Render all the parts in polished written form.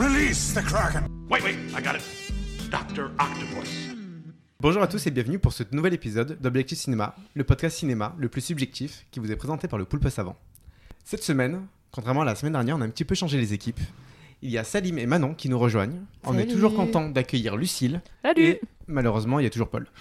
Release the Kraken! Wait, I got it. Dr. Octopus. Bonjour à tous et bienvenue pour ce nouvel épisode d'Objectif Cinéma, le podcast cinéma le plus subjectif qui vous est présenté par le Poulpe Savant. Cette semaine, contrairement à la semaine dernière, on a un petit peu changé les équipes. Il y a Salim et Manon qui nous rejoignent. On est toujours content d'accueillir Lucille. Salut. Et malheureusement, il y a toujours Paul.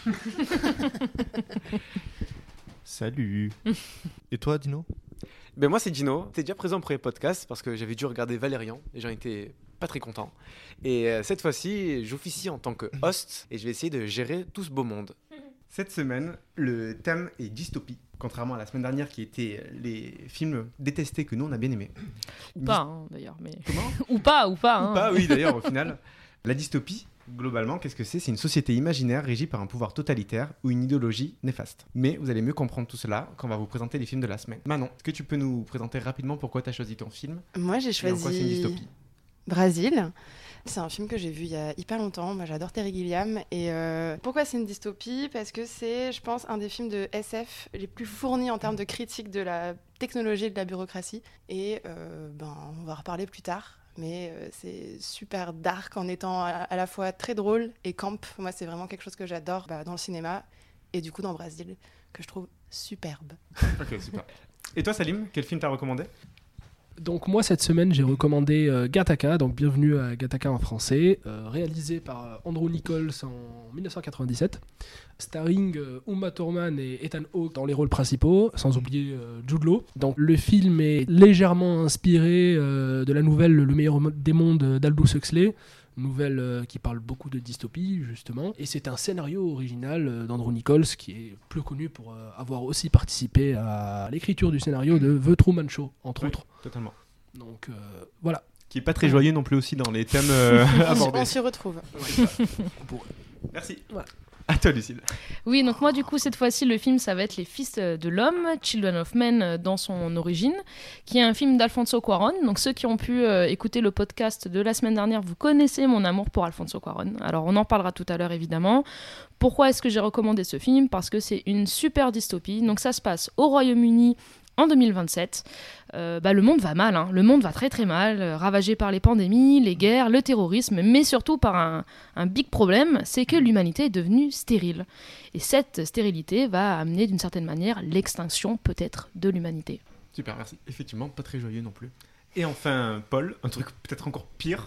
Salut. Et toi, Dino? Ben moi, c'est Dino. T'es déjà présent au premier podcast parce que j'avais dû regarder Valérian et j'en étais pas très content. Et cette fois-ci, j'officie en tant que host et je vais essayer de gérer tout ce beau monde. Cette semaine, le thème est dystopie. Contrairement à la semaine dernière qui était les films détestés que nous on a bien aimés. Ou pas, d'ailleurs. Mais... Comment ? Ou pas. Ou pas, oui, d'ailleurs, au final. La dystopie, globalement, qu'est-ce que c'est ? C'est une société imaginaire régie par un pouvoir totalitaire ou une idéologie néfaste. Mais vous allez mieux comprendre tout cela quand on va vous présenter les films de la semaine. Manon, est-ce que tu peux nous présenter rapidement pourquoi tu as choisi ton film ? Moi, j'ai et en quoi c'est une choisi dystopie ? Brésil. C'est un film que j'ai vu il y a hyper longtemps. Moi, j'adore Terry Gilliam. Et pourquoi c'est une dystopie ? Parce que c'est, je pense, un des films de SF les plus fournis en termes de critique de la technologie et de la bureaucratie. Et on va en reparler plus tard. Mais c'est super dark en étant à la fois très drôle et camp. Moi, c'est vraiment quelque chose que j'adore dans le cinéma et du coup dans Brésil, que je trouve superbe. Ok, super. Et toi, Salim, quel film t'as recommandé ? Donc moi cette semaine j'ai recommandé Gattaca, donc bienvenue à Gattaca en français, réalisé par Andrew Nichols en 1997, starring Uma Thurman et Ethan Hawke dans les rôles principaux, sans oublier Jude Law. Donc le film est légèrement inspiré de la nouvelle Le meilleur des mondes d'Aldous Huxley, nouvelle qui parle beaucoup de dystopie justement, et c'est un scénario original d'Andrew Nichols qui est plus connu pour avoir aussi participé à l'écriture du scénario de The Truman Show entre autres. Totalement. Donc voilà. Qui est pas très joyeux non plus aussi dans les thèmes abordés. On s'y retrouve. Merci. Voilà. À toi, Lucille. Oui, donc moi, du coup, cette fois-ci, le film, ça va être Les Fils de l'Homme, Children of Men dans son origine, qui est un film d'Alfonso Cuarón. Donc ceux qui ont pu écouter le podcast de la semaine dernière, vous connaissez mon amour pour Alfonso Cuarón. Alors on en parlera tout à l'heure, évidemment. Pourquoi est-ce que j'ai recommandé ce film ? Parce que c'est une super dystopie. Donc ça se passe au Royaume-Uni en 2027. Le monde va mal, le monde va très très mal, ravagé par les pandémies, les guerres, le terrorisme, mais surtout par un big problème, c'est que l'humanité est devenue stérile. Et cette stérilité va amener d'une certaine manière l'extinction peut-être de l'humanité. Super, merci. Effectivement, pas très joyeux non plus. Et enfin, Paul, un truc peut-être encore pire.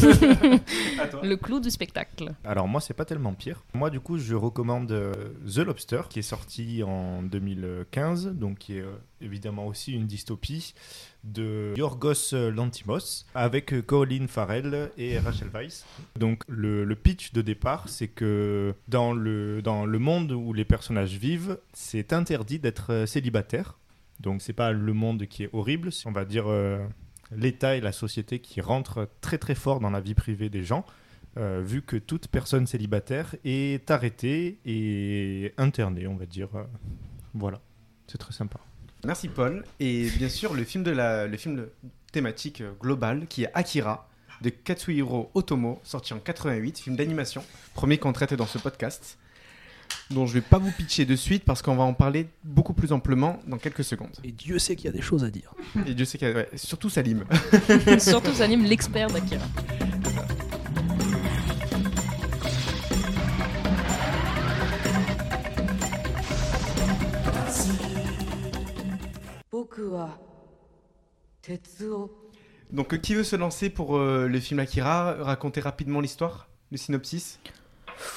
À toi. Le clou du spectacle. Alors moi, c'est pas tellement pire. Moi, du coup, je recommande The Lobster, qui est sorti en 2015, donc qui est évidemment aussi une dystopie de Yorgos Lanthimos, avec Colin Farrell et Rachel Weisz. Donc le pitch de départ, c'est que dans le monde où les personnages vivent, c'est interdit d'être célibataire. Donc c'est pas le monde qui est horrible, on va dire... l'État et la société qui rentrent très très fort dans la vie privée des gens, vu que toute personne célibataire est arrêtée et internée, on va dire. Voilà, c'est très sympa. Merci Paul. Et bien sûr, le film thématique global qui est Akira, de Katsuhiro Otomo, sorti en 88, film d'animation, premier qu'on traite dans ce podcast, dont je vais pas vous pitcher de suite parce qu'on va en parler beaucoup plus amplement dans quelques secondes. Et Dieu sait qu'il y a des choses à dire. Et Dieu sait qu'il y a... surtout Salim. Surtout Salim, l'expert d'Akira. Donc qui veut se lancer pour le film Akira ? Raconter rapidement l'histoire, le synopsis ? Akira ?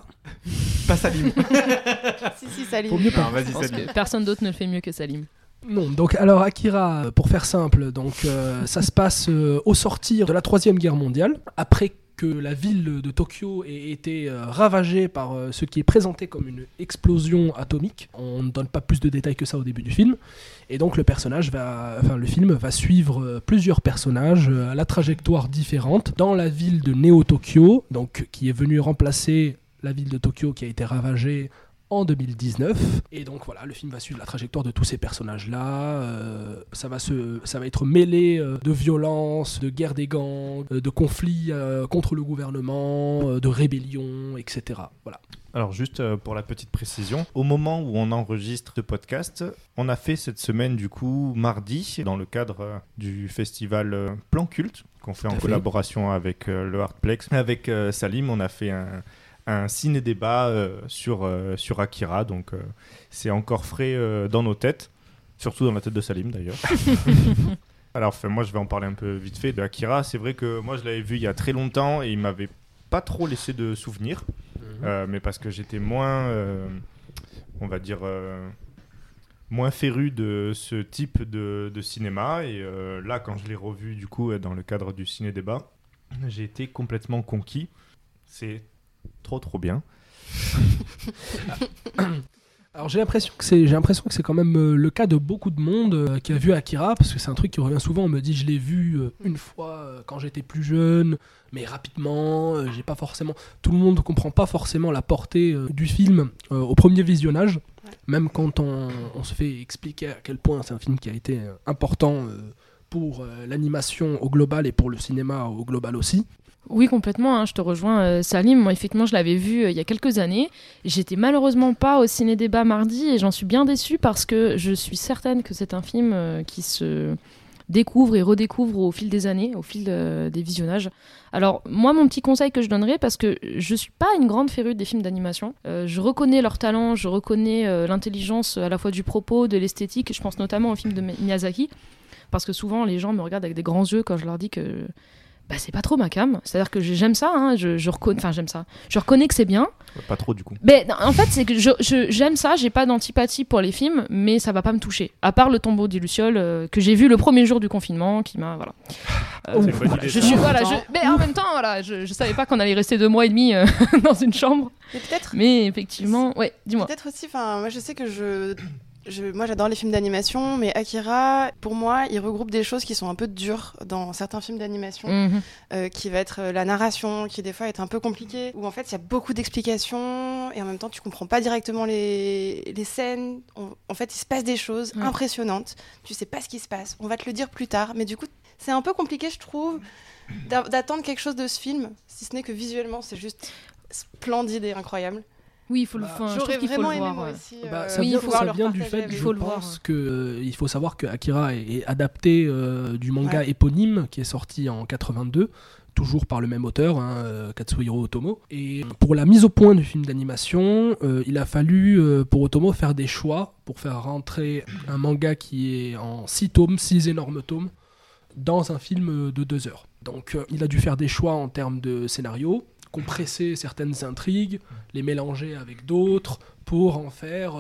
Pas Salim. si, Salim. Faut mieux pas. Non, vas-y Je pense Salim. que personne d'autre ne le fait mieux que Salim. Non, donc alors Akira, pour faire simple, donc ça se passe au sortir de la Troisième Guerre mondiale, après que la ville de Tokyo ait été ravagée par ce qui est présenté comme une explosion atomique. On ne donne pas plus de détails que ça au début du film. Et donc le film va suivre plusieurs personnages à la trajectoire différente dans la ville de Neo-Tokyo, donc qui est venue remplacer la ville de Tokyo qui a été ravagée en 2019. Et donc voilà, le film va suivre la trajectoire de tous ces personnages-là. Ça va être mêlé de violence, de guerre des gangs, de conflits contre le gouvernement, de rébellions, etc. Voilà. Alors juste pour la petite précision, au moment où on enregistre ce podcast, on a fait cette semaine du coup mardi, dans le cadre du festival Plan Culte, qu'on fait en Tout à fait. collaboration avec le Artplex. Avec Salim, on a fait un ciné-débat sur Akira, donc c'est encore frais dans nos têtes, surtout dans la tête de Salim d'ailleurs. Alors moi je vais en parler un peu vite fait de Akira. C'est vrai que moi je l'avais vu il y a très longtemps et il m'avait pas trop laissé de souvenirs, mais parce que j'étais moins, on va dire, moins féru de ce type de cinéma. Et là, quand je l'ai revu du coup dans le cadre du ciné-débat, j'ai été complètement conquis. C'est trop bien. Alors j'ai l'impression que c'est quand même le cas de beaucoup de monde qui a vu Akira, parce que c'est un truc qui revient souvent. On me dit je l'ai vu une fois quand j'étais plus jeune, mais rapidement. J'ai pas forcément. Tout le monde ne comprend pas forcément la portée du film au premier visionnage, même quand on se fait expliquer à quel point c'est un film qui a été important pour l'animation au global et pour le cinéma au global aussi. Oui, complètement, hein, je te rejoins, Salim. Moi, effectivement, je l'avais vu il y a quelques années. J'étais malheureusement pas au ciné-débat mardi et j'en suis bien déçue parce que je suis certaine que c'est un film qui se découvre et redécouvre au fil des années, au fil des visionnages. Alors, moi, mon petit conseil que je donnerais, parce que je suis pas une grande férue des films d'animation, je reconnais leur talent, je reconnais l'intelligence à la fois du propos, de l'esthétique. Je pense notamment au film de Miyazaki, parce que souvent, les gens me regardent avec des grands yeux quand je leur dis que c'est pas trop ma cam. C'est-à-dire que j'aime ça, hein, je reconnais, enfin j'aime ça. Je reconnais que c'est bien. Pas trop du coup. Mais en fait, c'est que j'aime ça, j'ai pas d'antipathie pour les films, mais ça va pas me toucher. À part Le Tombeau des Lucioles, que j'ai vu le premier jour du confinement, qui m'a... Voilà. C'est une bonne idée, Je ça. suis, voilà, mais en même temps, voilà, je savais pas qu'on allait rester 2 mois et demi dans une chambre. Et peut-être, Mais effectivement, ouais, dis-moi. peut-être aussi, moi je sais que moi j'adore les films d'animation, mais Akira, pour moi, il regroupe des choses qui sont un peu dures dans certains films d'animation, qui va être la narration, qui des fois est un peu compliquée, où en fait il y a beaucoup d'explications et en même temps tu comprends pas directement les scènes. En fait, il se passe des choses impressionnantes, tu sais pas ce qui se passe, on va te le dire plus tard, mais du coup c'est un peu compliqué, je trouve, d'attendre quelque chose de ce film, si ce n'est que visuellement c'est juste splendide et incroyable. Oui, il faut le faire. J'aurais qu'il faut vraiment le aimé voir. moi Ouais. aussi. Ça vient du fait, Il faut le voir. il faut savoir que Akira est adapté du manga éponyme qui est sorti en 82, toujours par le même auteur, Katsuhiro Otomo. Et pour la mise au point du film d'animation, il a fallu pour Otomo faire des choix pour faire rentrer un manga qui est en 6 tomes, 6 énormes tomes, dans un film de 2 heures. Donc il a dû faire des choix en termes de scénario, compresser certaines intrigues, les mélanger avec d'autres pour en faire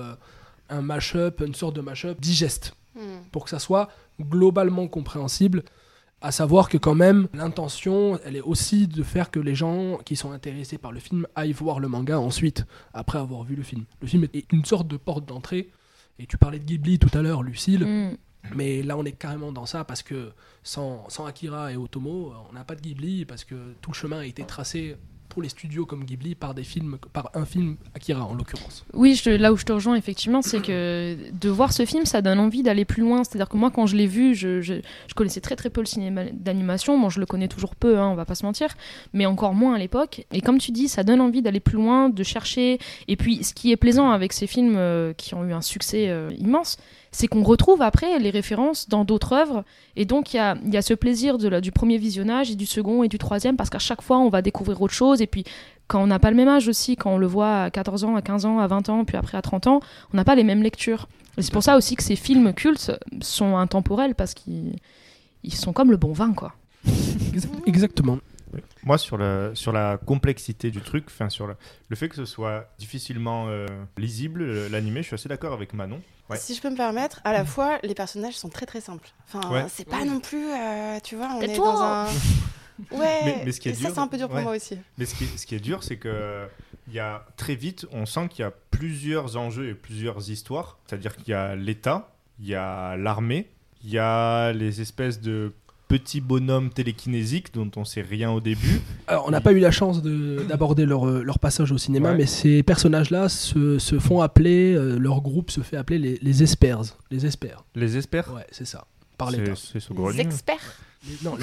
un mash-up, une sorte de mash-up digeste, pour que ça soit globalement compréhensible, à savoir que quand même l'intention elle est aussi de faire que les gens qui sont intéressés par le film aillent voir le manga ensuite, après avoir vu le film. Le film est une sorte de porte d'entrée, et tu parlais de Ghibli tout à l'heure, Lucille, mais là on est carrément dans ça parce que sans Akira et Otomo, on n'a pas de Ghibli parce que tout le chemin a été tracé pour les studios comme Ghibli par un film Akira en l'occurrence. Oui, là où je te rejoins effectivement, c'est que de voir ce film, ça donne envie d'aller plus loin. C'est-à-dire que moi, quand je l'ai vu, je connaissais très très peu le cinéma d'animation. Bon, je le connais toujours peu, on va pas se mentir, mais encore moins à l'époque. Et comme tu dis, ça donne envie d'aller plus loin, de chercher. Et puis, ce qui est plaisant avec ces films qui ont eu un succès immense, c'est qu'on retrouve après les références dans d'autres œuvres. Et donc, il y a ce plaisir du premier visionnage et du second et du troisième, parce qu'à chaque fois, on va découvrir autre chose. Et puis, quand on n'a pas le même âge aussi, quand on le voit à 14 ans, à 15 ans, à 20 ans, puis après à 30 ans, on n'a pas les mêmes lectures. Et c'est pour ça aussi que ces films cultes sont intemporels, parce qu'ils sont comme le bon vin, quoi. Exactement. Moi, sur la complexité du truc, sur le fait que ce soit difficilement lisible, l'animé, je suis assez d'accord avec Manon. Ouais. Si je peux me permettre, à la fois, les personnages sont très très simples. Enfin, c'est pas non plus, tu vois, on est dans un... Ouais, mais ce qui est dur, ça c'est un peu dur pour moi aussi. Mais ce qui est dur, c'est que il y a très vite, on sent qu'il y a plusieurs enjeux et plusieurs histoires. C'est-à-dire qu'il y a l'État, il y a l'armée, il y a les espèces de petits bonhommes télékinésiques dont on sait rien au début. Alors, on n'a pas eu la chance d'aborder leur passage au cinéma, mais ces personnages-là se font appeler, leur groupe se fait appeler les Espers. Les Espers. Les Espers ? Ouais, c'est ça. Par l'État. C'est saugrenu. Les experts. Non,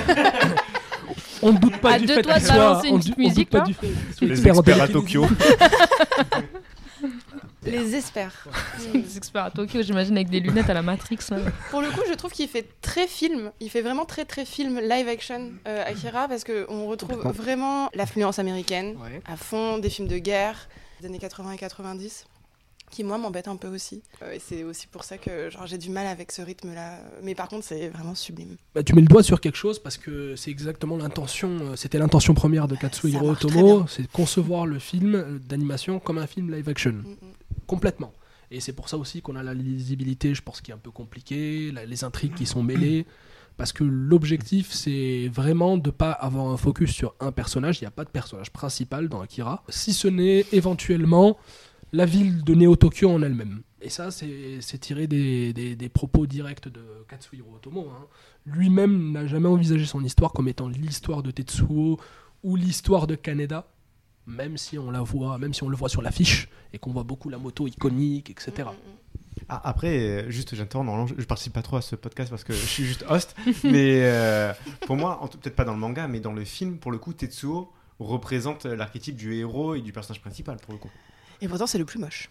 on ne doute pas du fait qu'ils soient... une petite musique, là. Les experts à Tokyo. Les experts. Des experts à Tokyo, j'imagine, avec des lunettes à la Matrix. Là. Pour le coup, je trouve qu'il fait très film. Il fait vraiment très très film live action Akira parce qu'on retrouve vraiment l'affluence américaine à fond, des films de guerre des années 80 et 90 qui moi m'embête un peu aussi. Et c'est aussi pour ça que j'ai du mal avec ce rythme-là. Mais par contre, c'est vraiment sublime. Bah, tu mets le doigt sur quelque chose parce que c'est exactement l'intention. C'était l'intention première de Katsuhiro Otomo, c'est de concevoir le film d'animation comme un film live action. Complètement. Et c'est pour ça aussi qu'on a la lisibilité, je pense, qui est un peu compliquée, les intrigues qui sont mêlées. Parce que l'objectif, c'est vraiment de ne pas avoir un focus sur un personnage. Il n'y a pas de personnage principal dans Akira. Si ce n'est éventuellement la ville de Neo-Tokyo en elle-même. Et ça, c'est tiré des propos directs de Katsuhiro Otomo. Hein. Lui-même n'a jamais envisagé son histoire comme étant l'histoire de Tetsuo ou l'histoire de Kaneda, même si on le voit sur l'affiche et qu'on voit beaucoup la moto iconique, etc. Ah, après, juste j'interromps, normalement je participe pas trop à ce podcast parce que je suis juste host, mais pour moi, peut-être pas dans le manga, mais dans le film, pour le coup, Tetsuo représente l'archétype du héros et du personnage principal, pour le coup. Et pourtant, c'est le plus moche.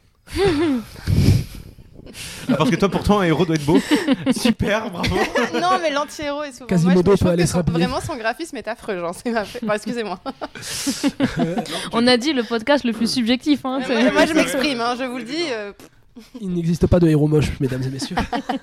Parce que toi, pourtant, un héros doit être beau. Super, bravo. Non, mais l'anti-héros est souvent Quasimodo moche, peut aller se rhabiller. vraiment, son graphisme est affreux. Excusez-moi. On a dit le podcast le plus subjectif. Hein, moi, je m'exprime, hein, je vous le dis. Il n'existe pas de héros moche, mesdames et messieurs.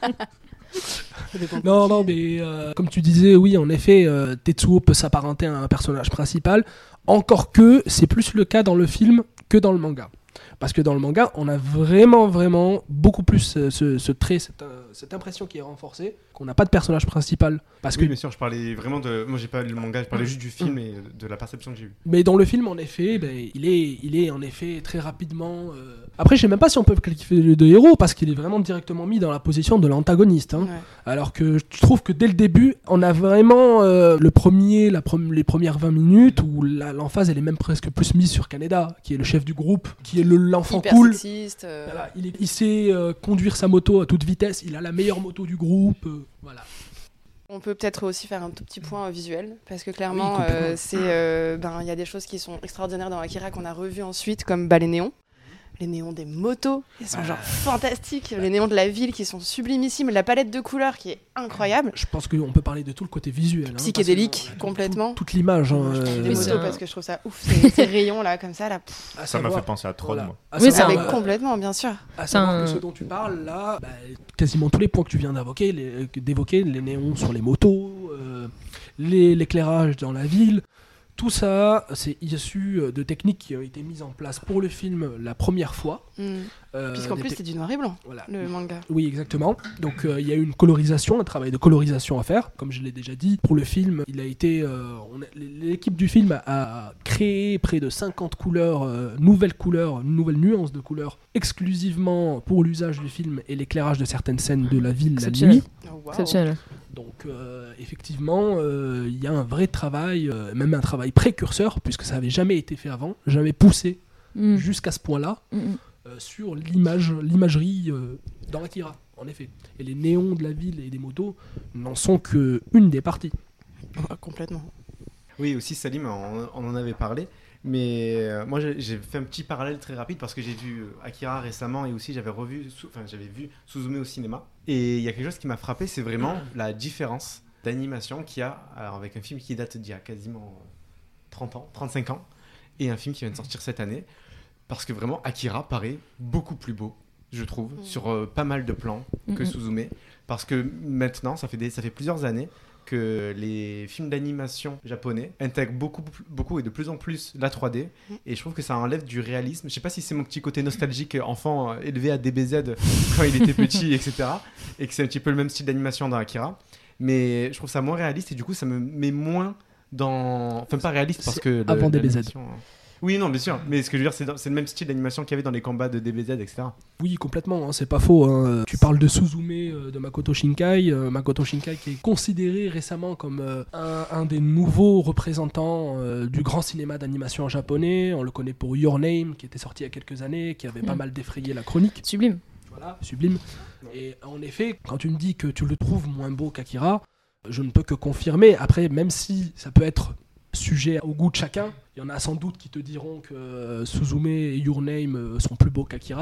Non, mais comme tu disais, oui, en effet, Tetsuo peut s'apparenter à un personnage principal, encore que c'est plus le cas dans le film que dans le manga. Parce que dans le manga, on a vraiment beaucoup plus ce trait, cette impression qui est renforcée, qu'on n'a pas de personnage principal. Parce oui, que... bien sûr, je parlais vraiment de... Moi, j'ai pas lu le manga, je parlais juste du film et de la perception que j'ai eue. Mais dans le film, en effet, il est en effet très rapidement... Après, je sais même pas si on peut le qualifier de héros, parce qu'il est vraiment directement mis dans la position de l'antagoniste. Hein. Ouais. Alors que je trouve que dès le début, on a vraiment les premières 20 minutes où l'emphase, elle est même presque plus mise sur Kaneda, qui est le chef du groupe, qui est l'enfant hyper cool. Sexiste, Voilà, il sait conduire sa moto à toute vitesse, il a la meilleure moto du groupe. Voilà. On peut peut-être aussi faire un tout petit point visuel, parce que clairement, il y a des choses qui sont extraordinaires dans Akira qu'on a revues ensuite, comme les néons. Les néons des motos, ils sont fantastiques. Les néons de la ville qui sont sublimissimes. La palette de couleurs qui est incroyable. Je pense qu'on peut parler de tout le côté visuel. Psychédélique, complètement. Toute l'image. Des motos, parce que je trouve ça ouf. Ces rayons là, comme ça. Là, ça m'a fait penser à Tron, moi. Oui, c'est complètement, bien sûr. À savoir que ce dont tu parles là, quasiment tous les points que tu viens d'évoquer, les néons sur les motos, l'éclairage dans la ville. Tout ça, c'est issu de techniques qui ont été mises en place pour le film la première fois. Puisqu'en plus, c'est du noir et blanc, le manga. Oui, exactement. Donc, il y a eu un travail de colorisation à faire. Comme je l'ai déjà dit, pour le film, l'équipe du film a créé près de 50 nouvelles nuances de couleurs, exclusivement pour l'usage du film et l'éclairage de certaines scènes de la ville la nuit. Oh, wow. Exceptionnel. Donc effectivement, il y a un vrai travail, même un travail précurseur, puisque ça n'avait jamais été fait avant, jamais poussé jusqu'à ce point-là, sur l'imagerie dans Akira, en effet. Et les néons de la ville et des motos n'en sont qu'une des parties. Complètement. Oui, aussi Salim, on en avait parlé. Mais moi j'ai fait un petit parallèle très rapide parce que j'ai vu Akira récemment et aussi j'avais vu Suzume au cinéma. Et il y a quelque chose qui m'a frappé, c'est vraiment la différence d'animation qu'il y a avec un film qui date d'il y a quasiment 35 ans et un film qui vient de sortir cette année. Parce que vraiment Akira paraît beaucoup plus beau, je trouve, sur pas mal de plans que Suzume. Parce que maintenant, ça fait plusieurs années que les films d'animation japonais intègrent beaucoup et de plus en plus la 3D et je trouve que ça enlève du réalisme. Je sais pas si c'est mon petit côté nostalgique enfant élevé à DBZ quand il était petit, etc. et que c'est un petit peu le même style d'animation dans Akira, mais je trouve ça moins réaliste et du coup ça me met moins dans... Enfin pas réaliste parce que... Avant DBZ. Oui, non, bien sûr. Mais ce que je veux dire, c'est le même style d'animation qu'il y avait dans les combats de DBZ, etc. Oui, complètement, hein, c'est pas faux. Hein. Tu parles de Suzume, de Makoto Shinkai. Makoto Shinkai qui est considéré récemment comme un des nouveaux représentants du grand cinéma d'animation japonais. On le connaît pour Your Name, qui était sorti il y a quelques années, qui avait pas mal défrayé la chronique. Sublime. Voilà, sublime. Et en effet, quand tu me dis que tu le trouves moins beau qu'Akira, je ne peux que confirmer. Après, même si ça peut être sujet au goût de chacun, il y en a sans doute qui te diront que Suzume et Your Name sont plus beaux qu'Akira.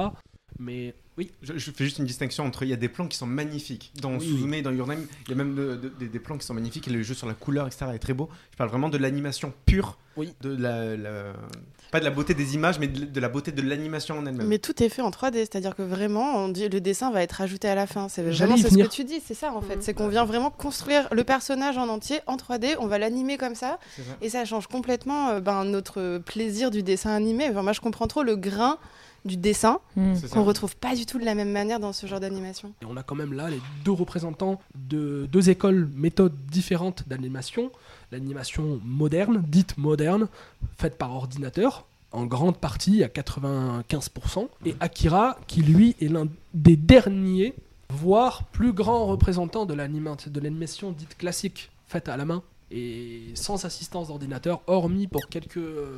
Mais oui. Je fais juste une distinction entre il y a des plans qui sont magnifiques. Dans Suzume, dans Your Name, il y a même des plans qui sont magnifiques et le jeu sur la couleur, etc. est très beau. Je parle vraiment de l'animation pure, de pas de la beauté des images, mais de la beauté de l'animation en elle-même. Mais tout est fait en 3D, c'est-à-dire que vraiment, on dit, le dessin va être ajouté à la fin. C'est J'allais vraiment y ce venir. que tu dis, c'est ça en fait. C'est qu'on vient vraiment construire le personnage en entier en 3D, on va l'animer comme ça, et ça change complètement notre plaisir du dessin animé. Enfin, moi, je comprends trop le grain du dessin qu'on retrouve pas du tout de la même manière dans ce genre d'animation. Et on a quand même là les deux représentants de deux écoles, méthodes différentes d'animation. L'animation moderne, dite moderne, faite par ordinateur, en grande partie à 95%, et Akira qui lui est l'un des derniers, voire plus grands représentants de l'animation dite classique, faite à la main et sans assistance d'ordinateur, hormis pour quelques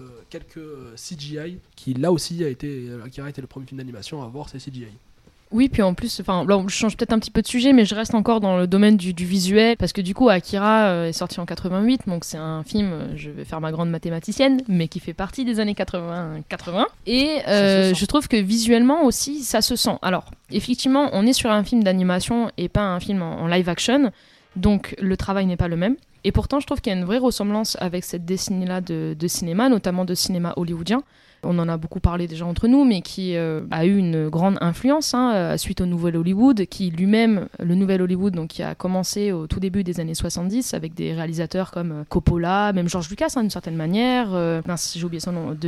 CGI, qui là aussi Akira était le premier film d'animation à avoir ces CGI. Oui, puis en plus, là, je change peut-être un petit peu de sujet, mais je reste encore dans le domaine du visuel, parce que du coup, Akira est sorti en 88, donc c'est un film, je vais faire ma grande mathématicienne, mais qui fait partie des années 80. Et je trouve que visuellement aussi, ça se sent. Alors, effectivement, on est sur un film d'animation et pas un film en live action, donc le travail n'est pas le même. Et pourtant, je trouve qu'il y a une vraie ressemblance avec cette décennie-là de cinéma, notamment de cinéma hollywoodien. On en a beaucoup parlé déjà entre nous, mais qui a eu une grande influence suite au Nouvel Hollywood, qui lui-même, le Nouvel Hollywood, donc, qui a commencé au tout début des années 70 avec des réalisateurs comme Coppola, même George Lucas d'une certaine manière. J'ai oublié son nom,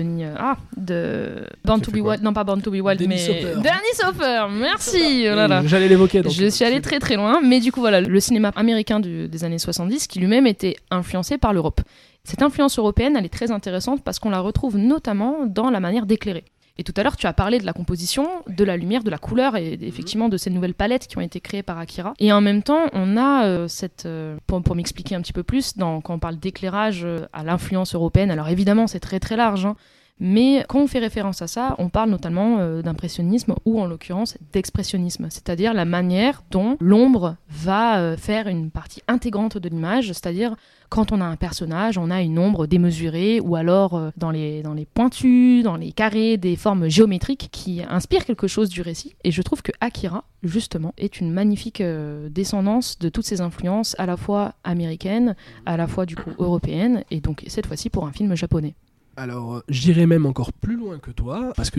de Born to Be Wild, non pas Born to Be Wild, Dennis Hopper. Dennis Hopper, merci. Oh là là. J'allais l'évoquer. Donc, je suis allée très très loin, mais du coup voilà, le cinéma américain des années 70 qui lui-même était influencé par l'Europe. Cette influence européenne, elle est très intéressante parce qu'on la retrouve notamment dans la manière d'éclairer. Et tout à l'heure, tu as parlé de la composition, de la lumière, de la couleur et effectivement de ces nouvelles palettes qui ont été créées par Akira. Et en même temps, on a pour m'expliquer un petit peu plus, quand on parle d'éclairage à l'influence européenne, alors évidemment c'est très très large, mais quand on fait référence à ça, on parle notamment d'impressionnisme ou en l'occurrence d'expressionnisme, c'est-à-dire la manière dont l'ombre va faire une partie intégrante de l'image, c'est-à-dire quand on a un personnage, on a une ombre démesurée ou alors dans les pointus, dans les carrés, des formes géométriques qui inspirent quelque chose du récit. Et je trouve que Akira, justement, est une magnifique descendance de toutes ces influences à la fois américaines, à la fois du coup européennes et donc cette fois-ci pour un film japonais. Alors, j'irai même encore plus loin que toi, parce que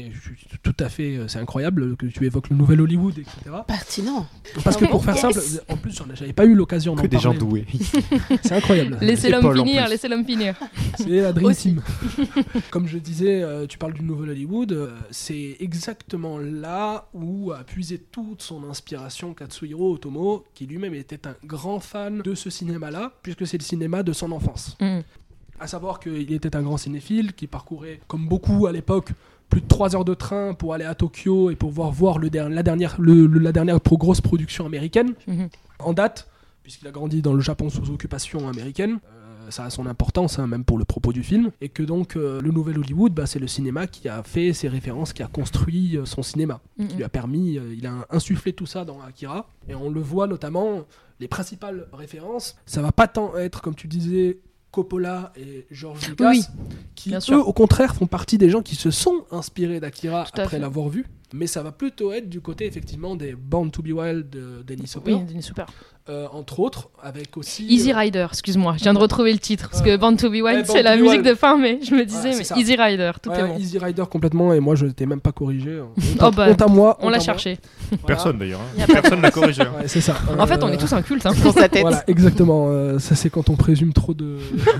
tout à fait, c'est incroyable que tu évoques le Nouvel Hollywood, etc. Pertinent. Parce que pour faire simple, en plus, j'avais pas eu l'occasion d'en Que parler. des gens doués. C'est incroyable. Laissez l'homme finir. C'est la Dream Team. Comme je disais, tu parles du Nouvel Hollywood, c'est exactement là où a puisé toute son inspiration Katsuhiro Otomo, qui lui-même était un grand fan de ce cinéma-là, puisque c'est le cinéma de son enfance. À savoir qu'il était un grand cinéphile qui parcourait, comme beaucoup à l'époque, plus de 3 heures de train pour aller à Tokyo et pour voir la dernière grosse production américaine en date, puisqu'il a grandi dans le Japon sous occupation américaine. Ça a son importance, même pour le propos du film. Et que donc, le Nouvel Hollywood, c'est le cinéma qui a fait ses références, qui a construit son cinéma, qui lui a permis, il a insufflé tout ça dans Akira. Et on le voit notamment, les principales références, ça va pas tant être, comme tu disais, Coppola et George Lucas, qui eux, au contraire, font partie des gens qui se sont inspirés d'Akira après l'avoir vu. Mais ça va plutôt être du côté, effectivement, des Born to Be Wild de Dennis Hopper. Oui, Dennis Hopper. Entre autres, avec aussi... Easy Rider, excuse-moi, je viens de retrouver le titre. Parce que Born to Be Wild, c'est la musique de fin, mais je me disais, mais Easy Rider, tout est bon. Easy Rider complètement, et moi, je n'étais même pas corrigé. Honte à moi. On l'a cherché. Personne d'ailleurs. Personne n'a corrigé. Ouais, c'est ça. En fait, on est tous incultes. Dans sa tête. Voilà, exactement. Ça, c'est quand on présume trop de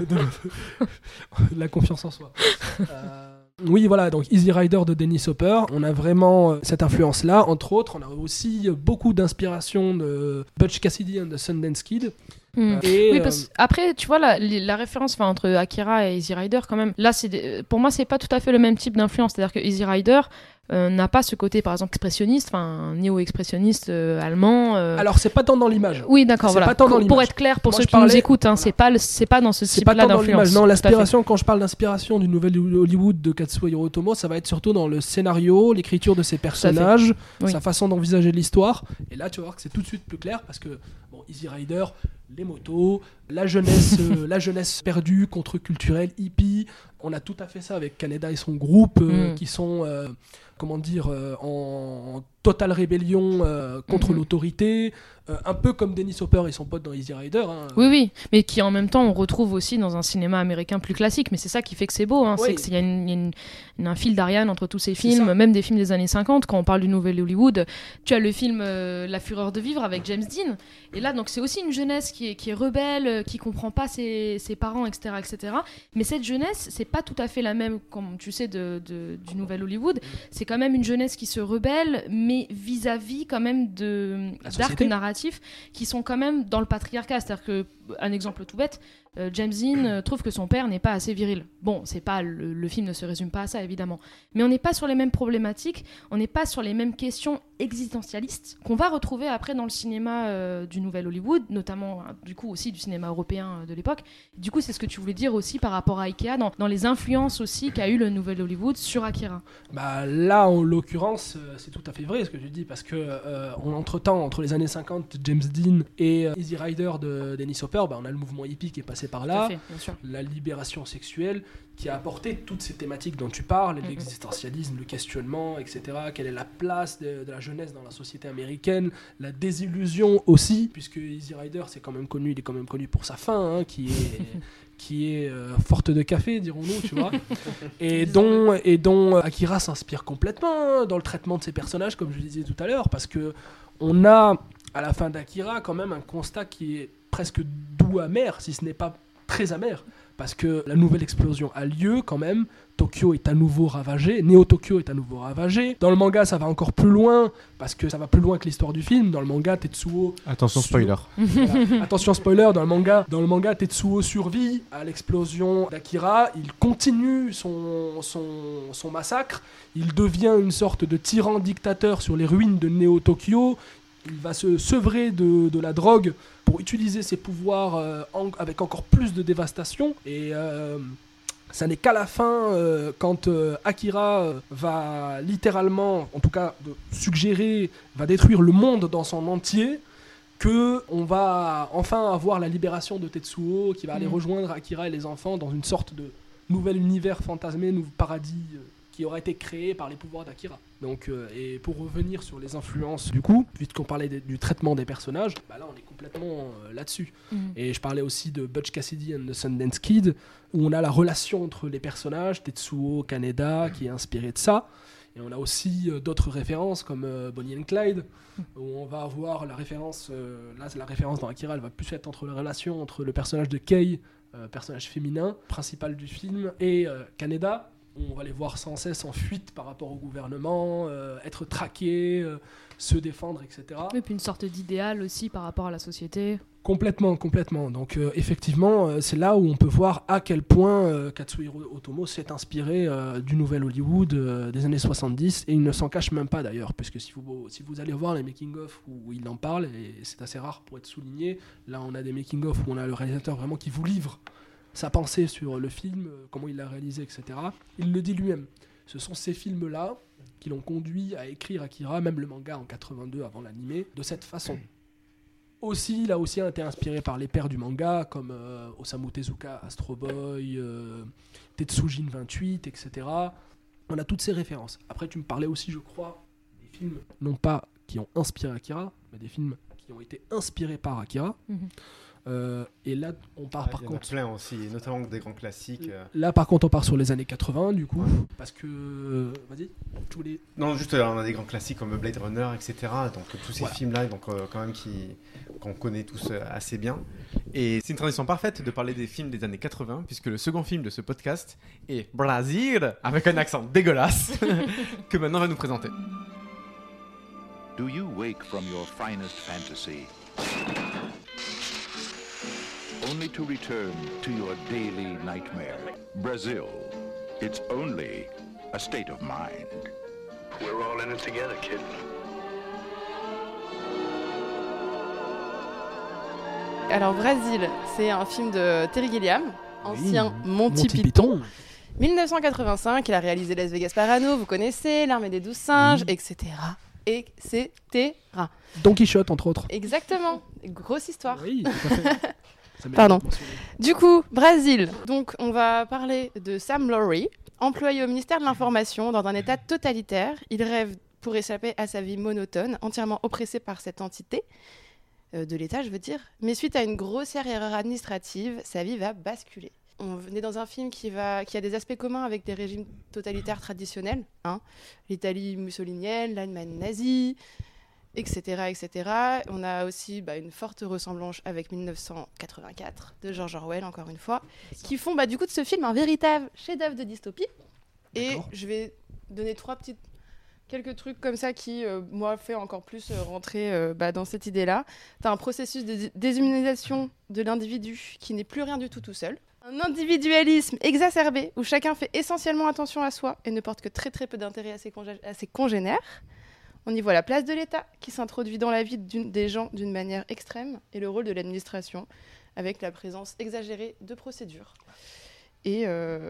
la confiance en soi. Oui, voilà, donc Easy Rider de Dennis Hopper, on a vraiment cette influence-là. Entre autres, on a aussi beaucoup d'inspiration de Butch Cassidy and the Sundance Kid. Oui, parce après, tu vois, la référence entre Akira et Easy Rider, quand même, là, pour moi, c'est pas tout à fait le même type d'influence. C'est-à-dire que Easy Rider n'a pas ce côté, par exemple, expressionniste, enfin, néo-expressionniste allemand. Alors, c'est pas tant dans l'image. Oui, d'accord, c'est voilà. Pas tant dans pour être clair, pour ceux qui nous écoutent, c'est pas dans ce type-là d'influence. Non, l'inspiration, quand je parle d'inspiration du Nouvel Hollywood de Katsuhiro Otomo, ça va être surtout dans le scénario, l'écriture de ses personnages, sa façon d'envisager l'histoire. Et là, tu vas voir que c'est tout de suite plus clair parce que, Easy Rider, les motos, la jeunesse perdue, contre-culturelle, hippie, On a tout à fait ça avec Kaneda et son groupe qui sont en totale rébellion contre l'autorité, un peu comme Dennis Hopper et son pote dans Easy Rider. Oui, mais qui en même temps on retrouve aussi dans un cinéma américain plus classique, mais c'est ça qui fait que c'est beau, c'est qu'il y a un fil d'Ariane entre tous ces films, même des films des années 50, quand on parle du nouvel Hollywood. Tu as le film La fureur de vivre avec James Dean, et là donc c'est aussi une jeunesse qui est rebelle, qui comprend pas ses parents, etc., etc. Mais cette jeunesse, c'est pas tout à fait la même, comme tu sais, du nouvel Hollywood. C'est quand même une jeunesse qui se rebelle, mais vis-à-vis quand même d'arcs narratifs qui sont quand même dans le patriarcat. C'est-à-dire que, un exemple tout bête, James Dean trouve que son père n'est pas assez viril. Bon, c'est pas le film ne se résume pas à ça, évidemment. Mais on n'est pas sur les mêmes problématiques, on n'est pas sur les mêmes questions existentialistes qu'on va retrouver après dans le cinéma du nouvel Hollywood, notamment du coup aussi du cinéma européen de l'époque. Du coup, c'est ce que tu voulais dire aussi par rapport à Ikea, dans les influences aussi qu'a eu le nouvel Hollywood sur Akira. Là, en l'occurrence, c'est tout à fait vrai ce que tu dis, parce que entre les années 50, James Dean et Easy Rider de Dennis Hopper, on a le mouvement hippie qui est passé par là, la libération sexuelle qui a apporté toutes ces thématiques dont tu parles, l'existentialisme, le questionnement, etc. Quelle est la place de la jeunesse dans la société américaine, la désillusion aussi, puisque Easy Rider il est quand même connu pour sa fin, qui est forte de café, dirons-nous, tu vois, et dont Akira s'inspire complètement dans le traitement de ses personnages, comme je le disais tout à l'heure, parce que on a à la fin d'Akira quand même un constat qui est presque doux amer, si ce n'est pas très amer, parce que la nouvelle explosion a lieu quand même. Tokyo est à nouveau ravagé, Neo-Tokyo est à nouveau ravagé. Dans le manga, ça va encore plus loin, parce que ça va plus loin que l'histoire du film. Dans le manga, Tetsuo... Attention, spoiler. Voilà. Attention, spoiler, dans le manga, Tetsuo survit à l'explosion d'Akira. Il continue son massacre. Il devient une sorte de tyran dictateur sur les ruines de Neo-Tokyo. Il va se sevrer de la drogue pour utiliser ses pouvoirs avec encore plus de dévastation. Et ça n'est qu'à la fin, quand Akira va littéralement, en tout cas va détruire le monde dans son entier, qu'on va enfin avoir la libération de Tetsuo, qui va aller rejoindre Akira et les enfants dans une sorte de nouvel univers fantasmé, nouveau paradis qui aura été créé par les pouvoirs d'Akira. Donc, et pour revenir sur les influences du coup, puisqu'on parlait du traitement des personnages, là on est complètement là-dessus. Et je parlais aussi de Butch Cassidy and the Sundance Kid, où on a la relation entre les personnages, Tetsuo, Kaneda, qui est inspiré de ça. Et on a aussi d'autres références comme Bonnie and Clyde, où on va avoir la référence, là c'est la référence dans Akira, elle va plus être entre la relation entre le personnage de Kei, personnage féminin, principal du film, et Kaneda. On va les voir sans cesse en fuite par rapport au gouvernement, être traqués, se défendre, etc. Et puis une sorte d'idéal aussi par rapport à la société. Complètement. Donc effectivement, c'est là où on peut voir à quel point Katsuhiro Otomo s'est inspiré du nouvel Hollywood des années 70, et il ne s'en cache même pas d'ailleurs, puisque si vous allez voir les making-of où il en parle, et c'est assez rare pour être souligné, là on a des making-of où on a le réalisateur vraiment qui vous livre sa pensée sur le film, comment il l'a réalisé, etc. Il le dit lui-même. Ce sont ces films-là qui l'ont conduit à écrire Akira, même le manga en 82 avant l'animé, de cette façon. Il a aussi été inspiré par les pères du manga, comme Osamu Tezuka, Astro Boy, Tetsujin 28, etc. On a toutes ces références. Après, tu me parlais aussi, je crois, des films, non pas qui ont inspiré Akira, mais des films qui ont été inspirés par Akira. Et là, on part par contre. Il y en a plein aussi, notamment des grands classiques. Là, par contre, on part sur les années 80, du coup, parce que. Vas-y, tu voulais. Non, juste, on a des grands classiques comme Blade Runner, etc. Donc, tous ces films-là, donc, quand même, qu'on connaît tous assez bien. Et c'est une transition parfaite de parler des films des années 80, puisque le second film de ce podcast est Brazil, avec un accent dégueulasse, que maintenant on va nous présenter. Do you wake from your finest fantasy? Only to return to your daily nightmare. Brazil, it's only a state of mind. We're all in it together, kid. Alors Brazil, c'est un film de Terry Gilliam, ancien Monty Python. 1985, il a réalisé Las Vegas Parano, vous connaissez, L'Armée des 12 singes, etc. Etc. Don Quichotte, entre autres. Exactement, grosse histoire. Oui, tout à fait. Ça mérite Pardon. d'être mentionné. Du coup, Brésil. Donc, on va parler de Sam Lowry, employé au ministère de l'Information dans un état totalitaire. Il rêve pour échapper à sa vie monotone, entièrement oppressé par cette entité de l'État, je veux dire. Mais suite à une grossière erreur administrative, sa vie va basculer. On est dans un film qui a des aspects communs avec des régimes totalitaires traditionnels, hein. L'Italie mussolinienne, l'Allemagne nazie, etc., etc. On a aussi une forte ressemblance avec 1984 de George Orwell, encore une fois, qui font du coup de ce film un véritable chef-d'œuvre de dystopie. Et D'accord. je vais donner quelques trucs comme ça qui, moi, fait encore plus rentrer dans cette idée-là. Tu as un processus de déshumanisation de l'individu qui n'est plus rien du tout seul. Un individualisme exacerbé où chacun fait essentiellement attention à soi et ne porte que très très peu d'intérêt à ses congénères. On y voit la place de l'État qui s'introduit dans la vie des gens d'une manière extrême et le rôle de l'administration avec la présence exagérée de procédures. Et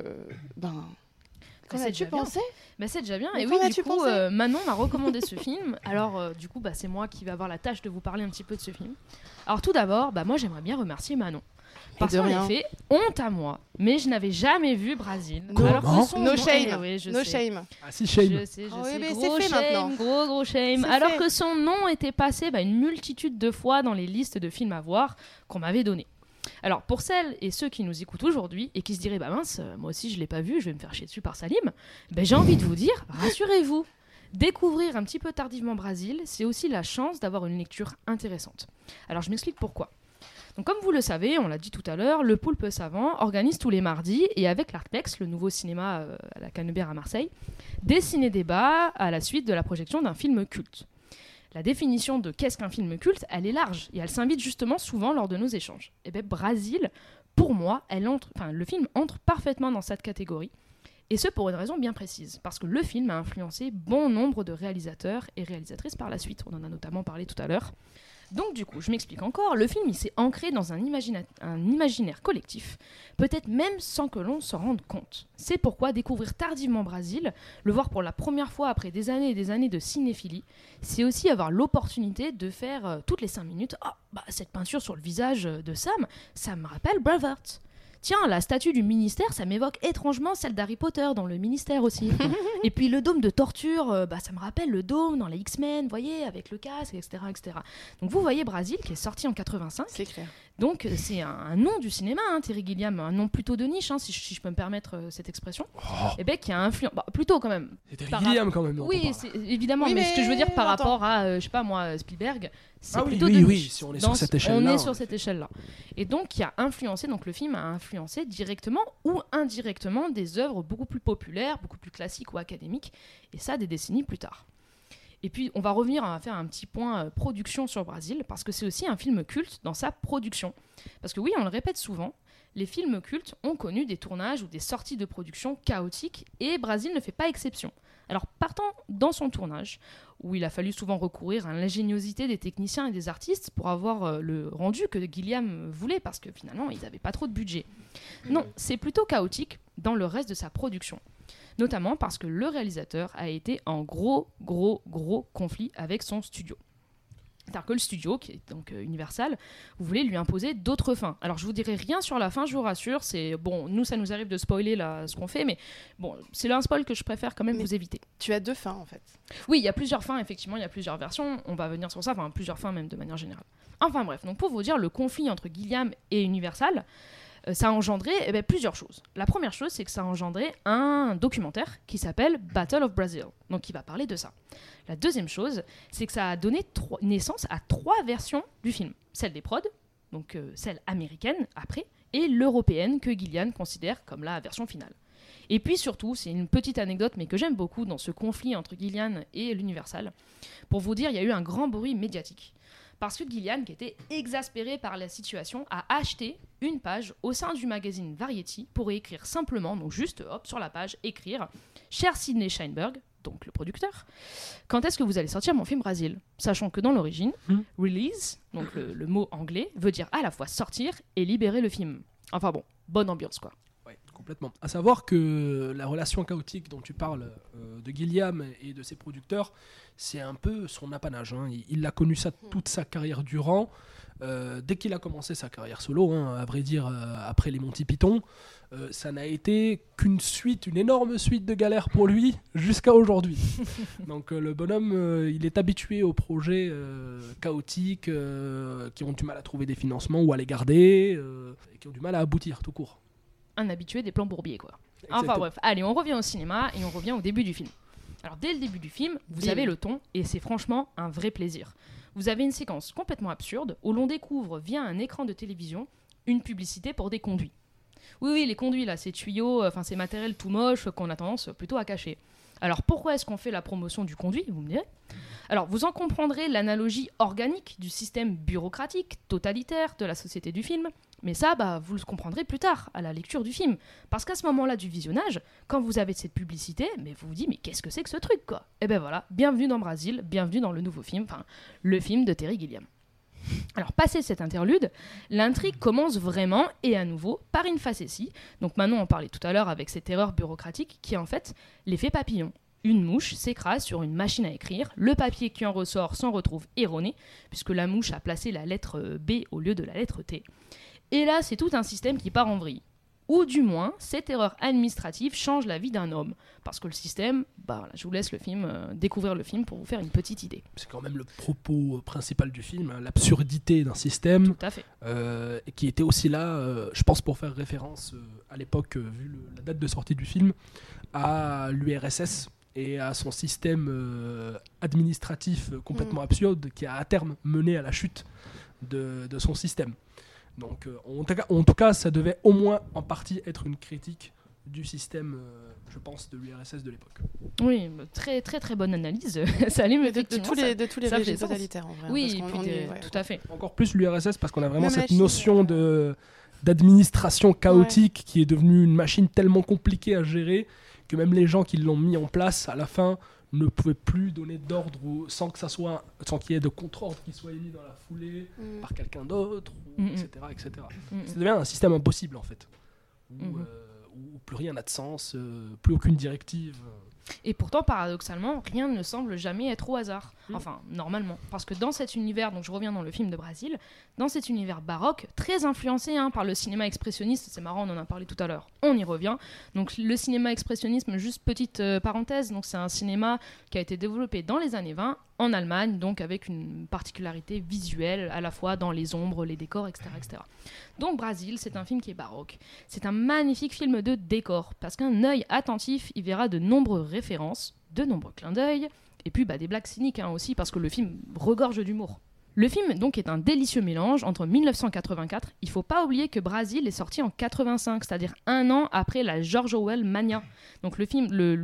qu'en c'est as-tu déjà bien. pensé ? C'est déjà bien. Mais Et qu'en oui, du as-tu coup, pensé Manon m'a recommandé ce film. Alors, du coup, c'est moi qui vais avoir la tâche de vous parler un petit peu de ce film. Alors, tout d'abord, moi, j'aimerais bien remercier Manon. Parce de qu'en rien. effet, honte à moi, mais je n'avais jamais vu Brésil. No- alors non. que son No nom- shame. Eh oui, je No sais. shame. Ah si, shame. Je sais, Ah oui, mais gros c'est fait shame, maintenant. gros shame. C'est Alors fait. que son nom était passé une multitude de fois dans les listes de films à voir qu'on m'avait données. Alors pour celles et ceux qui nous écoutent aujourd'hui et qui se diraient mince, moi aussi je l'ai pas vu, je vais me faire chier dessus par Salim, j'ai envie de vous dire, rassurez-vous, découvrir un petit peu tardivement Brésil, c'est aussi la chance d'avoir une lecture intéressante. Alors je m'explique pourquoi. Donc, comme vous le savez, on l'a dit tout à l'heure, le Poulpe Savant organise tous les mardis, et avec l'Artplex, le nouveau cinéma à la Canebière à Marseille, des ciné-débats à la suite de la projection d'un film culte. La définition de qu'est-ce qu'un film culte, elle est large, et elle s'invite justement souvent lors de nos échanges. Et Brésil, pour moi, le film entre parfaitement dans cette catégorie, et ce pour une raison bien précise, parce que le film a influencé bon nombre de réalisateurs et réalisatrices par la suite, on en a notamment parlé tout à l'heure. Donc du coup, je m'explique encore, le film il s'est ancré dans un imaginaire collectif, peut-être même sans que l'on s'en rende compte. C'est pourquoi découvrir tardivement Brésil, le voir pour la première fois après des années et des années de cinéphilie, c'est aussi avoir l'opportunité de faire toutes les 5 minutes « cette peinture sur le visage de Sam, ça me rappelle Braveheart ». Tiens, la statue du ministère, ça m'évoque étrangement celle d'Harry Potter dans le ministère aussi. Et puis le dôme de torture, ça me rappelle le dôme dans les X-Men, vous voyez, avec le casque, etc., etc. Donc vous voyez Brésil, qui est sorti en 85. C'est clair. Donc c'est un nom du cinéma, Terry Gilliam, un nom plutôt de niche, si je peux me permettre cette expression. Qui a influencé, plutôt quand même. C'était Par Gilliam quand même. dont on Oui, parle. c'est, évidemment, Oui, mais ce que je veux dire par mais attends. rapport à, je sais pas moi, Spielberg, c'est Ah oui, plutôt oui, de oui, niche. si on est sur cette échelle-là, On est en sur effet. cette échelle-là. Et donc, le film a influencé directement ou indirectement des œuvres beaucoup plus populaires, beaucoup plus classiques ou académiques, et ça des décennies plus tard. Et puis, on va revenir à faire un petit point production sur Brésil, parce que c'est aussi un film culte dans sa production. Parce que oui, on le répète souvent, les films cultes ont connu des tournages ou des sorties de production chaotiques, et Brésil ne fait pas exception. Alors, partant dans son tournage, où il a fallu souvent recourir à l'ingéniosité des techniciens et des artistes pour avoir le rendu que Gilliam voulait, parce que finalement, ils n'avaient pas trop de budget. Non, c'est plutôt chaotique dans le reste de sa production. Notamment parce que le réalisateur a été en gros conflit avec son studio. C'est-à-dire que le studio, qui est donc Universal, voulait lui imposer d'autres fins. Alors je vous dirai rien sur la fin, je vous rassure. C'est bon, nous ça nous arrive de spoiler là ce qu'on fait, mais bon, c'est là un spoil que je préfère quand même Mais vous éviter. Tu as 2 fins en fait. Oui, il y a plusieurs fins, effectivement, il y a plusieurs versions. On va venir sur ça, plusieurs fins même de manière générale. Enfin bref, donc pour vous dire, le conflit entre Gilliam et Universal, ça a engendré plusieurs choses. La première chose, c'est que ça a engendré un documentaire qui s'appelle Battle of Brazil, donc qui va parler de ça. La deuxième chose, c'est que ça a donné naissance à 3 versions du film. Celle des prods, donc celle américaine après, et l'européenne que Gilliam considère comme la version finale. Et puis surtout, c'est une petite anecdote, mais que j'aime beaucoup dans ce conflit entre Gilliam et l'Universal. Pour vous dire, il y a eu un grand bruit médiatique. Parce que Gilliam, qui était exaspéré par la situation, a acheté une page au sein du magazine Variety pour écrire simplement, donc juste sur la page, écrire « Cher Sidney Sheinberg », donc le producteur, quand est-ce que vous allez sortir mon film Brésil ? Sachant que dans l'origine, release, donc le mot anglais, veut dire à la fois sortir et libérer le film. Enfin bon, bonne ambiance quoi. Complètement. À savoir que la relation chaotique dont tu parles de Gilliam et de ses producteurs, c'est un peu son apanage. Hein. Il a connu ça toute sa carrière durant. Dès qu'il a commencé sa carrière solo, hein, à vrai dire, après les Monty Python, ça n'a été qu'une suite, une énorme suite de galères pour lui jusqu'à aujourd'hui. Donc le bonhomme, il est habitué aux projets chaotiques qui ont du mal à trouver des financements ou à les garder, et qui ont du mal à aboutir tout court. Un habitué des plans bourbiers, quoi. Exactement. Enfin bref, allez, on revient au cinéma et on revient au début du film. Alors dès le début du film, vous avez le ton et c'est franchement un vrai plaisir. Vous avez une séquence complètement absurde où l'on découvre via un écran de télévision une publicité pour des conduits. Oui, les conduits là, ces tuyaux, ces matériels tout moches qu'on a tendance plutôt à cacher. Alors pourquoi est-ce qu'on fait la promotion du conduit, vous me direz ? Alors vous en comprendrez l'analogie organique du système bureaucratique, totalitaire de la société du film, mais ça, vous le comprendrez plus tard, à la lecture du film. Parce qu'à ce moment-là du visionnage, quand vous avez cette publicité, mais vous vous dites, mais qu'est-ce que c'est que ce truc, quoi ? Et ben voilà, bienvenue dans Brazil, bienvenue dans le nouveau film, le film de Terry Gilliam. Alors, passé cet interlude, l'intrigue commence vraiment, et à nouveau, par une facétie. Donc Manon en parlait tout à l'heure avec cette erreur bureaucratique, qui est en fait l'effet papillon. Une mouche s'écrase sur une machine à écrire, le papier qui en ressort s'en retrouve erroné, puisque la mouche a placé la lettre B au lieu de la lettre T. Et là, c'est tout un système qui part en vrille. Ou du moins, cette erreur administrative change la vie d'un homme. Parce que le système, je vous laisse découvrir le film pour vous faire une petite idée. C'est quand même le propos principal du film, hein, l'absurdité d'un système. Tout à fait. Qui était aussi là, je pense pour faire référence à l'époque, vu la date de sortie du film, à l'URSS et à son système administratif complètement absurde qui a à terme mené à la chute de son système. Donc en tout cas, ça devait au moins en partie être une critique du système, je pense, de l'URSS de l'époque. Oui, très très très bonne analyse. Ça allume effectivement. De tous les régimes totalitaires en vrai. Oui, tout à fait. Encore plus l'URSS parce qu'on a vraiment Même cette Chine, notion d'administration chaotique qui est devenue une machine tellement compliquée à gérer que même les gens qui l'ont mis en place à la fin ne pouvaient plus donner d'ordre sans qu'il y ait de contre-ordre qui soit émis dans la foulée par quelqu'un d'autre, etc. Ça devient un système impossible en fait, où plus rien n'a de sens, plus aucune directive. Et pourtant, paradoxalement, rien ne semble jamais être au hasard. Enfin, normalement. Parce que dans cet univers, donc je reviens dans le film de Brazil, dans cet univers baroque, très influencé par le cinéma expressionniste, c'est marrant, on en a parlé tout à l'heure, on y revient. Donc le cinéma expressionnisme, juste petite parenthèse, donc c'est un cinéma qui a été développé dans les années 20 en Allemagne, donc avec une particularité visuelle à la fois dans les ombres, les décors, etc. Donc Brazil, c'est un film qui est baroque. C'est un magnifique film de décor, parce qu'un œil attentif, il verra de nombreuses références, de nombreux clins d'œil, et puis des blagues cyniques aussi, parce que le film regorge d'humour. Le film donc est un délicieux mélange entre 1984, il faut pas oublier que Brazil est sorti en 85, c'est-à-dire un an après la George Orwell mania. Donc le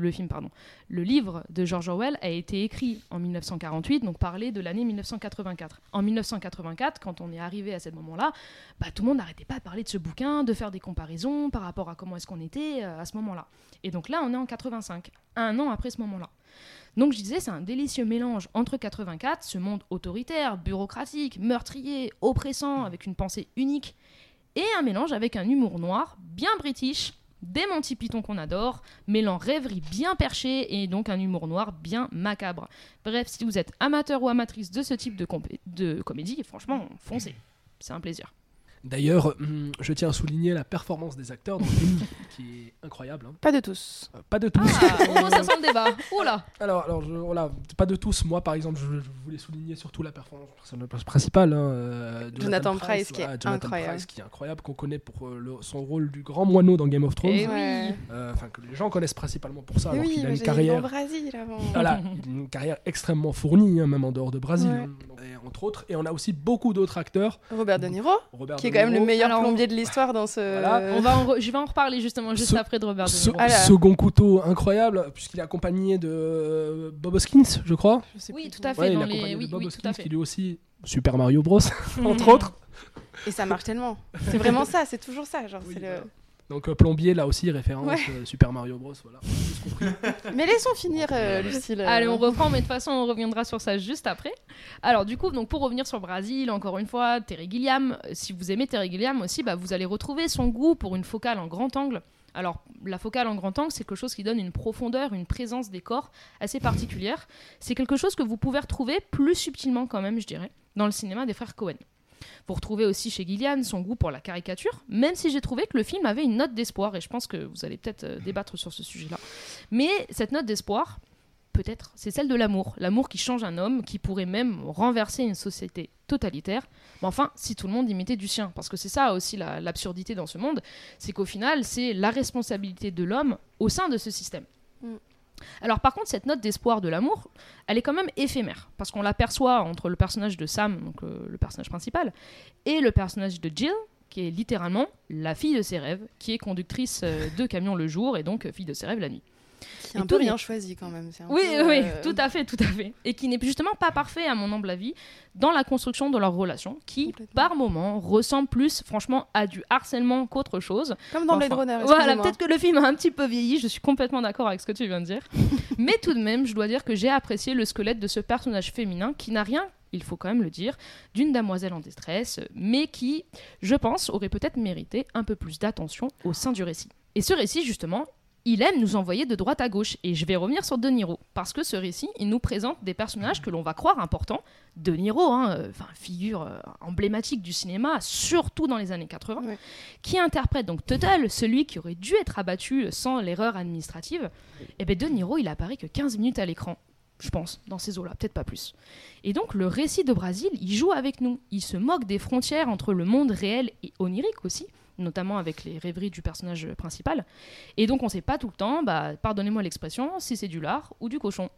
livre de George Orwell a été écrit en 1948, donc parlait de l'année 1984. En 1984, quand on est arrivé à ce moment-là, tout le monde n'arrêtait pas de parler de ce bouquin, de faire des comparaisons par rapport à comment est-ce qu'on était à ce moment-là. Et donc là, on est en 85, un an après ce moment-là. Donc je disais, c'est un délicieux mélange entre 84, ce monde autoritaire, bureaucratique, meurtrier, oppressant, avec une pensée unique, et un mélange avec un humour noir, bien british, des Monty Python qu'on adore, mêlant rêverie bien perchée et donc un humour noir bien macabre. Bref, si vous êtes amateur ou amatrice de ce type de comédie, franchement, foncez, c'est un plaisir. D'ailleurs, je tiens à souligner la performance des acteurs dans le film, qui est incroyable. Hein. Pas de tous. Pas de tous. Ça sent le débat. Oula. Alors voilà, pas de tous. Moi, par exemple, je voulais souligner surtout la performance principale de Jonathan Pryce, qui est Jonathan incroyable. Pryce, qui est incroyable, qu'on connaît pour son rôle du grand moineau dans Game of Thrones. Et Que les gens connaissent principalement pour ça. Alors Oui, qu'il a une j'ai carrière. au Brésil avant. Voilà, une carrière extrêmement fournie, même en dehors de Brésil, Ouais. et entre autres. Et on a aussi beaucoup d'autres acteurs. Robert De Niro, Robert qui est De quand même le Niro, meilleur plombier de l'histoire dans ce. Voilà. Je vais en reparler justement juste après de Robert De Niro. Second couteau incroyable, puisqu'il est accompagné de Bob Hoskins, je crois. Je sais Oui, plus tout comment. à fait. Ouais, il est dans accompagné les... de Bob tout Hoskins, à fait. qui lui aussi Super Mario Bros, entre autres. Et ça marche tellement. C'est vraiment ça, c'est toujours ça. Genre, Oui, c'est voilà. Donc plombier, là aussi, référence Super Mario Bros, voilà. Tout compris. Mais laissons finir, Lucille. Allez, on reprend, mais de toute façon, on reviendra sur ça juste après. Alors, du coup, pour revenir sur Brésil, encore une fois, Terry Gilliam, si vous aimez Terry Gilliam aussi, vous allez retrouver son goût pour une focale en grand angle. Alors, la focale en grand angle, c'est quelque chose qui donne une profondeur, une présence des corps assez particulière. C'est quelque chose que vous pouvez retrouver plus subtilement quand même, je dirais, dans le cinéma des frères Coen. Vous retrouvez aussi chez Gillian son goût pour la caricature, même si j'ai trouvé que le film avait une note d'espoir, et je pense que vous allez peut-être débattre sur ce sujet-là. Mais cette note d'espoir, peut-être, c'est celle de l'amour. L'amour qui change un homme, qui pourrait même renverser une société totalitaire. Mais enfin, si tout le monde imitait du sien. Parce que c'est ça aussi l'absurdité dans ce monde, c'est qu'au final, c'est la responsabilité de l'homme au sein de ce système. Alors par contre, cette note d'espoir de l'amour, elle est quand même éphémère, parce qu'on l'aperçoit entre le personnage de Sam, donc le personnage principal, et le personnage de Jill, qui est littéralement la fille de ses rêves, qui est conductrice de camion le jour, et donc fille de ses rêves la nuit. Qui est un peu rien choisi quand même. Oui, tout à fait. Et qui n'est justement pas parfait, à mon humble avis, dans la construction de leur relation, qui, par moments, ressemble plus, franchement, à du harcèlement qu'autre chose. Comme dans Blade Runner, voilà, peut-être que le film a un petit peu vieilli, je suis complètement d'accord avec ce que tu viens de dire. Mais tout de même, je dois dire que j'ai apprécié le squelette de ce personnage féminin qui n'a rien, il faut quand même le dire, d'une demoiselle en détresse, mais qui, je pense, aurait peut-être mérité un peu plus d'attention au sein du récit. Et ce récit, justement, il aime nous envoyer de droite à gauche. Et je vais revenir sur De Niro, parce que ce récit, il nous présente des personnages que l'on va croire importants. De Niro, figure emblématique du cinéma, surtout dans les années 80, qui interprète donc Tuttle, celui qui aurait dû être abattu sans l'erreur administrative. Et bien De Niro, il apparaît que 15 minutes à l'écran, je pense, dans ces eaux-là, peut-être pas plus. Et donc le récit de Brésil, il joue avec nous. Il se moque des frontières entre le monde réel et onirique aussi, notamment avec les rêveries du personnage principal. Et donc on ne sait pas tout le temps, pardonnez-moi l'expression, si c'est du lard ou du cochon.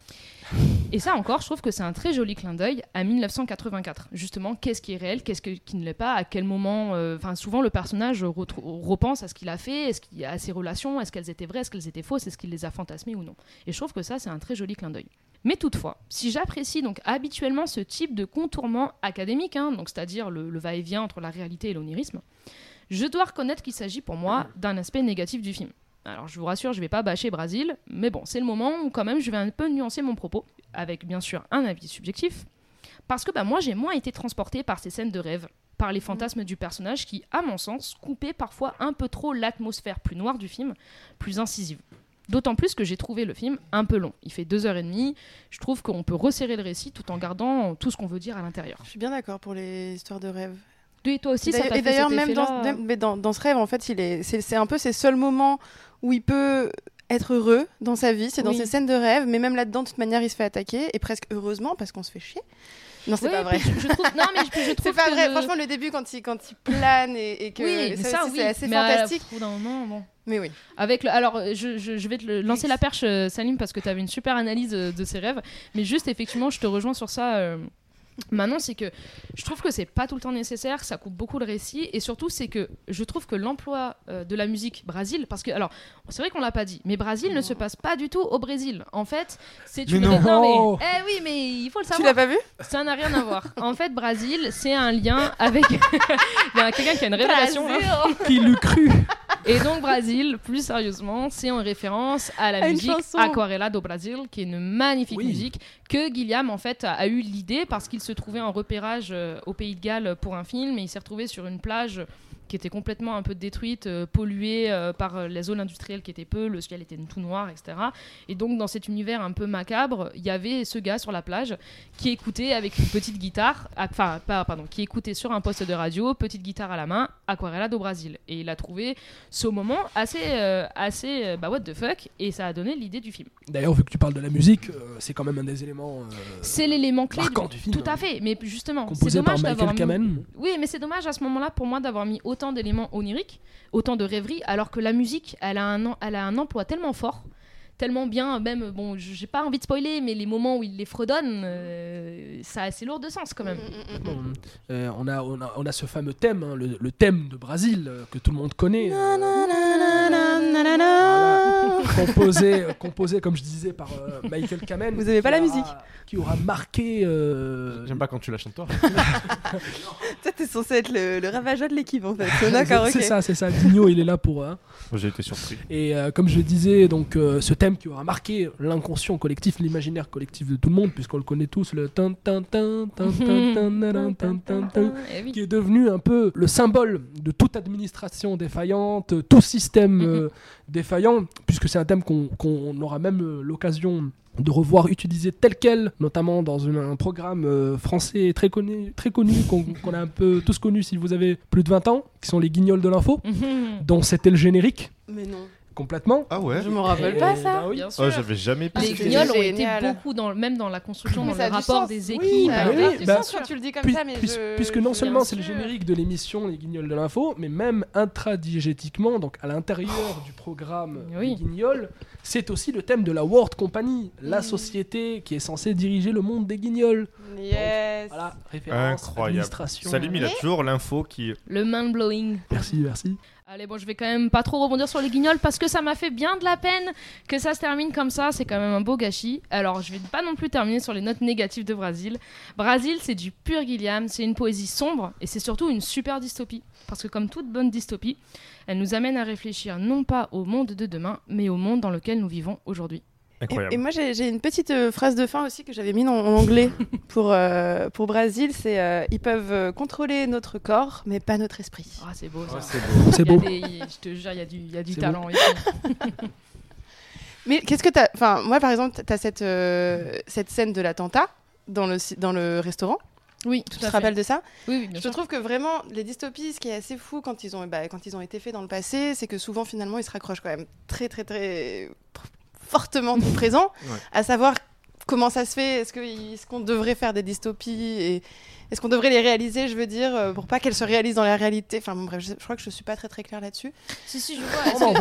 Et ça encore, je trouve que c'est un très joli clin d'œil à 1984. Justement, qu'est-ce qui est réel, qu'est-ce qui ne l'est pas, à quel moment... souvent le personnage repense à ce qu'il a fait, à ses relations, est-ce qu'elles étaient vraies, est-ce qu'elles étaient fausses, est-ce qu'il les a fantasmées ou non. Et je trouve que ça, c'est un très joli clin d'œil. Mais toutefois, si j'apprécie donc habituellement ce type de contournement académique, donc c'est-à-dire le va-et-vient entre la réalité et l'onirisme, je dois reconnaître qu'il s'agit pour moi d'un aspect négatif du film. Alors je vous rassure, je ne vais pas bâcher Brésil, mais bon, c'est le moment où quand même je vais un peu nuancer mon propos, avec bien sûr un avis subjectif, parce que moi j'ai moins été transportée par ces scènes de rêve, par les fantasmes du personnage qui, à mon sens, coupaient parfois un peu trop l'atmosphère plus noire du film, plus incisive. D'autant plus que j'ai trouvé le film un peu long. Il fait 2h30. Je trouve qu'on peut resserrer le récit tout en gardant tout ce qu'on veut dire à l'intérieur. Je suis bien d'accord pour les histoires de rêve. Et toi aussi, ça t'a fait et d'ailleurs, cet même dans ce rêve, en fait, c'est un peu ses seuls moments où il peut être heureux dans sa vie. C'est dans ces scènes de rêve. Mais même là-dedans, de toute manière, il se fait attaquer. Et presque heureusement, parce qu'on se fait chier. Non, c'est pas vrai. Je trouve c'est pas vrai. Franchement, le début, quand il plane et que ça aussi, c'est assez fantastique. Au bout d'un moment, bon. Mais oui. Alors, je vais te lancer la perche, Salim, parce que tu avais une super analyse de ces rêves. Mais juste, effectivement, je te rejoins sur ça. Maintenant, c'est que je trouve que c'est pas tout le temps nécessaire, ça coupe beaucoup le récit, et surtout c'est que je trouve que l'emploi de la musique Brésil, parce que alors c'est vrai qu'on l'a pas dit, mais Brésil ne se passe pas du tout au Brésil. En fait, c'est une oui, mais il faut le savoir. Tu l'as pas vu ? Ça n'a rien à voir. En fait, Brésil, c'est un lien avec il y a quelqu'un qui a une révélation là. Qui l'eût cru. Et donc Brésil, plus sérieusement, c'est en référence à la musique Aquarela do Brasil, qui est une magnifique musique que Gilliam en fait a eu l'idée parce qu'il se trouvait en repérage au Pays de Galles pour un film et il s'est retrouvé sur une plage qui était complètement un peu détruite, polluée par les zones industrielles qui étaient peu, le ciel était tout noir, etc. Et donc dans cet univers un peu macabre, il y avait ce gars sur la plage qui écoutait avec une petite guitare, qui écoutait sur un poste de radio, petite guitare à la main, Aquarela do Brasil. Et il a trouvé ce moment assez what the fuck, et ça a donné l'idée du film. D'ailleurs, vu que tu parles de la musique, c'est quand même un des éléments c'est l'élément clé du film. Tout à fait, mais justement, composé c'est dommage par Michael Kamen. Oui, mais c'est dommage à ce moment-là pour moi d'avoir mis autant d'éléments oniriques, autant de rêveries, alors que la musique, elle a un emploi tellement fort, tellement bien, même, bon, j'ai pas envie de spoiler, mais les moments où il les fredonne, ça a assez lourd de sens quand même. On a ce fameux thème, le thème de Brésil, que tout le monde connaît. composé comme je disais par Michael Kamen. Vous avez pas la musique. Qui aura marqué. J'aime pas quand tu la chantes toi. Toi, t'es censé être le ravageur de l'équipe en fait. D'accord, ok. C'est ça. Digno, il est là pour. J'ai été surpris. Et comme je disais, donc ce thème qui aura marqué l'inconscient collectif, l'imaginaire collectif de tout le monde, puisqu'on le connaît tous, le tan tan tan tan tan tan tan tan, qui est devenu un peu le symbole de toute administration défaillante, tout système défaillant, puisque c'est un thème qu'on aura même l'occasion de revoir utilisé tel quel, notamment dans un programme français très connu qu'on a un peu tous connu si vous avez plus de 20 ans, qui sont les Guignols de l'info, dont c'était le générique. Mais non. Complètement. Ah ouais. Je me rappelle pas ça. Bah oui. Bien sûr. Oh, j'avais jamais Les pensé. Guignols ont été Génial. beaucoup même dans la construction, Mais dans ça le a du rapport sens. des Oui, équipes. ça a oui, du bah, sens quand tu le dis comme ça, mais puisque non seulement c'est le sûr. générique de l'émission Les Guignols de l'info, mais même intradigétiquement, donc à l'intérieur du programme Oui. Les Guignols, c'est aussi le thème de la World Company, la société qui est censée diriger le monde des Guignols. Yes. Voilà, référence, Incroyable. administration. Salim, il a toujours l'info qui. Le mind-blowing. Merci. Allez, bon, je vais quand même pas trop rebondir sur les Guignols parce que ça m'a fait bien de la peine que ça se termine comme ça. C'est quand même un beau gâchis. Alors, je vais pas non plus terminer sur les notes négatives de Brasil. Brasil, c'est du pur Gilliam. C'est une poésie sombre et c'est surtout une super dystopie. Parce que comme toute bonne dystopie, elle nous amène à réfléchir non pas au monde de demain, mais au monde dans lequel nous vivons aujourd'hui. Incroyable. Et moi, j'ai une petite phrase de fin aussi que j'avais mise en anglais pour Brasil. C'est ils peuvent contrôler notre corps, mais pas notre esprit. Ah, c'est beau ça. C'est Il y a beau. je te jure, il y a du C'est talent ici. Mais qu'est-ce que t'as... Enfin, moi, par exemple, t'as cette scène de l'attentat dans le restaurant. Oui, Tu tout te à fait. rappelles de ça? Oui, bien Je sûr. trouve que vraiment, les dystopies, ce qui est assez fou quand ils ont été faits dans le passé, c'est que souvent, finalement, ils se raccrochent quand même très, très, très fortement au présent, à savoir comment ça se fait, est-ce qu'on devrait faire des dystopies et est-ce qu'on devrait les réaliser, je veux dire, pour pas qu'elles se réalisent dans la réalité. Enfin bon, bref, je crois que je suis pas très très claire là-dessus. Si, je vois.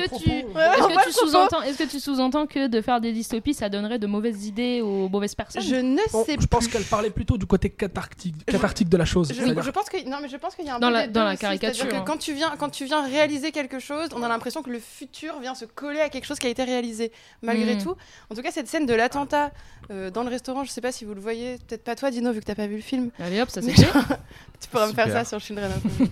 Est-ce que tu sous-entends que de faire des dystopies, ça donnerait de mauvaises idées aux mauvaises personnes? Je ne sais Je pense plus. qu'elle parlait plutôt du côté cathartique de la chose. Je pense que non, mais je pense qu'il y a un Dans peu la- des deux dans la aussi. caricature, C'est-à-dire hein. que quand tu viens réaliser quelque chose, on a l'impression que le futur vient se coller à quelque chose qui a été réalisé malgré tout. En tout cas, cette scène de l'attentat dans le restaurant, je sais pas si vous le voyez, peut-être pas toi Dino vu que t'as pas vu le film. Allez hop, ça Mais c'est fait. tu pourras me faire Super. ça sur Children of Men.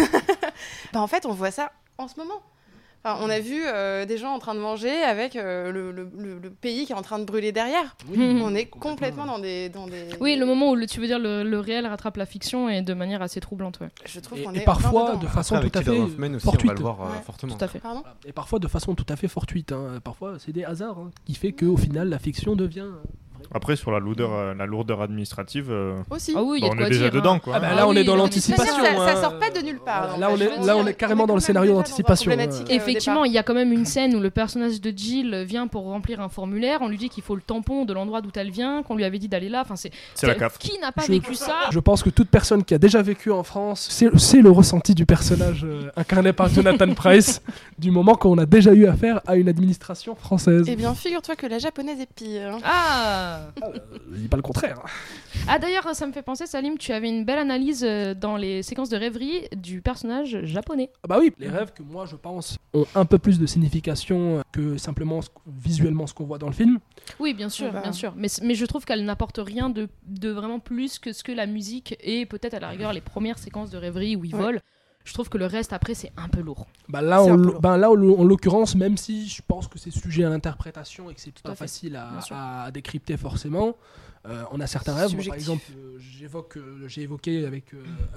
Bah, en fait, on voit ça en ce moment. Enfin, on a vu des gens en train de manger avec le pays qui est en train de brûler derrière. On est complètement dans des... Oui, le moment où tu veux dire le réel rattrape la fiction et de manière assez troublante, ouais. Je trouve qu'on Et est parfois encore de dedans. façon Avec tout à Children fait of Men aussi, on va fortuite. le voir Ouais, fortement. Tout à fait. Pardon. Et parfois de façon tout à fait fortuite. Parfois c'est des hasards qui fait qu'au final la fiction devient... Après, sur la lourdeur administrative, Aussi. Ah oui, il y a on de quoi est déjà dire, dedans, hein. quoi. Ah bah Ah là on oui, est dans non, mais l'anticipation. Ça sort pas de nulle part. Là, donc, on est- je veux là, on dire, est carrément quand dans le même scénario déjà dans un d'anticipation, problématique, au Effectivement, il y a quand même une scène où le personnage de Jill vient pour remplir un formulaire. On lui dit qu'il faut le tampon de l'endroit d'où elle vient, qu'on lui avait dit d'aller là. Enfin, C'est la CAF. Qui n'a pas Je- vécu ça? Je pense que toute personne qui a déjà vécu en France, c'est le ressenti du personnage incarné par Jonathan Pryce, du moment qu'on a déjà eu affaire à une administration française. Eh bien, figure-toi que la japonaise est pire. Ah Je dis pas le contraire. Ah d'ailleurs, ça me fait penser, Salim, tu avais une belle analyse dans les séquences de rêverie du personnage japonais. Ah bah oui, les rêves que moi je pense ont un peu plus de signification que simplement visuellement ce qu'on voit dans le film. Oui, bien sûr, Ah bah. bien sûr. Mais je trouve qu'elle n'apporte rien de vraiment plus que ce que la musique et peut-être à la rigueur les premières séquences de rêverie où ils Ouais. volent. Je trouve que le reste après c'est un peu lourd. Bah là, C'est en, un peu lo- lourd. ben là, en l'occurrence, même si je pense que c'est sujet à l'interprétation et que c'est à pas fait, facile bien sûr. à décrypter forcément, on a certains rêves. Moi, par Subjectif. exemple, j'ai évoqué avec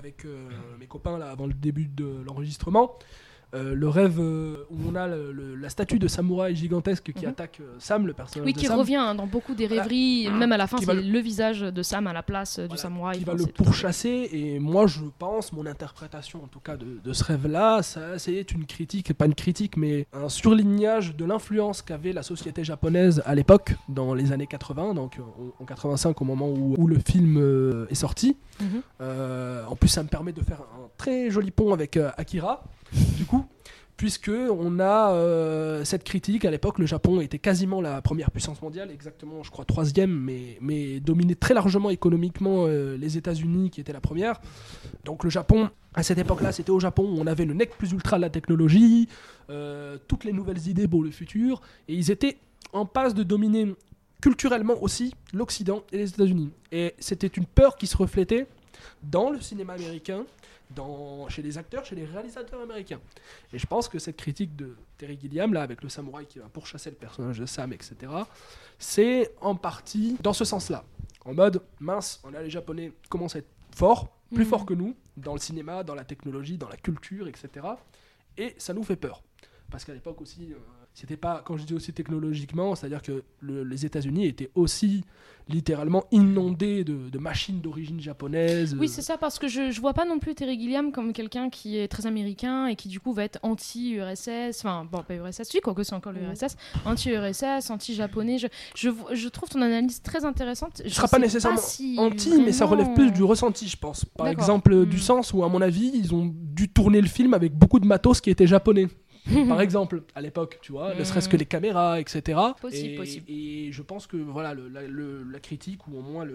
mes copains là, avant le début de l'enregistrement. Le rêve où on a la statue de samouraï gigantesque qui Mhm. attaque Sam, le personnage Oui, de qui Sam, revient hein, dans beaucoup des rêveries, Voilà. même à la fin Qui c'est va le visage de Sam à la place du Voilà, samouraï. qui va Enfin, le c'est tout à fait- pourchasser. Et moi, je pense, mon interprétation en tout cas de ce rêve-là, ça, c'est une critique, pas une critique, mais un surlignage de l'influence qu'avait la société japonaise à l'époque, dans les années 80, donc en 85, au moment où le film est sorti. Mhm. En plus, ça me permet de faire un très joli pont avec Akira, du coup, puisque on a cette critique. À l'époque, le Japon était quasiment la première puissance mondiale, exactement, je crois, 3e, mais dominait très largement économiquement les États-Unis, qui étaient la première. Donc le Japon, à cette époque-là, c'était au Japon où on avait le nec plus ultra de la technologie, toutes les nouvelles idées pour le futur, et ils étaient en passe de dominer culturellement aussi l'Occident et les États-Unis. Et c'était une peur qui se reflétait dans le cinéma américain, chez les acteurs, chez les réalisateurs américains. Et je pense que cette critique de Terry Gilliam, là, avec le samouraï qui va pourchasser le personnage de Sam, etc., c'est en partie dans ce sens-là. En mode, mince, on a les Japonais commencent à être forts, plus forts que nous, dans le cinéma, dans la technologie, dans la culture, etc. Et ça nous fait peur. Parce qu'à l'époque aussi, c'était pas, quand je dis aussi technologiquement, c'est-à-dire que les États-Unis étaient aussi littéralement inondés de machines d'origine japonaise. Oui, c'est ça, parce que je vois pas non plus Terry Gilliam comme quelqu'un qui est très américain et qui du coup va être anti-URSS, enfin, bon, pas URSS, oui, quoique c'est encore l'URSS, anti-URSS, anti-japonais. Je trouve ton analyse très intéressante. Ce sera pas nécessairement anti, mais ça relève plus du ressenti, je pense. Par exemple, du sens où, à mon avis, ils ont dû tourner le film avec beaucoup de matos qui étaient japonais. Par exemple, à l'époque, tu vois, ne serait-ce que les caméras, etc. Possible. Et je pense que voilà, la critique, ou au moins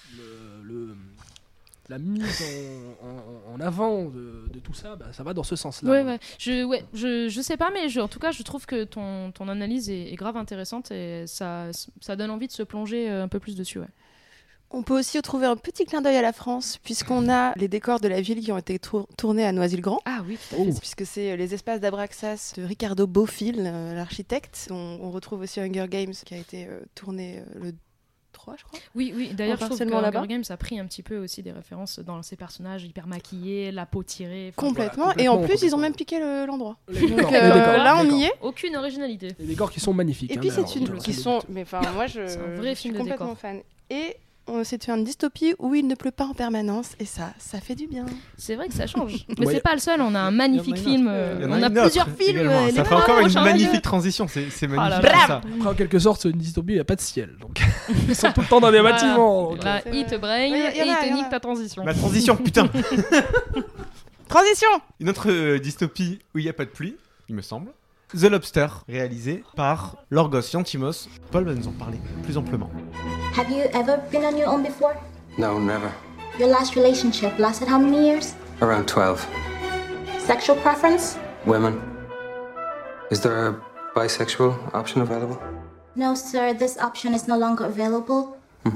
la mise en avant de tout ça, ça va dans ce sens-là. Ouais. Je sais pas, mais en tout cas, je trouve que ton analyse est grave intéressante et ça donne envie de se plonger un peu plus dessus. Ouais. On peut aussi trouver un petit clin d'œil à la France, puisqu'on a les décors de la ville qui ont été tournés à Noisy-le-Grand. Ah oui, puisque c'est les espaces d'Abraxas de Ricardo Bofill, l'architecte. On retrouve aussi Hunger Games qui a été tourné le 3, je crois. Oui. D'ailleurs, je trouve que là-bas. Hunger Games a pris un petit peu aussi des références dans ses personnages hyper maquillés, la peau tirée. Complètement. Et en plus, ils ont même piqué l'endroit. Les Donc décors. là, on y est. Aucune originalité. Les décors qui sont magnifiques. Et puis, mais enfin, moi, je vrai film suis de complètement décor. fan. Et c'est une dystopie où il ne pleut pas en permanence, et ça fait du bien. C'est vrai que ça change. Mais c'est pas le seul, on a un magnifique film. On a une autre plusieurs films. également. Ça fait encore une magnifique transition, c'est magnifique là. ça. Après, en quelque sorte, c'est une dystopie, il n'y a pas de ciel. Donc, ils sont tout le temps dans des bâtiments. Donc, Là, il te brain Oui, et il te nique ta transition. Ma transition, putain. Transition. Une autre dystopie où il n'y a pas de pluie, il me semble. The Lobster, réalisé par Lorgos Lanthimos. Paul va nous en parler plus amplement. Have you ever been on your own before? No, never. Your last relationship lasted how many years? Around 12. Sexual preference? Women. Is there a bisexual option available? No, sir, this option is no longer available.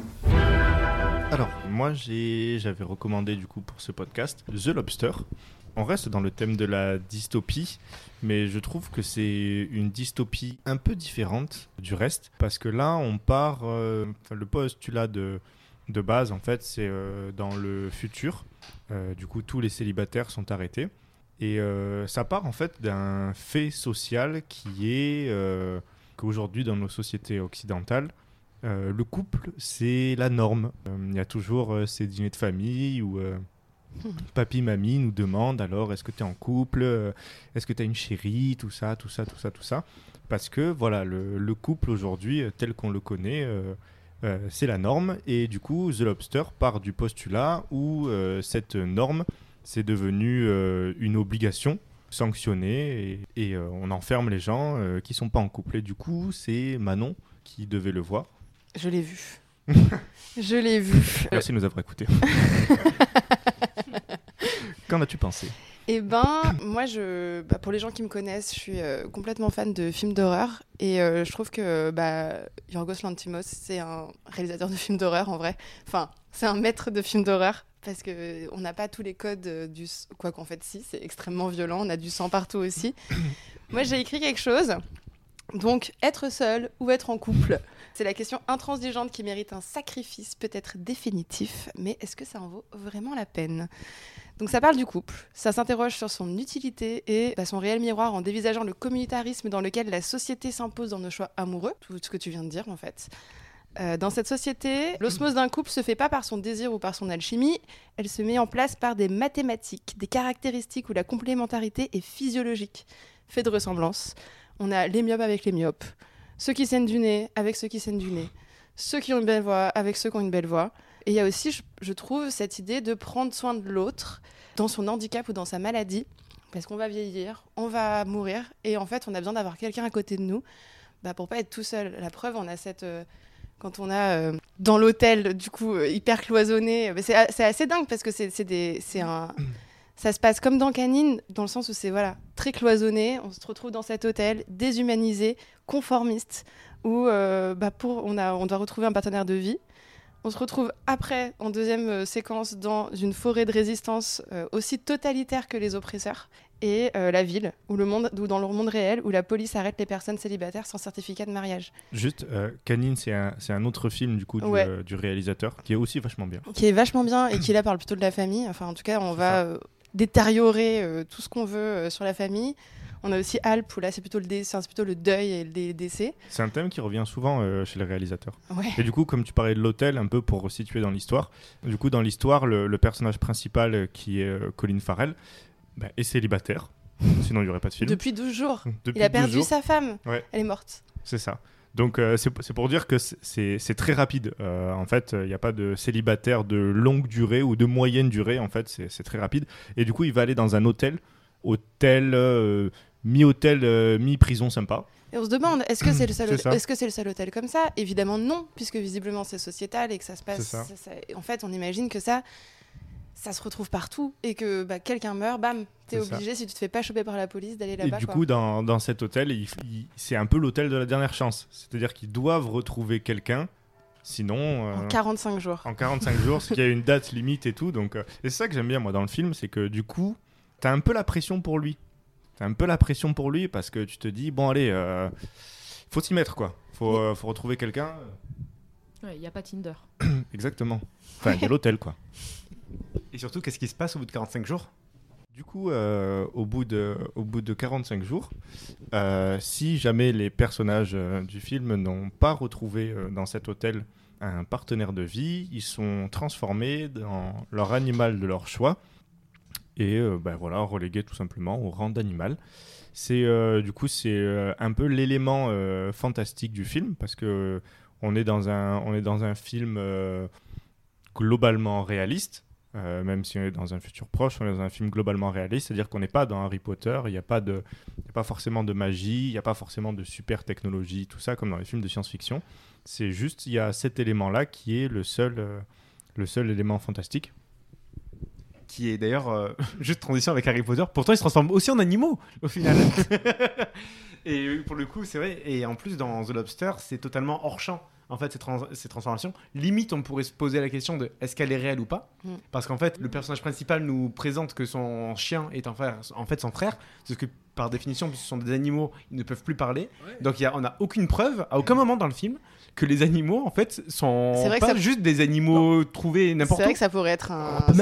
Alors, moi, j'avais recommandé du coup pour ce podcast The Lobster. On reste dans le thème de la dystopie, mais je trouve que c'est une dystopie un peu différente du reste, parce que là, on part... le postulat de base, en fait, c'est dans le futur. Du coup, tous les célibataires sont arrêtés. Et ça part, en fait, d'un fait social qui est qu'aujourd'hui, dans nos sociétés occidentales, le couple, c'est la norme. Il y a toujours ces dîners de famille où... Papy, mamie nous demande alors est-ce que tu es en couple, est-ce que tu as une chérie, tout ça. Parce que voilà, le couple aujourd'hui, tel qu'on le connaît, c'est la norme. Et du coup, The Lobster part du postulat où cette norme, c'est devenu une obligation sanctionnée et on enferme les gens qui ne sont pas en couple. Et du coup, c'est Manon qui devait le voir. Je l'ai vu. Je l'ai vu. Merci de nous avoir écoutés. Qu'en as-tu pensé ? Moi, pour les gens qui me connaissent, je suis complètement fan de films d'horreur. Et je trouve que Yorgos Lanthimos, c'est un réalisateur de films d'horreur, en vrai. Enfin, c'est un maître de films d'horreur. Parce qu'on n'a pas tous les codes du... Quoi qu'en fait, si, c'est extrêmement violent. On a du sang partout aussi. Moi, j'ai écrit quelque chose. Donc, être seul ou être en couple, c'est la question intransigeante qui mérite un sacrifice peut-être définitif, mais est-ce que ça en vaut vraiment la peine ? Donc ça parle du couple, ça s'interroge sur son utilité et son réel miroir en dévisageant le communautarisme dans lequel la société s'impose dans nos choix amoureux, tout ce que tu viens de dire en fait. Dans cette société, l'osmose d'un couple se fait pas par son désir ou par son alchimie, elle se met en place par des mathématiques, des caractéristiques où la complémentarité est physiologique, fait de ressemblance. On a les myopes avec les myopes, ceux qui saignent du nez avec ceux qui saignent du nez, ceux qui ont une belle voix avec ceux qui ont une belle voix. Et il y a aussi, je trouve, cette idée de prendre soin de l'autre dans son handicap ou dans sa maladie, parce qu'on va vieillir, on va mourir, et en fait, on a besoin d'avoir quelqu'un à côté de nous pour pas être tout seul. La preuve, on a quand on a dans l'hôtel, du coup, hyper cloisonné, c'est assez dingue parce que ça se passe comme dans Canine, dans le sens où c'est très cloisonné. On se retrouve dans cet hôtel déshumanisé, conformiste, où on doit retrouver un partenaire de vie. On se retrouve après, en deuxième séquence, dans une forêt de résistance aussi totalitaire que les oppresseurs. Et la ville, ou dans le monde réel, où la police arrête les personnes célibataires sans certificat de mariage. Juste, Canine, c'est un autre film du coup du réalisateur, qui est aussi vachement bien. Qui est vachement bien, et qui là parle plutôt de la famille. Enfin, en tout cas, on va détériorer tout ce qu'on veut sur la famille. On a aussi Alp, où là, c'est plutôt le deuil et le décès. C'est un thème qui revient souvent chez les réalisateurs. Ouais. Et du coup, comme tu parlais de l'hôtel, un peu pour resituer dans l'histoire, du coup, dans l'histoire, le personnage principal, qui est Colin Farrell, est célibataire. Sinon, il n'y aurait pas de film. Depuis 12 jours. Il a perdu sa femme. Ouais. Elle est morte. C'est ça. Donc, c'est pour dire que c'est très rapide. En fait, il n'y a pas de célibataire de longue durée ou de moyenne durée. En fait, c'est très rapide. Et du coup, il va aller dans un hôtel mi-hôtel, mi-prison sympa. Et on se demande, est-ce que c'est le seul hôtel comme ça ? Évidemment non, puisque visiblement c'est sociétal et que ça se passe... En fait, on imagine que ça se retrouve partout et que quelqu'un meurt, bam, t'es obligé, si tu te fais pas choper par la police, d'aller là-bas. Et du coup, dans cet hôtel, c'est un peu l'hôtel de la dernière chance. C'est-à-dire qu'ils doivent retrouver quelqu'un, sinon... en 45 jours. En 45 jours, parce qu'il y a une date limite et tout. Donc, et c'est ça que j'aime bien, moi, dans le film, c'est que du coup, t'as un peu la pression pour lui. Parce que tu te dis, bon, allez, faut s'y mettre, quoi. Faut retrouver quelqu'un. Ouais, il n'y a pas Tinder. Exactement. Enfin, il y a l'hôtel, quoi. Et surtout, qu'est-ce qui se passe au bout de 45 jours ? Du coup, au bout de 45 jours, si jamais les personnages du film n'ont pas retrouvé dans cet hôtel un partenaire de vie, ils sont transformés dans leur animal de leur choix et relégués tout simplement au rang d'animal. C'est un peu l'élément fantastique du film parce que on est dans un film globalement réaliste. Même si on est dans un futur proche, on est dans un film globalement réaliste, c'est-à-dire qu'on n'est pas dans Harry Potter, il n'y a pas forcément de magie, il n'y a pas forcément de super technologie, tout ça comme dans les films de science-fiction. C'est juste, il y a cet élément-là qui est le seul élément fantastique. Qui est d'ailleurs, juste transition avec Harry Potter, pourtant il se transforme aussi en animaux au final. Et pour le coup, c'est vrai, et en plus dans The Lobster, c'est totalement hors champ. En fait, ces transformations, limite, on pourrait se poser la question de est-ce qu'elle est réelle ou pas ? Parce qu'en fait, le personnage principal nous présente que son chien est en fait son frère, parce que par définition, puisque ce sont des animaux, ils ne peuvent plus parler. Ouais. Donc on n'a aucune preuve, à aucun moment dans le film, que les animaux, en fait, sont pas juste des animaux trouvés n'importe où. C'est vrai que ça pourrait être un... On peut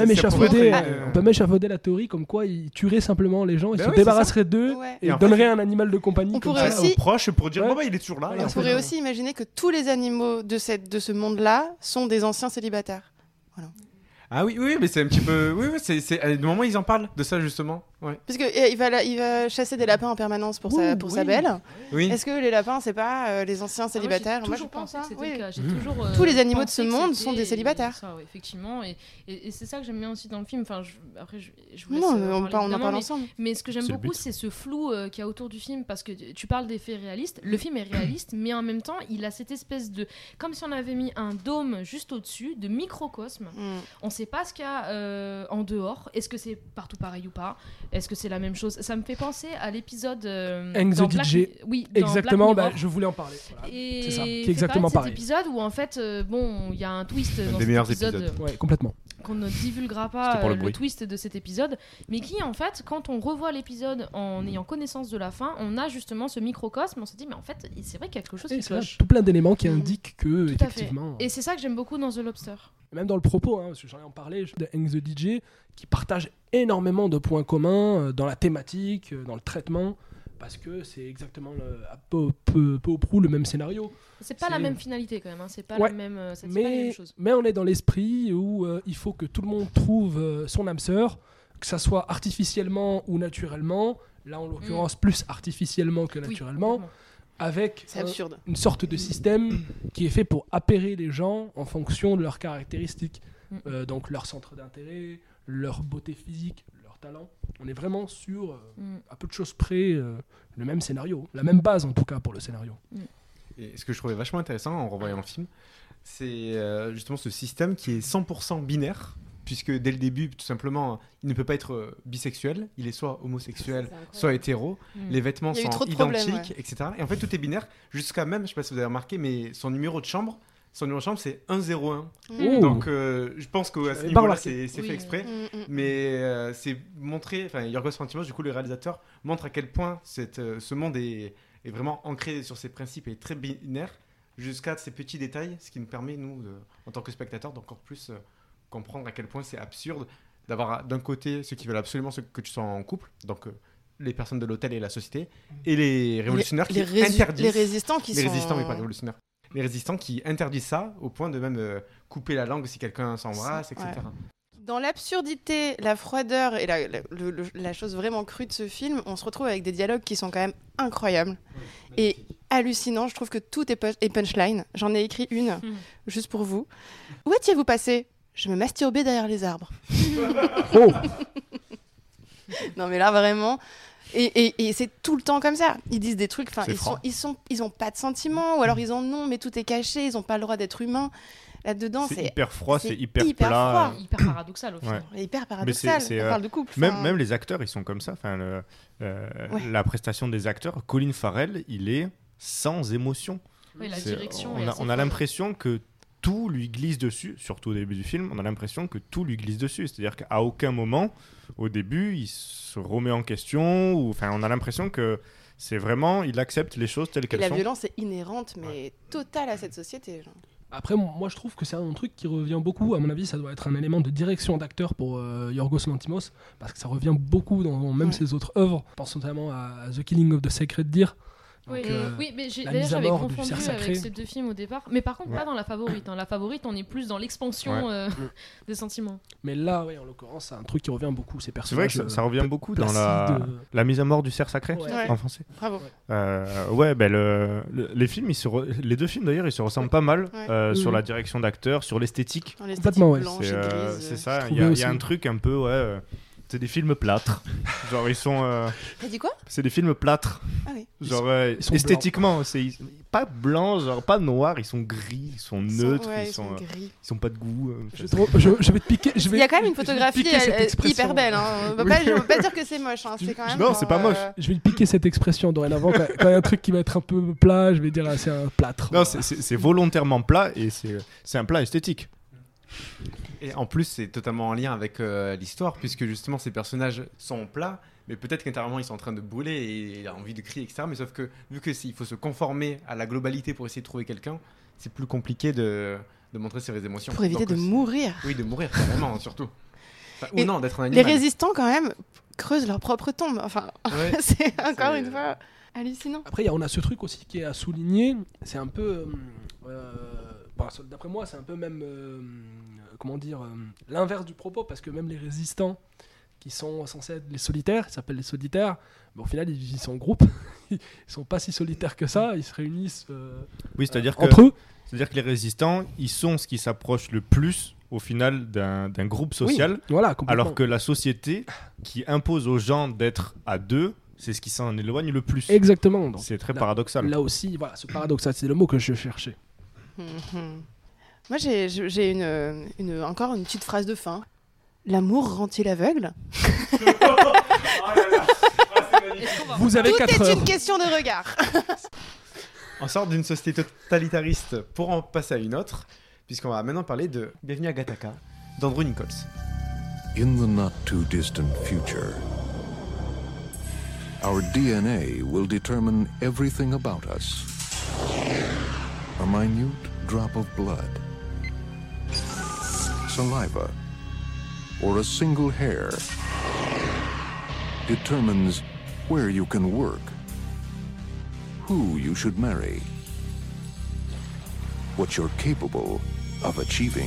même échafauder la théorie comme quoi ils tueraient simplement les gens, ils se débarrasseraient d'eux et donneraient un animal de compagnie comme ça aussi... aux proches pour dire il est toujours là. On pourrait aussi imaginer que tous les animaux de ce monde-là sont des anciens célibataires. Voilà. Ah oui, mais c'est un petit peu... Oui, c'est... À du moment où ils en parlent de ça, justement. Ouais. Parce qu'il va chasser des lapins en permanence pour sa belle. Oui. Est-ce que les lapins, c'est pas les anciens célibataires ? Moi, je pense que c'était le cas. J'ai toujours, tous les animaux de ce monde sont des célibataires. Ça, ouais, effectivement. Et c'est ça que j'aime bien aussi dans le film. Enfin, après, je vous laisse on en parle ensemble. Mais ce que j'aime beaucoup, c'est ce flou qu'il y a autour du film. Parce que tu parles des faits réalistes. Le film est réaliste, mais en même temps, il a cette espèce de... Comme si on avait mis un dôme juste au-dessus, de microcosme. On ne sait pas ce qu'il y a en dehors. Est-ce que c'est partout pareil ou pas ? Est-ce que c'est la même chose ? Ça me fait penser à l'épisode Hang the DJ. Oui, exactement, je voulais en parler. Voilà. Et c'est ça, qui est exactement pareil. Cet épisode où en fait, il y a un twist dans cet épisode. Ouais, complètement. Qu'on ne divulguera pas le twist de cet épisode, mais qui en fait, quand on revoit l'épisode en ayant connaissance de la fin, on a justement ce microcosme, on se dit mais en fait, c'est vrai qu'il y a quelque chose qui cloche. Tout plein d'éléments qui indiquent que tout effectivement. Et c'est ça que j'aime beaucoup dans The Lobster. Même dans le propos, parce que j'en ai parlé de Hang the DJ, qui partage énormément de points communs dans la thématique, dans le traitement, parce que c'est exactement peu ou prou le même scénario. C'est pas la même finalité quand même, c'est pas la même, pas la même chose. Mais on est dans l'esprit où il faut que tout le monde trouve son âme sœur, que ça soit artificiellement ou naturellement, là en l'occurrence plus artificiellement que naturellement. Oui, avec une sorte de système qui est fait pour appairer les gens en fonction de leurs caractéristiques. Donc leur centre d'intérêt, leur beauté physique, leur talent. On est vraiment sur, à peu de choses près, le même scénario, la même base en tout cas pour le scénario. Et ce que je trouvais vachement intéressant en revoyant le film, c'est justement ce système qui est 100% binaire, puisque dès le début, tout simplement, il ne peut pas être bisexuel, il est soit homosexuel, soit hétéro, les vêtements sont identiques, etc. Et en fait, tout est binaire, jusqu'à même, je ne sais pas si vous avez remarqué, mais son numéro de chambre, c'est 101. Donc, je pense qu'à ce niveau-là, c'est fait exprès. Mais c'est montré, enfin, Yorgos Lanthimos, du coup, le réalisateur, montre à quel point ce monde est vraiment ancré sur ses principes et très binaire, jusqu'à ces petits détails, ce qui nous permet, nous, en tant que spectateurs, d'encore plus comprendre à quel point c'est absurde d'avoir d'un côté ceux qui veulent absolument que tu sois en couple, donc les personnes de l'hôtel et la société, et les révolutionnaires qui interdisent... Les résistants qui sont... Les résistants, mais pas révolutionnaires. Les résistants qui interdisent ça, au point de même couper la langue si quelqu'un s'embrasse, etc. Ouais. Dans l'absurdité, la froideur et la chose vraiment crue de ce film, on se retrouve avec des dialogues qui sont quand même incroyables et hallucinants. Je trouve que tout est punchline. J'en ai écrit une, juste pour vous. Où étiez-vous passé ? Je me masturbais derrière les arbres. Non mais là vraiment... Et c'est tout le temps comme ça. Ils disent des trucs, ils ont pas de sentiments, ou alors ils en ont, mais tout est caché, ils ont pas le droit d'être humains. Là-dedans, c'est hyper froid, c'est hyper plat. Hyper paradoxal au final. Ouais. Hyper paradoxal, on parle de couple. Même les acteurs, ils sont comme ça. Enfin, la prestation des acteurs, Colin Farrell, il est sans émotion. Oui, la direction on a l'impression que tout lui glisse dessus, surtout au début du film, on a l'impression que tout lui glisse dessus. C'est-à-dire qu'à aucun moment, au début, il se remet en question. On a l'impression que c'est vraiment, il accepte les choses telles qu'elles sont. La violence est inhérente, mais totale à cette société. Genre. Après, moi je trouve que c'est un truc qui revient beaucoup. À mon avis, ça doit être un élément de direction d'acteur pour Yorgos Lanthimos, parce que ça revient beaucoup dans même ses autres œuvres. Je pense notamment à The Killing of the Sacred Deer. Donc, oui, mais d'ailleurs j'avais confondu avec ces deux films au départ, mais par contre pas dans La Favorite. La Favorite, on est plus dans l'expansion des sentiments. Mais là, en l'occurrence, c'est un truc qui revient beaucoup. Ces personnages. C'est vrai que ça revient beaucoup dans la mise à mort du cerf sacré en français. Bravo. Les deux films d'ailleurs, ils se ressemblent pas mal sur la direction d'acteur, sur l'esthétique. Complètement, c'est ça. Il y a un truc un peu. C'est des films plâtres. Genre, ils sont. T'as dit quoi ? C'est des films plâtres. Ah oui. Genre, esthétiquement, c'est pas blanc, genre pas noir, ils sont gris, ils sont neutres, ils sont pas de goût. Je vais te piquer. Il y a quand même une photographie hyper belle. Hein. On va pas dire que c'est moche. Hein. C'est quand même. Non, c'est pas moche. Je vais te piquer cette expression dorénavant. Quand il y a un truc qui va être un peu plat, je vais dire c'est un plâtre. Non, c'est volontairement plat et c'est un plat esthétique. Et en plus, c'est totalement en lien avec l'histoire, puisque justement, ces personnages sont plats, mais peut-être qu'intérieurement, ils sont en train de brûler et il a envie de crier, etc. Mais sauf que, vu qu'il faut se conformer à la globalité pour essayer de trouver quelqu'un, c'est plus compliqué de montrer ses vraies émotions. Pour éviter de mourir. Oui, de mourir, carrément, surtout. Ou non, d'être un animal. Les résistants, quand même, creusent leur propre tombe. Enfin, c'est encore une fois hallucinant. Après, on a ce truc aussi qui est à souligner, c'est un peu... d'après moi, c'est un peu même... l'inverse du propos, parce que même les résistants qui sont censés être les solitaires, ils s'appellent les solitaires, mais au final ils sont en groupe, ils sont pas si solitaires que ça, ils se réunissent entre eux. C'est-à-dire que les résistants, ils sont ce qui s'approche le plus au final d'un groupe social, alors que la société qui impose aux gens d'être à deux, c'est ce qui s'en éloigne le plus. Exactement. Donc, c'est très paradoxal. Là aussi, ce paradoxal, c'est le mot que je cherchais. Moi, j'ai encore une petite phrase de fin. L'amour rend-il aveugle ? Vous avez 4 Tout est heures. une question de regard. On sort d'une société totalitariste pour en passer à une autre, puisqu'on va maintenant parler de Bienvenue à Gattaca d'Andrew Nichols. In the not too distant future, our DNA will determine everything about us. A minute drop of blood, saliva, or a single hair determines where you can work, who you should marry, what you're capable of achieving.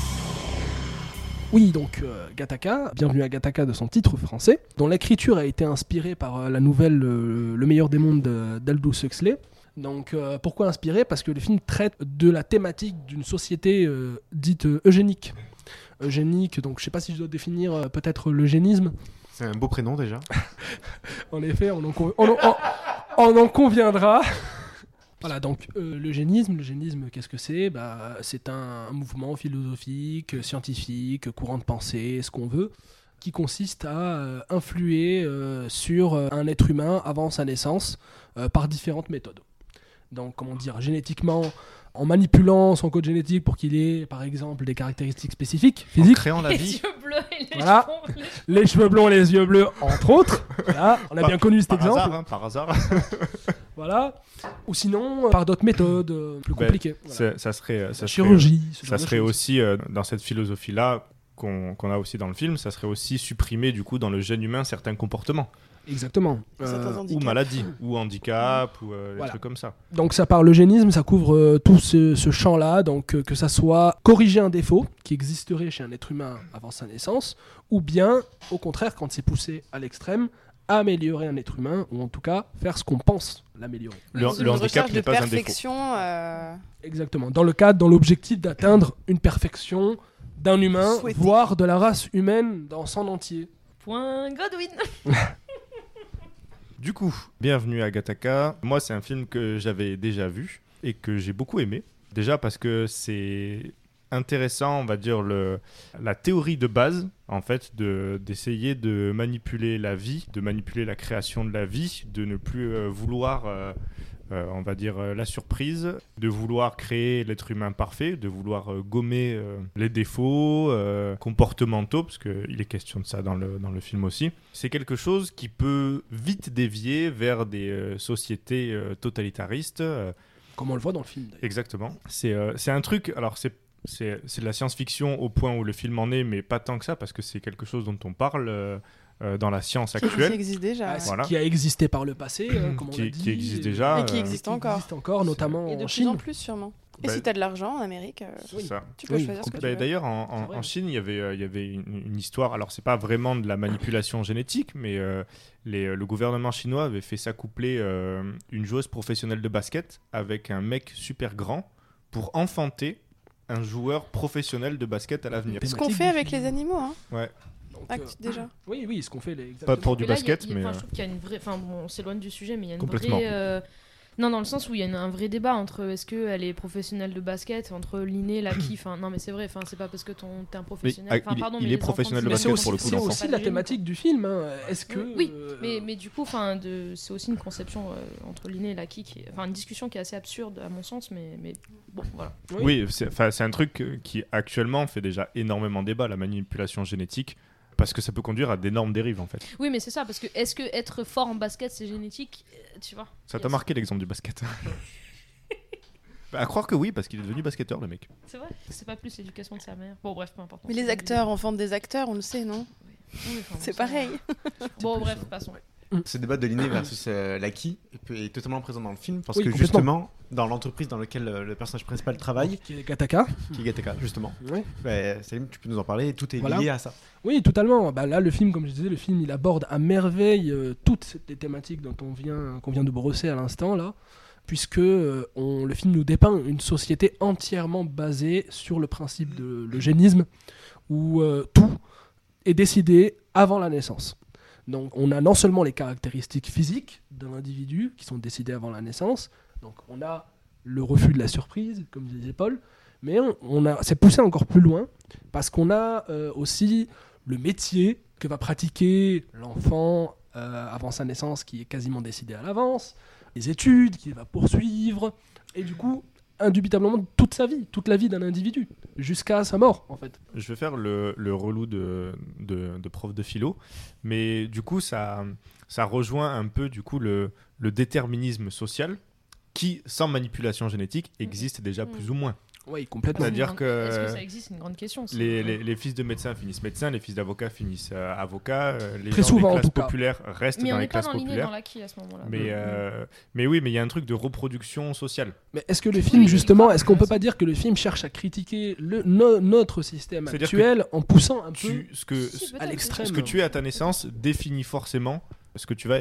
Oui, donc Gattaca, Bienvenue à Gattaca de son titre français, dont l'écriture a été inspirée par la nouvelle Le meilleur des mondes d'Aldous Huxley. Donc pourquoi inspiré ? Parce que le film traite de la thématique d'une société dite eugénique. Eugénique, donc je ne sais pas si je dois définir peut-être l'eugénisme. C'est un beau prénom déjà. En effet, on en conviendra. Voilà, donc l'eugénisme, qu'est-ce que c'est ? C'est un mouvement philosophique, scientifique, courant de pensée, ce qu'on veut, qui consiste à influer sur un être humain avant sa naissance par différentes méthodes. Donc, comment dire, génétiquement, en manipulant son code génétique pour qu'il ait, par exemple, des caractéristiques spécifiques, physiques. En créant la Les vie. yeux bleus et les Voilà. cheveux. Les cheveux blonds, les yeux bleus, entre autres. Voilà, on a bien connu cet Par exemple. hasard, hein, par hasard. Voilà. Ou sinon, par d'autres méthodes plus compliquées. Voilà. Ça serait Chirurgie. ce genre Ça de serait choses. aussi, dans cette philosophie-là, qu'on a aussi dans le film, ça serait aussi supprimer du coup dans le gène humain certains comportements. Exactement. Certains Ou handicaps. maladies, ou handicap, ou des Voilà. trucs comme ça. Donc ça part l'eugénisme, ça couvre tout ce champ-là, donc que ça soit corriger un défaut qui existerait chez un être humain avant sa naissance, ou bien, au contraire, quand c'est poussé à l'extrême, améliorer un être humain, ou en tout cas faire ce qu'on pense l'améliorer. Le Une handicap recherche n'est de pas un défaut. perfection. Exactement. Dans l'objectif d'atteindre une perfection d'un humain, Souhaité. voire de la race humaine dans son entier. Point Godwin. Du coup, bienvenue à Gattaca. Moi, c'est un film que j'avais déjà vu et que j'ai beaucoup aimé. Déjà parce que c'est intéressant, on va dire, la théorie de base, en fait, d'essayer de manipuler la vie, de manipuler la création de la vie, de ne plus vouloir, on va dire, la surprise, de vouloir créer l'être humain parfait, de vouloir gommer les défauts comportementaux, parce qu'il est question de ça dans le film aussi. C'est quelque chose qui peut vite dévier vers des sociétés totalitaristes. Comme on le voit dans le film. D'ailleurs. Exactement. C'est un truc, alors c'est de la science-fiction au point où le film en est, mais pas tant que ça, parce que c'est quelque chose dont on parle dans la science Qui actuelle. existe déjà. Voilà. Qui a existé par le passé, comme on l'a dit. Qui existe déjà. Et qui existe encore. Existe encore, notamment Et de en plus Chine. en plus, sûrement. Et Bah, si t'as de l'argent en Amérique, C'est ça. tu peux Oui, choisir ce que tu Bah, veux. D'ailleurs, C'est vrai. en Chine, il y avait une histoire. Alors, c'est pas vraiment de la manipulation génétique, mais le gouvernement chinois avait fait s'accoupler une joueuse professionnelle de basket avec un mec super grand pour enfanter un joueur professionnel de basket à l'avenir. Ce qu'on fait avec les animaux, hein. Ouais. Donc, Déjà. Oui, ce qu'on fait. Pas pour du Mais là, basket, il y a- mais enfin, je trouve qu'il y a une vraie. Enfin, bon, on s'éloigne du sujet, mais il y a une Complètement. vraie. Non, dans le sens où il y a un vrai débat entre est-ce qu'elle est professionnelle de basket, entre l'inné, l'acquis. Enfin, non, mais c'est vrai, enfin, c'est pas parce que t'es un professionnel. Enfin, pardon, il mais est les enfants professionnel de qui- Mais c'est basket aussi, pour le coup, c'est l'enfant. aussi la thématique du film. Hein. Est-ce que. Oui, mais du coup, enfin, c'est aussi une conception entre l'inné et l'acquis, enfin, une discussion qui est assez absurde à mon sens, mais bon, voilà. Oui, c'est un truc qui actuellement fait déjà énormément débat, la manipulation génétique, parce que ça peut conduire à d'énormes dérives en fait. Oui, mais c'est ça, parce que est-ce que être fort en basket c'est génétique, tu vois? Ça t'a marqué l'exemple du basket? À croire que oui, parce qu'il est devenu basketteur le mec. C'est vrai, c'est pas plus l'éducation de sa mère. Bon, bref, peu importe. Mais les acteurs enfantent des acteurs, on le sait, non Oui, enfin, C'est ça- pareil. Bon, bref, passons. Ce débat de l'inné versus l'acquis est totalement présent dans le film parce Oui, que complètement. justement, dans l'entreprise dans laquelle le personnage principal travaille, Qui est Gattaca. qui est Gattaca, justement, Oui. Salim, tu peux nous en parler, tout est Voilà. lié à ça. Oui, totalement. Là, le film, comme je disais, le film, il aborde à merveille toutes les thématiques qu'on vient de brosser à l'instant, là, puisque le film nous dépeint une société entièrement basée sur le principe de l'eugénisme, où tout est décidé avant la naissance. Donc, on a non seulement les caractéristiques physiques de l'individu qui sont décidées avant la naissance, donc on a le refus de la surprise, comme disait Paul, mais c'est poussé encore plus loin, parce qu'on a aussi le métier que va pratiquer l'enfant avant sa naissance, qui est quasiment décidé à l'avance, les études qu'il va poursuivre, et du coup, indubitablement, toute sa vie, toute la vie d'un individu, jusqu'à sa mort, en fait. Je vais faire le relou de prof de philo, mais du coup, ça rejoint un peu du coup, le déterminisme social qui, sans manipulation génétique, existe déjà plus ou moins. Oui, complètement. C'est-à-dire que Est-ce que ça existe? C'est une grande question. ça. les fils de médecins finissent médecins, les fils d'avocats finissent avocats, les Très gens souvent, en des tout classes cas. populaires restent Mais dans on les n'est pas classes dans l'inné, populaires. dans l'acquis à ce moment-là. Mais oui, mais il y a un truc de reproduction sociale. Mais est-ce que le film, Oui, justement, oui, est-ce qu'on peut oui. pas dire que le film cherche à critiquer notre système C'est-à-dire actuel en poussant un peu Ce que Si, peut-être, à l'extrême ce que tu es à ta naissance définit forcément ce que tu vas être.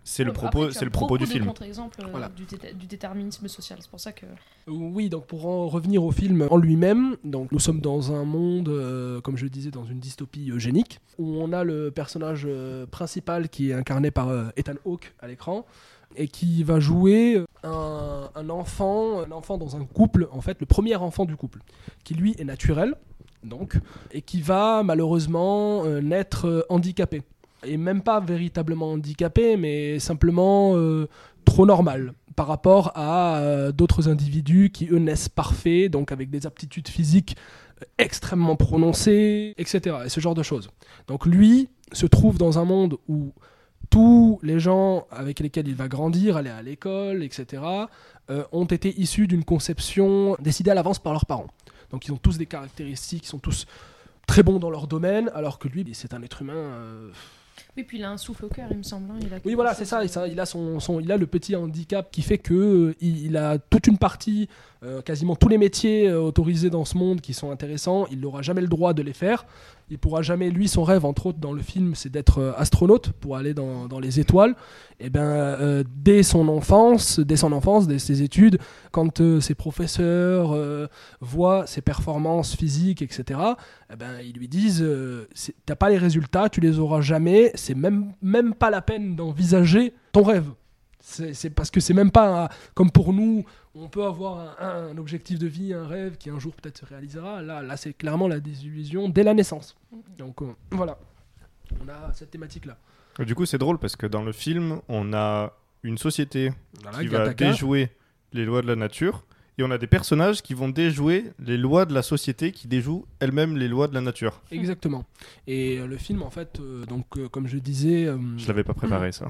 c'est le Après, propos, tu as c'est le propos du beaucoup de film. contre-exemples Voilà. du déterminisme social. C'est pour ça que. Oui, donc pour en revenir au film en lui-même, donc nous sommes dans un monde, comme je le disais, dans une dystopie eugénique, où on a le personnage principal qui est incarné par Ethan Hawke à l'écran, et qui va jouer un enfant dans un couple, en fait, le premier enfant du couple, qui lui est naturel, donc, et qui va malheureusement naître handicapé. Et même pas véritablement handicapé, mais simplement trop normal par rapport à d'autres individus qui, eux, naissent parfaits, donc avec des aptitudes physiques extrêmement prononcées, etc. Et ce genre de choses. Donc lui se trouve dans un monde où tous les gens avec lesquels il va grandir, aller à l'école, etc., ont été issus d'une conception décidée à l'avance par leurs parents. Donc ils ont tous des caractéristiques, ils sont tous très bons dans leur domaine, alors que lui, c'est un être humain... Oui, puis il a un souffle au cœur, il me semble. Il a Oui, voilà, c'est ça. Il a le petit handicap qui fait que il a toute une partie, quasiment tous les métiers autorisés dans ce monde qui sont intéressants. Il n'aura jamais le droit de les faire. Il pourra jamais. Lui, son rêve, entre autres, dans le film, c'est d'être astronaute pour aller dans les étoiles. Et dès son enfance, dès ses études, quand ses professeurs voient ses performances physiques, etc., ils lui disent t'as pas les résultats, tu les auras jamais. C'est même pas la peine d'envisager ton rêve. C'est parce que c'est même pas comme pour nous, on peut avoir un objectif de vie, un rêve qui un jour peut-être se réalisera. Là c'est clairement la désillusion dès la naissance. Donc voilà, on a cette thématique-là. Du coup, c'est drôle parce que dans le film, on a une société Voilà, qui va Gattaca. déjouer les lois de la nature et on a des personnages qui vont déjouer les lois de la société qui déjouent elles-mêmes les lois de la nature. Exactement. Et le film, en fait, comme je disais... Je l'avais pas préparé, ça.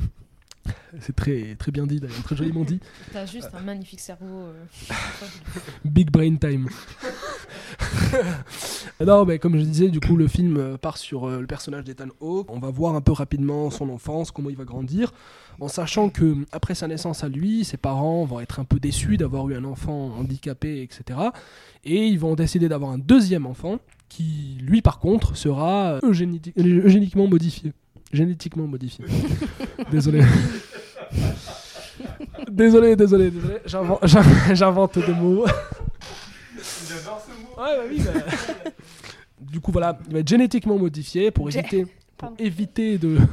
C'est très, très bien dit, d'ailleurs, très joliment dit. T'as juste un magnifique cerveau. Big brain time. Non, mais comme je disais, du coup, le film part sur le personnage d'Ethan Hawke. On va voir un peu rapidement son enfance, comment il va grandir, en sachant que après sa naissance à lui, ses parents vont être un peu déçus d'avoir eu un enfant handicapé, etc. Et ils vont décider d'avoir un deuxième enfant qui, lui, par contre, sera eugéniquement modifié. Génétiquement modifié. Désolé. Désolé. J'invente des mots. J'adore ce mot. Ouais, oui. Du coup, voilà, il va être génétiquement modifié pour éviter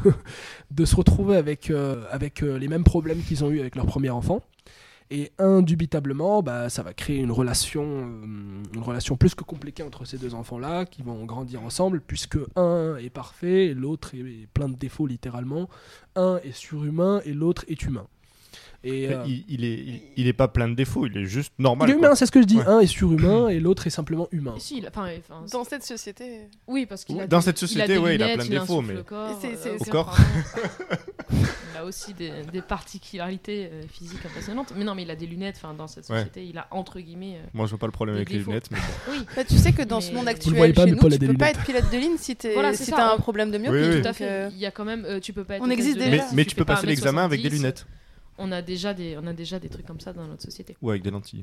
de se retrouver avec les mêmes problèmes qu'ils ont eu avec leur premier enfant. Et indubitablement, ça va créer une relation plus que compliquée entre ces deux enfants-là, qui vont grandir ensemble, puisque un est parfait, et l'autre est plein de défauts littéralement. Un est surhumain et l'autre est humain. Et, il est pas plein de défauts, il est juste normal. il est humain, c'est ce que je dis. Ouais. Un est surhumain et l'autre est simplement humain. Et si, Dans cette société. Oui, parce qu'il a Dans des- cette société, il a des ouais, il a lunettes, plein de a un défauts, souffle mais- au corps, C'est- Au corps. Il a aussi des particularités physiques impressionnantes. Mais non, mais il a des lunettes. Dans cette Ouais. société, il a entre guillemets. Moi, je vois pas le problème Des avec les défauts. lunettes. Mais bon. Oui, Bah, tu sais que dans Mais- ce monde Vous le actuel, voyez pas, chez mais nous, Paul a tu des peux pas lunettes. être pilote de ligne si Voilà, c'est ça. t'as un problème de myopie. Oui, oui. tout à donc, fait. Il y a quand même. Tu peux pas être. on hôtesse existe de déjà. l'air Mais- si Mais tu tu peux fais pas passer l'examen avec des 1m70. lunettes. On a déjà des trucs comme ça dans notre société. Ou avec des lentilles.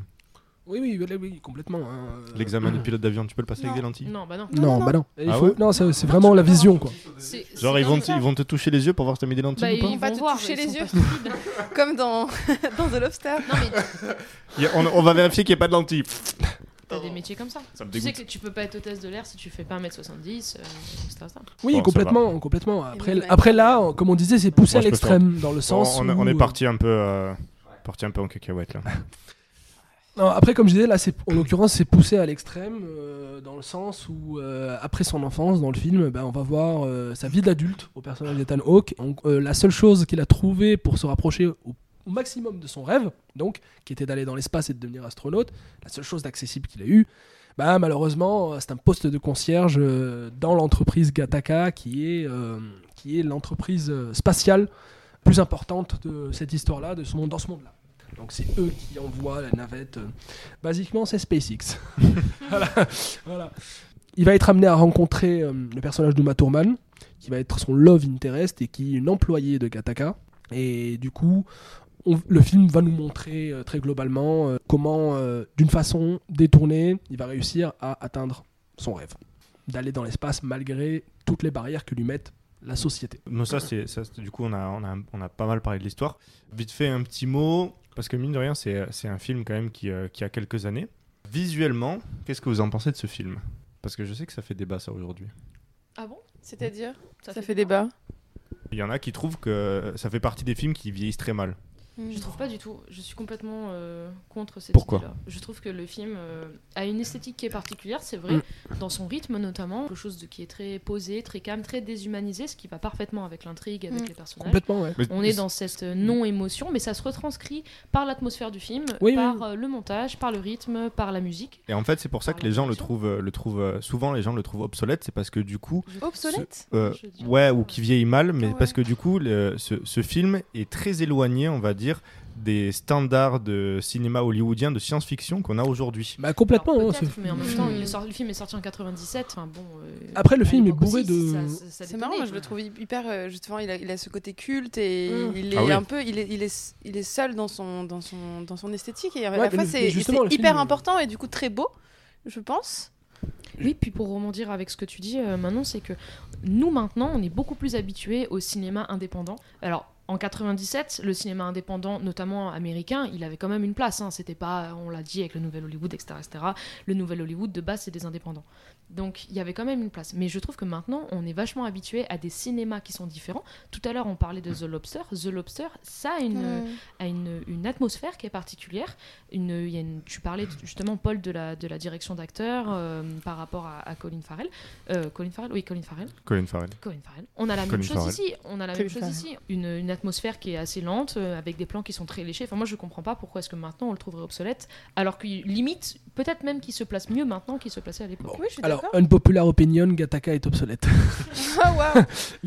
Oui, complètement. Hein. L'examen de pilote d'avion, tu peux le passer avec Non. des lentilles. Non, bah non. Non, bah non. Ah ouais Non, c'est vraiment la vision, quoi. Genre, ils vont te toucher les yeux pour voir si t'as mis des lentilles Bah, ou pas ils va vont te voir, toucher ils les sont yeux. pas stupides. Comme dans The Lobster. Non, mais On va vérifier qu'il n'y a pas de lentilles. t'as des métiers comme ça. Ça me Tu sais dégoûte. que tu peux pas être hôtesse de l'air si tu fais pas 1m70, etc. Oui, Bon, ça complètement. Et même Après là, comme on disait, c'est poussé Moi, à je peux l'extrême, dans le sens On où, est parti un peu en cacahuète là. Non, après, comme je disais, là, en l'occurrence, c'est poussé à l'extrême, dans le sens où, après son enfance, dans le film, on va voir sa vie d'adulte au personnage d'Ethan Hawke. Donc, la seule chose qu'il a trouvée pour se rapprocher au maximum de son rêve, donc, qui était d'aller dans l'espace et de devenir astronaute, la seule chose d'accessible qu'il a eue, malheureusement, c'est un poste de concierge dans l'entreprise Gattaca, qui est l'entreprise spatiale plus importante de cette histoire-là, dans ce monde-là. Donc c'est eux qui envoient la navette. Basiquement, c'est SpaceX. Voilà. Il va être amené à rencontrer le personnage d'Uma Thurman, qui va être son love interest et qui est une employée de Gattaca. Et du coup, le film va nous montrer très globalement comment, d'une façon détournée, il va réussir à atteindre son rêve. D'aller dans l'espace malgré toutes les barrières que lui mettent la société. Non, du coup, on a pas mal parlé de l'histoire. Vite fait, un petit mot, parce que mine de rien, c'est un film quand même qui a quelques années. Visuellement, qu'est-ce que vous en pensez de ce film ? Parce que je sais que ça fait débat, ça, aujourd'hui. Ah bon ? C'est-à-dire Ça ça fait fait débat. Il y en a qui trouvent que ça fait partie des films qui vieillissent très mal. Je trouve pas du tout. Je suis complètement contre cette Pourquoi ? idée-là. Je trouve que le film a une esthétique qui est particulière, c'est vrai, dans son rythme notamment, quelque chose qui est très posé, très calme, très déshumanisé, ce qui va parfaitement avec l'intrigue, avec les personnages. Complètement, ouais. On est dans cette non-émotion, mais ça se retranscrit par l'atmosphère du film, par le montage, par le rythme, par la musique. Et en fait, c'est pour ça que les gens le trouvent souvent, les gens le trouvent obsolète, c'est parce que du coup... Obsolète ou qui vieillit mal, mais parce que du coup, ce film est très éloigné, on va dire, des standards de cinéma hollywoodien de science-fiction qu'on a aujourd'hui. Bah complètement. Alors, mais en même temps, le film est sorti en 97. Enfin, bon, après, le film est bourré de... C'est marrant, moi je le trouve hyper... justement, il a ce côté culte et il est un peu... Il est seul dans son esthétique. Et à la fois, c'est hyper important et du coup très beau, je pense. Oui, puis pour rebondir avec ce que tu dis, Manon, c'est que nous, maintenant, on est beaucoup plus habitués au cinéma indépendant. Alors, en 97, le cinéma indépendant, notamment américain, il avait quand même une place. Hein. C'était pas, on l'a dit avec le Nouvel Hollywood, etc., etc. Le Nouvel Hollywood, de base, c'est des indépendants. Donc, il y avait quand même une place. Mais je trouve que maintenant, on est vachement habitué à des cinémas qui sont différents. Tout à l'heure, on parlait de The Lobster. The Lobster, ça a une atmosphère qui est particulière. Tu parlais justement, Paul, de la direction d'acteur par rapport à Colin Farrell. Colin Farrell. On a la même chose ici. Une atmosphère qui est assez lente, avec des plans qui sont très léchés. Enfin, moi, je comprends pas pourquoi est-ce que maintenant on le trouverait obsolète, alors que limite, peut-être même qu'il se place mieux maintenant qu'il se plaçait à l'époque. Oui, je suis alors, d'accord. unpopular opinion, Gattaca est obsolète. Ah waouh.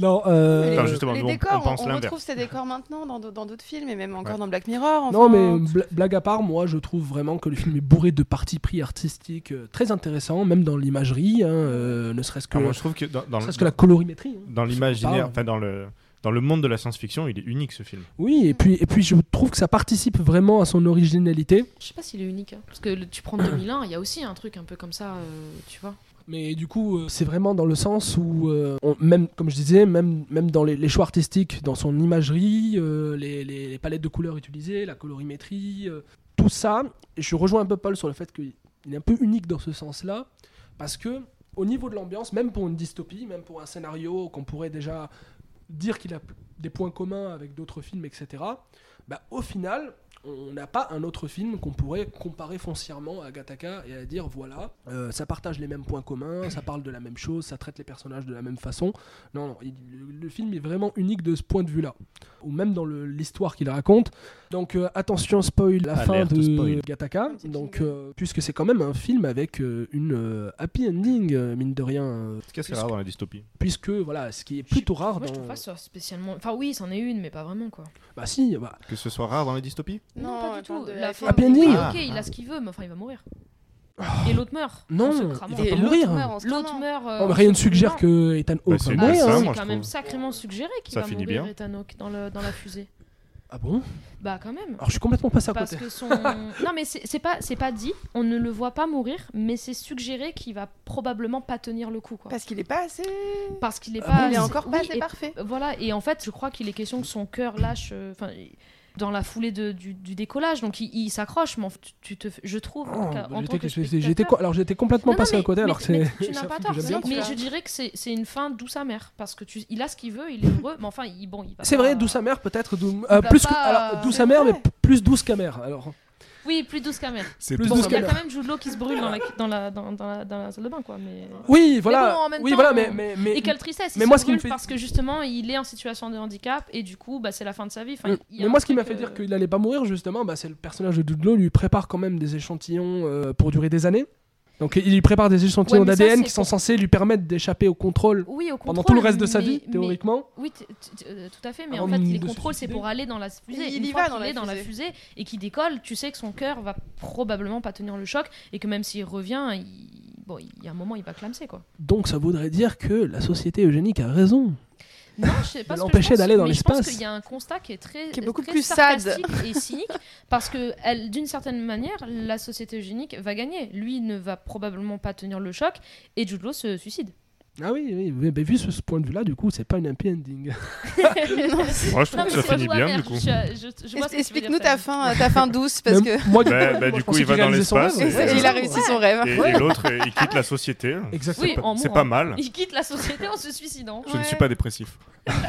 Non, justement, les nous, décors, on pense on l'inverse. retrouve ces décors maintenant dans d'autres films et même encore dans Black Mirror. Enfin... Non, mais blague à part, moi, je trouve vraiment que le film est bourré de partis pris artistiques très intéressants, même dans l'imagerie, ne serait-ce que, moi, je trouve que que la colorimétrie. Dans l'imaginaire, enfin dans le monde de la science-fiction, il est unique ce film. Oui, et puis je trouve que ça participe vraiment à son originalité. Je sais pas s'il est unique, hein, parce que tu prends 2001, il y a aussi un truc un peu comme ça, tu vois. Mais du coup, c'est vraiment dans le sens où, même, comme je disais, même dans les choix artistiques, dans son imagerie, les palettes de couleurs utilisées, la colorimétrie, tout ça, je rejoins un peu Paul sur le fait qu'il est un peu unique dans ce sens-là, parce que au niveau de l'ambiance, même pour une dystopie, même pour un scénario qu'on pourrait déjà dire qu'il a des points communs avec d'autres films, etc., bah, au final, on n'a pas un autre film qu'on pourrait comparer foncièrement à Gattaca et à dire voilà, ça partage les mêmes points communs, ça parle de la même chose, ça traite les personnages de la même façon. Non, le film est vraiment unique de ce point de vue-là. Ou même dans l'histoire qu'il raconte. Donc attention, spoil, la fin de Gattaca. Donc, puisque c'est quand même un film avec une happy ending, mine de rien. Ce qui est assez rare dans la dystopie. Puisque, voilà, ce qui est plutôt rare moi, je trouve pas ça spécialement... Enfin oui, c'en est une, mais pas vraiment, quoi. Bah si, bah... Que ce soit rare dans la dystopie ? Non, pas du tout. La fin, happy ending. Ok, il a ce qu'il veut, mais enfin, il va mourir. Et l'autre meurt. Non, il va pas mourir. L'autre meurt. Rien ne suggère que Ethan Hawke va mourir. C'est quand même sacrément suggéré qu'il va mourir, Ethan Hawke, dans la fusée. Ah bon ? Bah quand même. Alors je suis complètement passé à côté. Parce que non mais c'est pas dit, on ne le voit pas mourir, mais c'est suggéré qu'il va probablement pas tenir le coup, quoi. Parce qu'il est pas assez. Parce qu'il est pas. Il est encore pas assez parfait. Voilà, et en fait je crois qu'il est question que son cœur lâche. Dans la foulée du décollage, donc il s'accroche, mais je trouve j'étais complètement passé à côté, alors que c'est... Tu n'as pas tort, mais je dirais que c'est une fin douce amère, parce que il a ce qu'il veut, il est heureux, mais enfin, il va c'est vrai, douce amère peut-être, douce amère, mais plus douce qu'amère, alors... Oui, plus douce qu'amère. C'est plus douce qu'amère. Il y a quand même Jude Law qui se brûle dans la salle de bain, quoi. Mais... Oui, voilà. Mais bon, en même temps, mais quelle tristesse. Mais moi, ce qui me fait... parce que justement, il est en situation de handicap et du coup, bah, c'est la fin de sa vie. Enfin, mais moi, ce qui m'a fait dire qu'il allait pas mourir, justement, bah, c'est le personnage de Jude Law lui prépare quand même des échantillons pour durer des années. Donc il lui prépare des échantillons d'ADN qui sont censés lui permettre d'échapper au contrôle pendant tout le reste de sa vie, théoriquement. Oui, tout à fait, mais en fait les contrôles c'est pour aller dans la fusée. Il y va dans la fusée et qu'il décolle, tu sais que son cœur va probablement pas tenir le choc et que même s'il revient, il y a un moment il va clamser, quoi. Donc ça voudrait dire que la société eugénique a raison. Non, je sais pas l'empêcher d'aller dans l'espace. Je pense qu'il y a un constat qui est beaucoup très plus sarcastique et cynique, parce que d'une certaine manière, la société eugénique va gagner. Lui ne va probablement pas tenir le choc, et Jude Law se suicide. Ah oui, mais vu ce point de vue-là, du coup, c'est pas une happy ending. Moi, je trouve que ça finit bien, du coup. Explique-nous ta fin douce, parce que... Moi, du coup, il va dans l'espace. Il a réussi son rêve. Et l'autre, il quitte la société. Exactement. Oui, c'est pas mal. Il quitte la société en se suicidant. Je ne suis pas dépressif.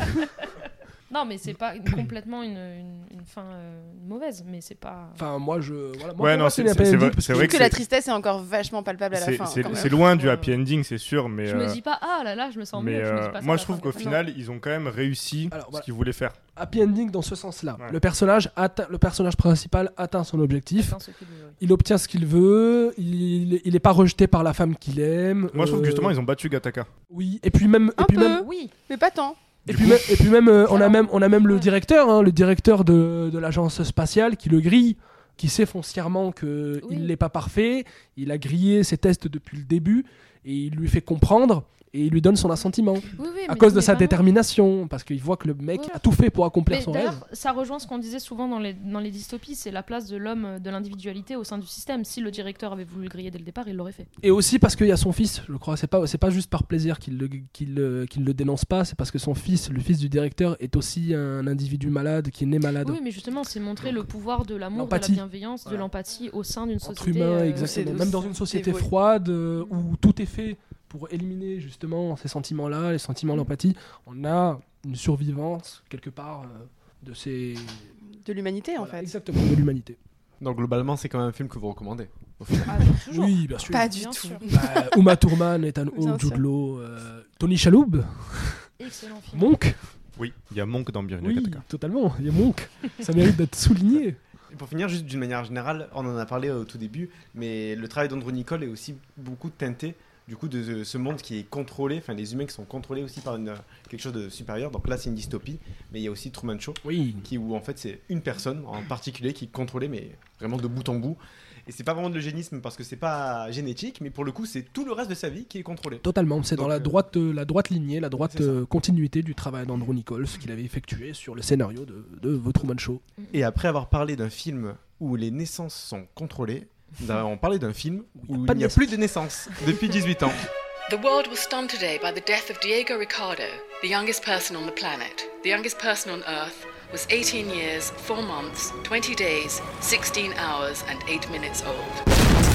Non, mais c'est pas complètement une fin mauvaise, mais c'est pas... Enfin, moi, c'est vrai Je trouve que la tristesse est encore vachement palpable à la fin. C'est loin du happy ending, c'est sûr, mais... Je me dis pas, ah là là, je me sens mieux. Moi, je trouve qu'au final, ils ont quand même réussi ce qu'ils voulaient faire. Happy ending dans ce sens-là. Ouais. Le personnage principal atteint son objectif. Il obtient ce qu'il veut. Il n'est pas rejeté par la femme qu'il aime. Moi, je trouve que justement, ils ont battu Gattaca. Oui, et puis même... Oui, mais pas tant. Et puis même, on a même le directeur, le directeur de l'agence spatiale qui le grille, qui sait foncièrement qu'il n'est pas parfait. Il a grillé ses tests depuis le début et il lui fait comprendre et il lui donne son assentiment à cause de sa détermination, parce qu'il voit que le mec a tout fait pour accomplir son rêve. Ça rejoint ce qu'on disait souvent dans les dystopies, c'est la place de l'homme, de l'individualité au sein du système. Si le directeur avait voulu le griller dès le départ, il l'aurait fait. Et aussi parce qu'il y a son fils, je crois. C'est pas juste par plaisir qu'il le dénonce pas, c'est parce que son fils, le fils du directeur, est aussi un individu malade, qui est né malade. Oui, mais justement, c'est montrer le pouvoir de l'amour, de la bienveillance, de l'empathie au sein d'une société. Entre humains, exactement. Même dans une société froide où tout est fait pour éliminer justement ces sentiments-là, les sentiments d'empathie, on a une survivance quelque part de l'humanité, en fait. Exactement, de l'humanité. Donc globalement, c'est quand même un film que vous recommandez. Oui, bien sûr. Pas du tout. Uma Thurman, Ethan Hawke, Jude Law, Tony Shalhoub. Excellent film. Monk. Oui, il y a Monk dans Bienvenue à Gattaca. Totalement. Il y a Monk. Ça mérite d'être souligné. Et pour finir, juste d'une manière générale, on en a parlé au tout début, mais le travail d'Andrew Niccol est aussi beaucoup teinté du coup de ce monde qui est contrôlé, enfin les humains qui sont contrôlés aussi par quelque chose de supérieur. Donc là c'est une dystopie, mais il y a aussi Truman Show, où en fait c'est une personne en particulier qui est contrôlée, mais vraiment de bout en bout. Et c'est pas vraiment de l'eugénisme parce que c'est pas génétique, mais pour le coup c'est tout le reste de sa vie qui est contrôlé. Totalement, c'est dans la droite lignée, la droite continuité du travail d'Andrew Niccol, ce qu'il avait effectué sur le scénario de The Truman Show. Et après avoir parlé d'un film où les naissances sont contrôlées, nous avons parlé d'un film où il n'y a plus de naissance depuis 18 ans. The world was stunned today by the death of Diego Ricardo, the youngest person on the planet. The youngest person on Earth was 18 years, 4 months, 20 days, 16 hours and 8 minutes old.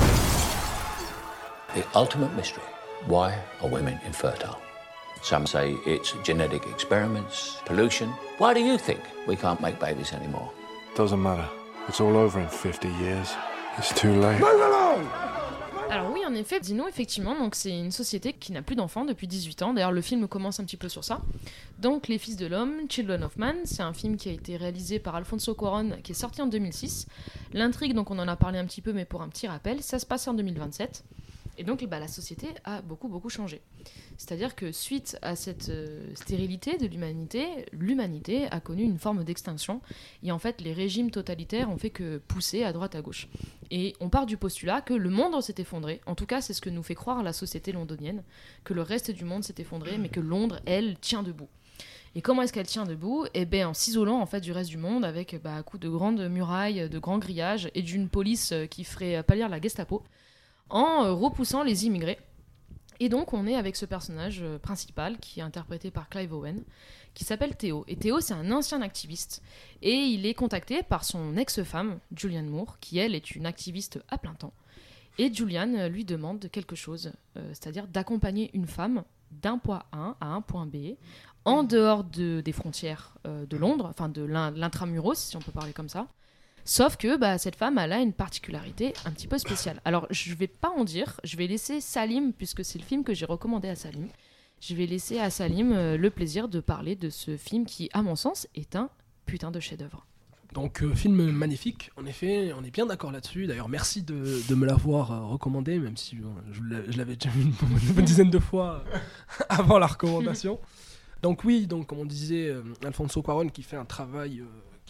The ultimate mystery. Why are women infertile? Some say it's genetic experiments, pollution. Why do you think we can't make babies anymore? Doesn't matter. It's all over in 50 years. It's too late. Alors oui, en effet, Dino, effectivement, donc c'est une société qui n'a plus d'enfants depuis 18 ans. D'ailleurs, le film commence un petit peu sur ça. Donc, Les Fils de l'Homme, Children of Man, c'est un film qui a été réalisé par Alfonso Cuarón, qui est sorti en 2006. L'intrigue, donc on en a parlé un petit peu, mais pour un petit rappel, ça se passe en 2027. Et donc, la société a beaucoup changé. C'est-à-dire que suite à cette stérilité de l'humanité a connu une forme d'extinction. Et en fait, les régimes totalitaires ont fait que pousser à droite à gauche. Et on part du postulat que le monde s'est effondré. En tout cas, c'est ce que nous fait croire la société londonienne, que le reste du monde s'est effondré, mais que Londres, elle, tient debout. Et comment est-ce qu'elle tient debout ? Eh bien, en s'isolant en fait du reste du monde, avec à coups de grandes murailles, de grands grillages et d'une police qui ferait pâlir la Gestapo, en repoussant les immigrés. Et donc on est avec ce personnage principal qui est interprété par Clive Owen, qui s'appelle Théo. Et Théo, c'est un ancien activiste. Et il est contacté par son ex-femme, Julianne Moore, qui elle est une activiste à plein temps. Et Julianne lui demande quelque chose, c'est-à-dire d'accompagner une femme d'un point A à un point B, en dehors des frontières de Londres, enfin de l'intramuros, si on peut parler comme ça. Sauf que cette femme, elle a une particularité un petit peu spéciale. Alors, je vais pas en dire, je vais laisser Salim, puisque c'est le film que j'ai recommandé à Salim, je vais laisser à Salim le plaisir de parler de ce film qui, à mon sens, est un putain de chef-d'œuvre. Donc, film magnifique, en effet, on est bien d'accord là-dessus. D'ailleurs, merci de me l'avoir recommandé, même si je l'avais déjà vu une bonne dizaine de fois avant la recommandation. Donc oui, comme on disait, Alfonso Cuarón qui fait un travail...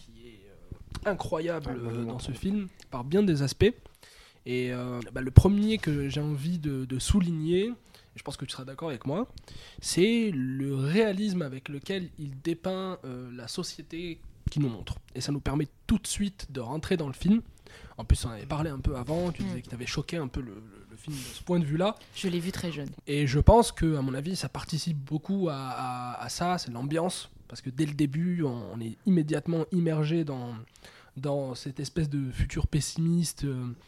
incroyable dans ce film par bien des aspects et le premier que j'ai envie de souligner, je pense que tu seras d'accord avec moi, c'est le réalisme avec lequel il dépeint la société qu'il nous montre, et ça nous permet tout de suite de rentrer dans le film. En plus on avait parlé un peu avant, tu disais qu'il t'avait choqué un peu le film de ce point de vue-là. Je l'ai vu très jeune. Et je pense que, à mon avis, ça participe beaucoup à ça, c'est l'ambiance. Parce que dès le début, on est immédiatement immergé dans cette espèce de futur pessimiste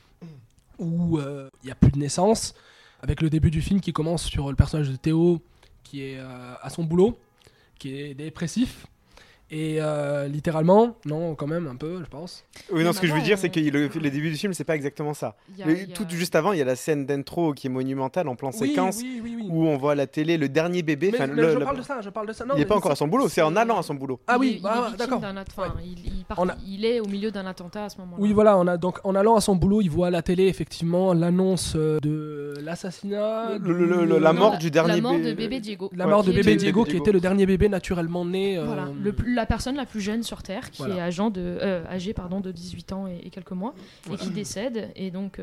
où il n'y a plus de naissance. Avec le début du film qui commence sur le personnage de Théo qui est à son boulot, qui est dépressif. Et littéralement, non, quand même un peu, je pense. Oui, non, ce que je veux dire, c'est que le début du film, c'est pas exactement ça. Tout juste avant, il y a la scène d'intro qui est monumentale en plan séquence, où on voit à la télé le dernier bébé. Mais je parle de ça. Non, il n'est pas encore à son boulot, c'est en allant à son boulot. Ah oui, d'accord. Il est au milieu d'un attentat à ce moment-là. Oui, voilà, donc en allant à son boulot, il voit à la télé effectivement l'annonce de l'assassinat, la mort du dernier bébé. La mort de bébé Diego. La mort de bébé Diego, qui était le dernier bébé naturellement né. Voilà, la personne la plus jeune sur Terre, qui est âgé de 18 ans et quelques mois, et qui décède. Et donc,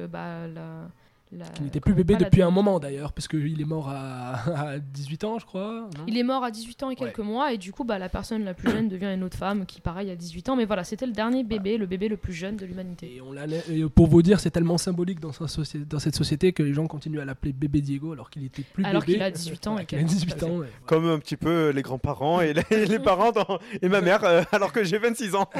qui n'était plus bébé depuis un moment d'ailleurs, parce qu'il est mort à 18 ans, je crois. Non, il est mort à 18 ans et quelques mois, et du coup, la personne la plus jeune devient une autre femme qui, pareil, a 18 ans. Mais voilà, c'était le dernier bébé, le bébé le plus jeune de l'humanité. Et pour vous dire, c'est tellement symbolique dans cette société que les gens continuent à l'appeler bébé Diego alors qu'il était plus alors bébé. Alors qu'il a 18 ans. Il a 18 ans. Comme un petit peu les grands-parents et les parents et ma mère, alors que j'ai 26 ans.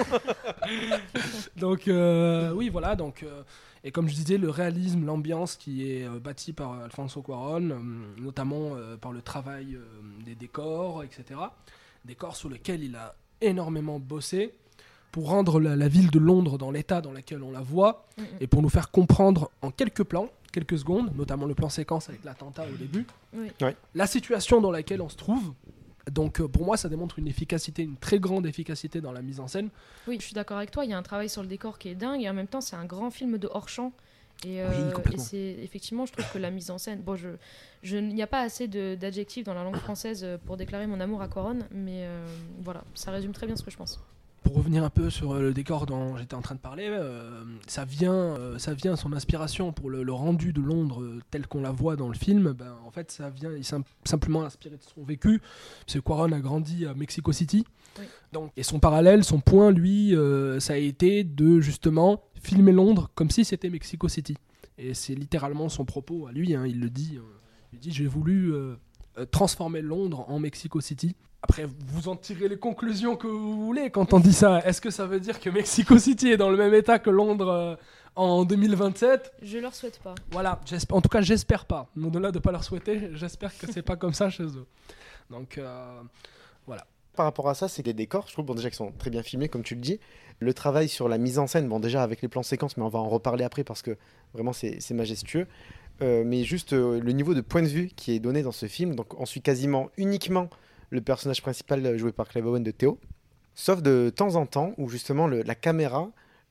Donc, oui, voilà, donc... Et comme je disais, le réalisme, l'ambiance qui est bâtie par Alfonso Cuarón, notamment par le travail des décors, etc. Décors sur lesquels il a énormément bossé pour rendre la ville de Londres dans l'état dans lequel on la voit, et pour nous faire comprendre en quelques plans, quelques secondes, notamment le plan séquence avec l'attentat au début, la situation dans laquelle on se trouve. Donc pour moi ça démontre une très grande efficacité dans la mise en scène. Oui, je suis d'accord avec toi, il y a un travail sur le décor qui est dingue, et en même temps c'est un grand film de hors-champ. Et c'est effectivement, je trouve que la mise en scène, il n'y a pas assez d'adjectifs dans la langue française pour déclarer mon amour à Cuarón, mais voilà, ça résume très bien ce que je pense. Pour revenir un peu sur le décor dont j'étais en train de parler, ça vient son inspiration pour le rendu de Londres tel qu'on la voit dans le film. En fait, ça vient simplement inspiré de son vécu. Parce que Cuarón a grandi à Mexico City. Oui. Donc, et son parallèle, son point, lui, ça a été de justement filmer Londres comme si c'était Mexico City. Et c'est littéralement son propos à lui. Il le dit. Il dit, j'ai voulu transformer Londres en Mexico City. Après, vous en tirez les conclusions que vous voulez quand on dit ça. Est-ce que ça veut dire que Mexico City est dans le même état que Londres en 2027 ? Je leur souhaite pas. Voilà, en tout cas, j'espère pas. Au-delà de pas leur souhaiter, j'espère que c'est pas comme ça chez eux. Donc, voilà. Par rapport à ça, c'est que les décors, je trouve déjà qu'ils sont très bien filmés, comme tu le dis. Le travail sur la mise en scène, déjà avec les plans séquences, mais on va en reparler après parce que vraiment c'est majestueux. Mais juste le niveau de point de vue qui est donné dans ce film, donc on suit quasiment uniquement le personnage principal joué par Clive Owen de Théo, sauf de temps en temps où justement la caméra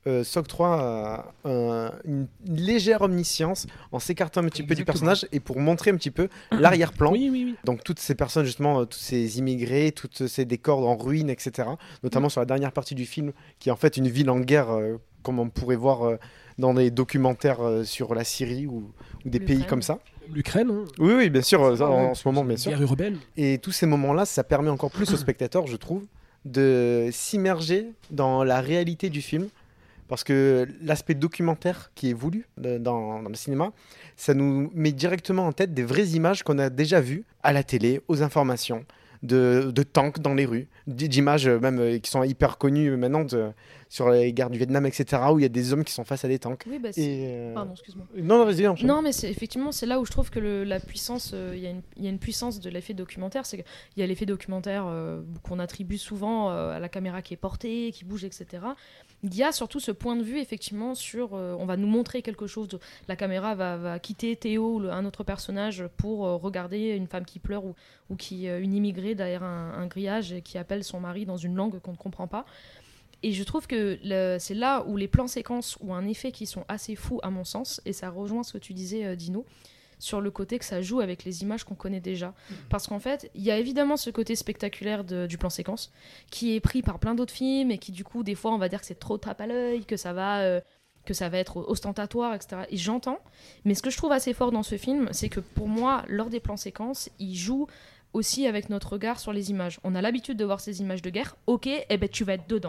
s'octroie une légère omniscience en s'écartant un petit peu du personnage et pour montrer un petit peu l'arrière-plan. Oui. Donc toutes ces personnes justement, tous ces immigrés, tous ces décors en ruine, etc. Notamment sur la dernière partie du film qui est en fait une ville en guerre comme on pourrait voir dans des documentaires sur la Syrie ou des pays comme ça. L'Ukraine, hein. Oui, bien sûr, en ce moment, bien sûr. Guerre urbaine. Et tous ces moments-là, ça permet encore plus aux spectateurs, je trouve, de s'immerger dans la réalité du film. Parce que l'aspect documentaire qui est voulu dans le cinéma, ça nous met directement en tête des vraies images qu'on a déjà vues à la télé, aux informations, de tanks dans les rues, d'images même qui sont hyper connues maintenant sur les guerres du Vietnam, etc., où il y a des hommes qui sont face à des tanks. Oui, pardon, excuse-moi. Non, vas-y, enchaîne. Non, mais effectivement, c'est là où je trouve que la puissance, il y a une puissance de l'effet documentaire, c'est qu'il y a l'effet documentaire qu'on attribue souvent à la caméra qui est portée, qui bouge, etc. Il y a surtout ce point de vue, effectivement, sur... on va nous montrer quelque chose. La caméra va quitter Théo, un autre personnage, pour regarder une femme qui pleure ou une immigrée derrière un grillage qui appelle son mari dans une langue qu'on ne comprend pas. Et je trouve que c'est là où les plans séquences ont un effet qui sont assez fous, à mon sens, et ça rejoint ce que tu disais, Dino, sur le côté que ça joue avec les images qu'on connaît déjà. Parce qu'en fait, il y a évidemment ce côté spectaculaire du plan séquence, qui est pris par plein d'autres films, et qui du coup, des fois, on va dire que c'est trop tape à l'œil, que ça va être ostentatoire, etc. Et j'entends, mais ce que je trouve assez fort dans ce film, c'est que pour moi, lors des plans séquences, il joue aussi avec notre regard sur les images. On a l'habitude de voir ces images de guerre, ok, tu vas être dedans.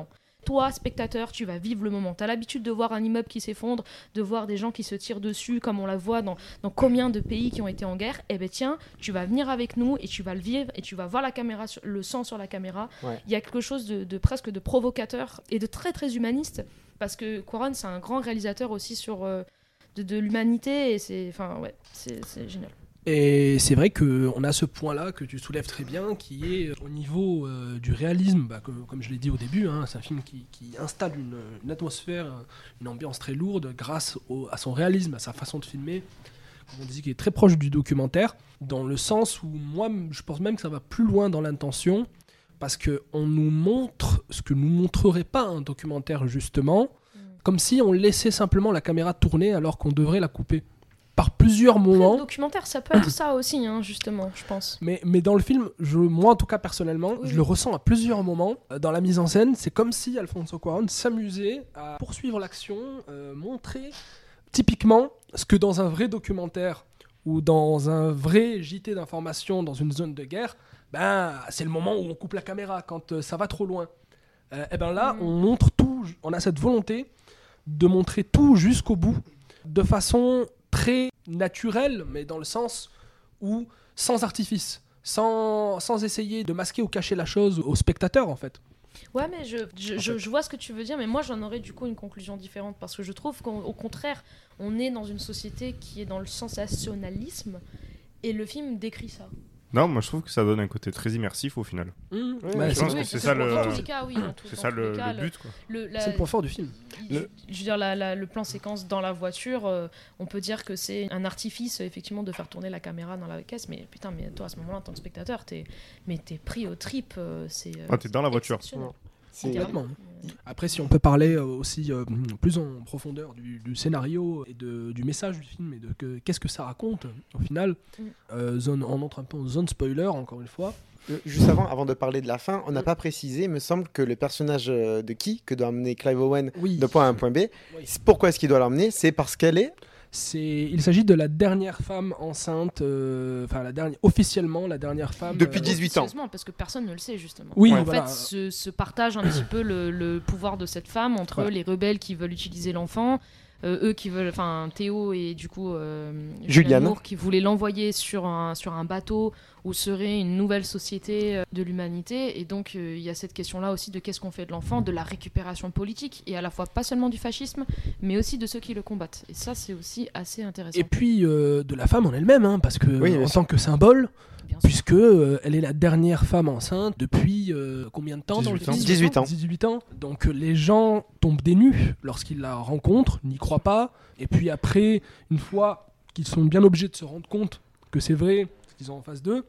Toi, spectateur, tu vas vivre le moment. Tu as l'habitude de voir un immeuble qui s'effondre, de voir des gens qui se tirent dessus, comme on la voit dans combien de pays qui ont été en guerre. Eh bien tiens, tu vas venir avec nous et tu vas le vivre et tu vas voir la caméra, le sang sur la caméra. Ouais. Il y a quelque chose de presque de provocateur et de très très humaniste, parce que Cuarón, c'est un grand réalisateur aussi sur de l'humanité, et c'est génial. Et c'est vrai qu'on a ce point-là que tu soulèves très bien, qui est au niveau du réalisme, comme je l'ai dit au début, hein, c'est un film qui installe une atmosphère, une ambiance très lourde grâce à son réalisme, à sa façon de filmer, comme on disait, qui est très proche du documentaire, dans le sens où moi je pense même que ça va plus loin dans l'intention, parce qu'on nous montre ce que nous montrerait pas un documentaire justement, comme si on laissait simplement la caméra tourner alors qu'on devrait la couper. Par plusieurs moments. Le documentaire, ça peut être ça aussi, hein, justement, je pense. Mais dans le film, moi en tout cas personnellement, je le ressens à plusieurs moments. Dans la mise en scène, c'est comme si Alfonso Cuarón s'amusait à poursuivre l'action, montrer typiquement ce que dans un vrai documentaire ou dans un vrai JT d'information dans une zone de guerre, c'est le moment où on coupe la caméra quand ça va trop loin. Et là, on montre tout, on a cette volonté de montrer tout jusqu'au bout, de façon très naturel, mais dans le sens où sans artifice, sans essayer de masquer ou cacher la chose au spectateur en fait. Ouais, mais je vois ce que tu veux dire, mais moi j'en aurais du coup une conclusion différente, parce que je trouve qu'au contraire, on est dans une société qui est dans le sensationnalisme, et le film décrit ça. Non, moi je trouve que ça donne un côté très immersif au final. Je pense que c'est ça le but, quoi. C'est le point fort du film. Je veux dire, le plan séquence dans la voiture, on peut dire que c'est un artifice effectivement de faire tourner la caméra dans la caisse, mais putain, mais toi à ce moment-là en tant que spectateur, t'es pris aux tripes. T'es dans la voiture. Complètement. Après, si on peut parler aussi plus en profondeur du scénario et du message du film et de qu'est-ce que ça raconte au final, on entre un peu en zone spoiler encore une fois. Juste avant de parler de la fin, on n'a pas précisé, il me semble, que le personnage de que doit emmener Clive Owen de point A à un point B, pourquoi est-ce qu'il doit l'emmener? C'est parce qu'elle est... Il s'agit de la dernière femme enceinte, officiellement la dernière femme... Depuis 18 ans. Parce que personne ne le sait, justement. Oui, en fait, se partage un petit peu le pouvoir de cette femme entre les rebelles qui veulent utiliser l'enfant, eux qui veulent... Enfin, Théo et du coup Julianne Moore qui voulaient l'envoyer sur un bateau où serait une nouvelle société de l'humanité. Et donc, il y a cette question-là aussi de qu'est-ce qu'on fait de l'enfant, de la récupération politique, et à la fois pas seulement du fascisme, mais aussi de ceux qui le combattent. Et ça, c'est aussi assez intéressant. Et puis, de la femme en elle-même, hein, parce que en tant que symbole, puisque elle est la dernière femme enceinte depuis combien de temps 18 ans. 18 ans. Donc, les gens tombent des nues lorsqu'ils la rencontrent, n'y croient pas. Et puis après, une fois qu'ils sont bien obligés de se rendre compte que c'est vrai, qu'ils ont en face d'eux,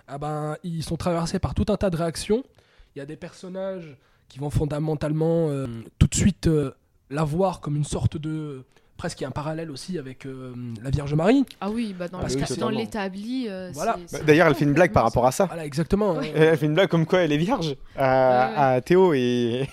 ils sont traversés par tout un tas de réactions. Il y a des personnages qui vont fondamentalement tout de suite la voir comme une sorte de... Presque il y a un parallèle aussi avec la Vierge Marie. Ah oui, dans l'établi... voilà. D'ailleurs, elle fait une blague par rapport à ça. Voilà, exactement. Ouais. Elle fait une blague comme quoi elle est vierge à Théo et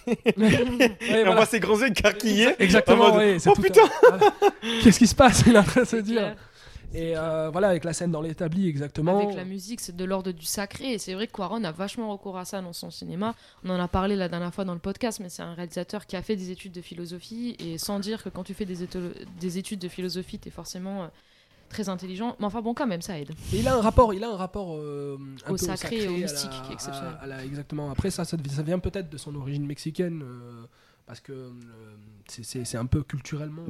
on voit ses grands yeux écarquillés. Exactement, oh putain Qu'est-ce qui se passe? Il est en train de se dire. Et avec la scène dans l'établi, exactement. Avec la musique, c'est de l'ordre du sacré. Et c'est vrai que Cuarón a vachement recours à ça dans son cinéma. On en a parlé la dernière fois dans le podcast, mais c'est un réalisateur qui a fait des études de philosophie. Et sans dire que quand tu fais des études de philosophie, t'es forcément très intelligent. Mais enfin bon, quand même, ça aide. Et il a un rapport au sacré et au mystique qui est exceptionnel. Exactement. Après, ça vient peut-être de son origine mexicaine, parce que c'est un peu culturellement...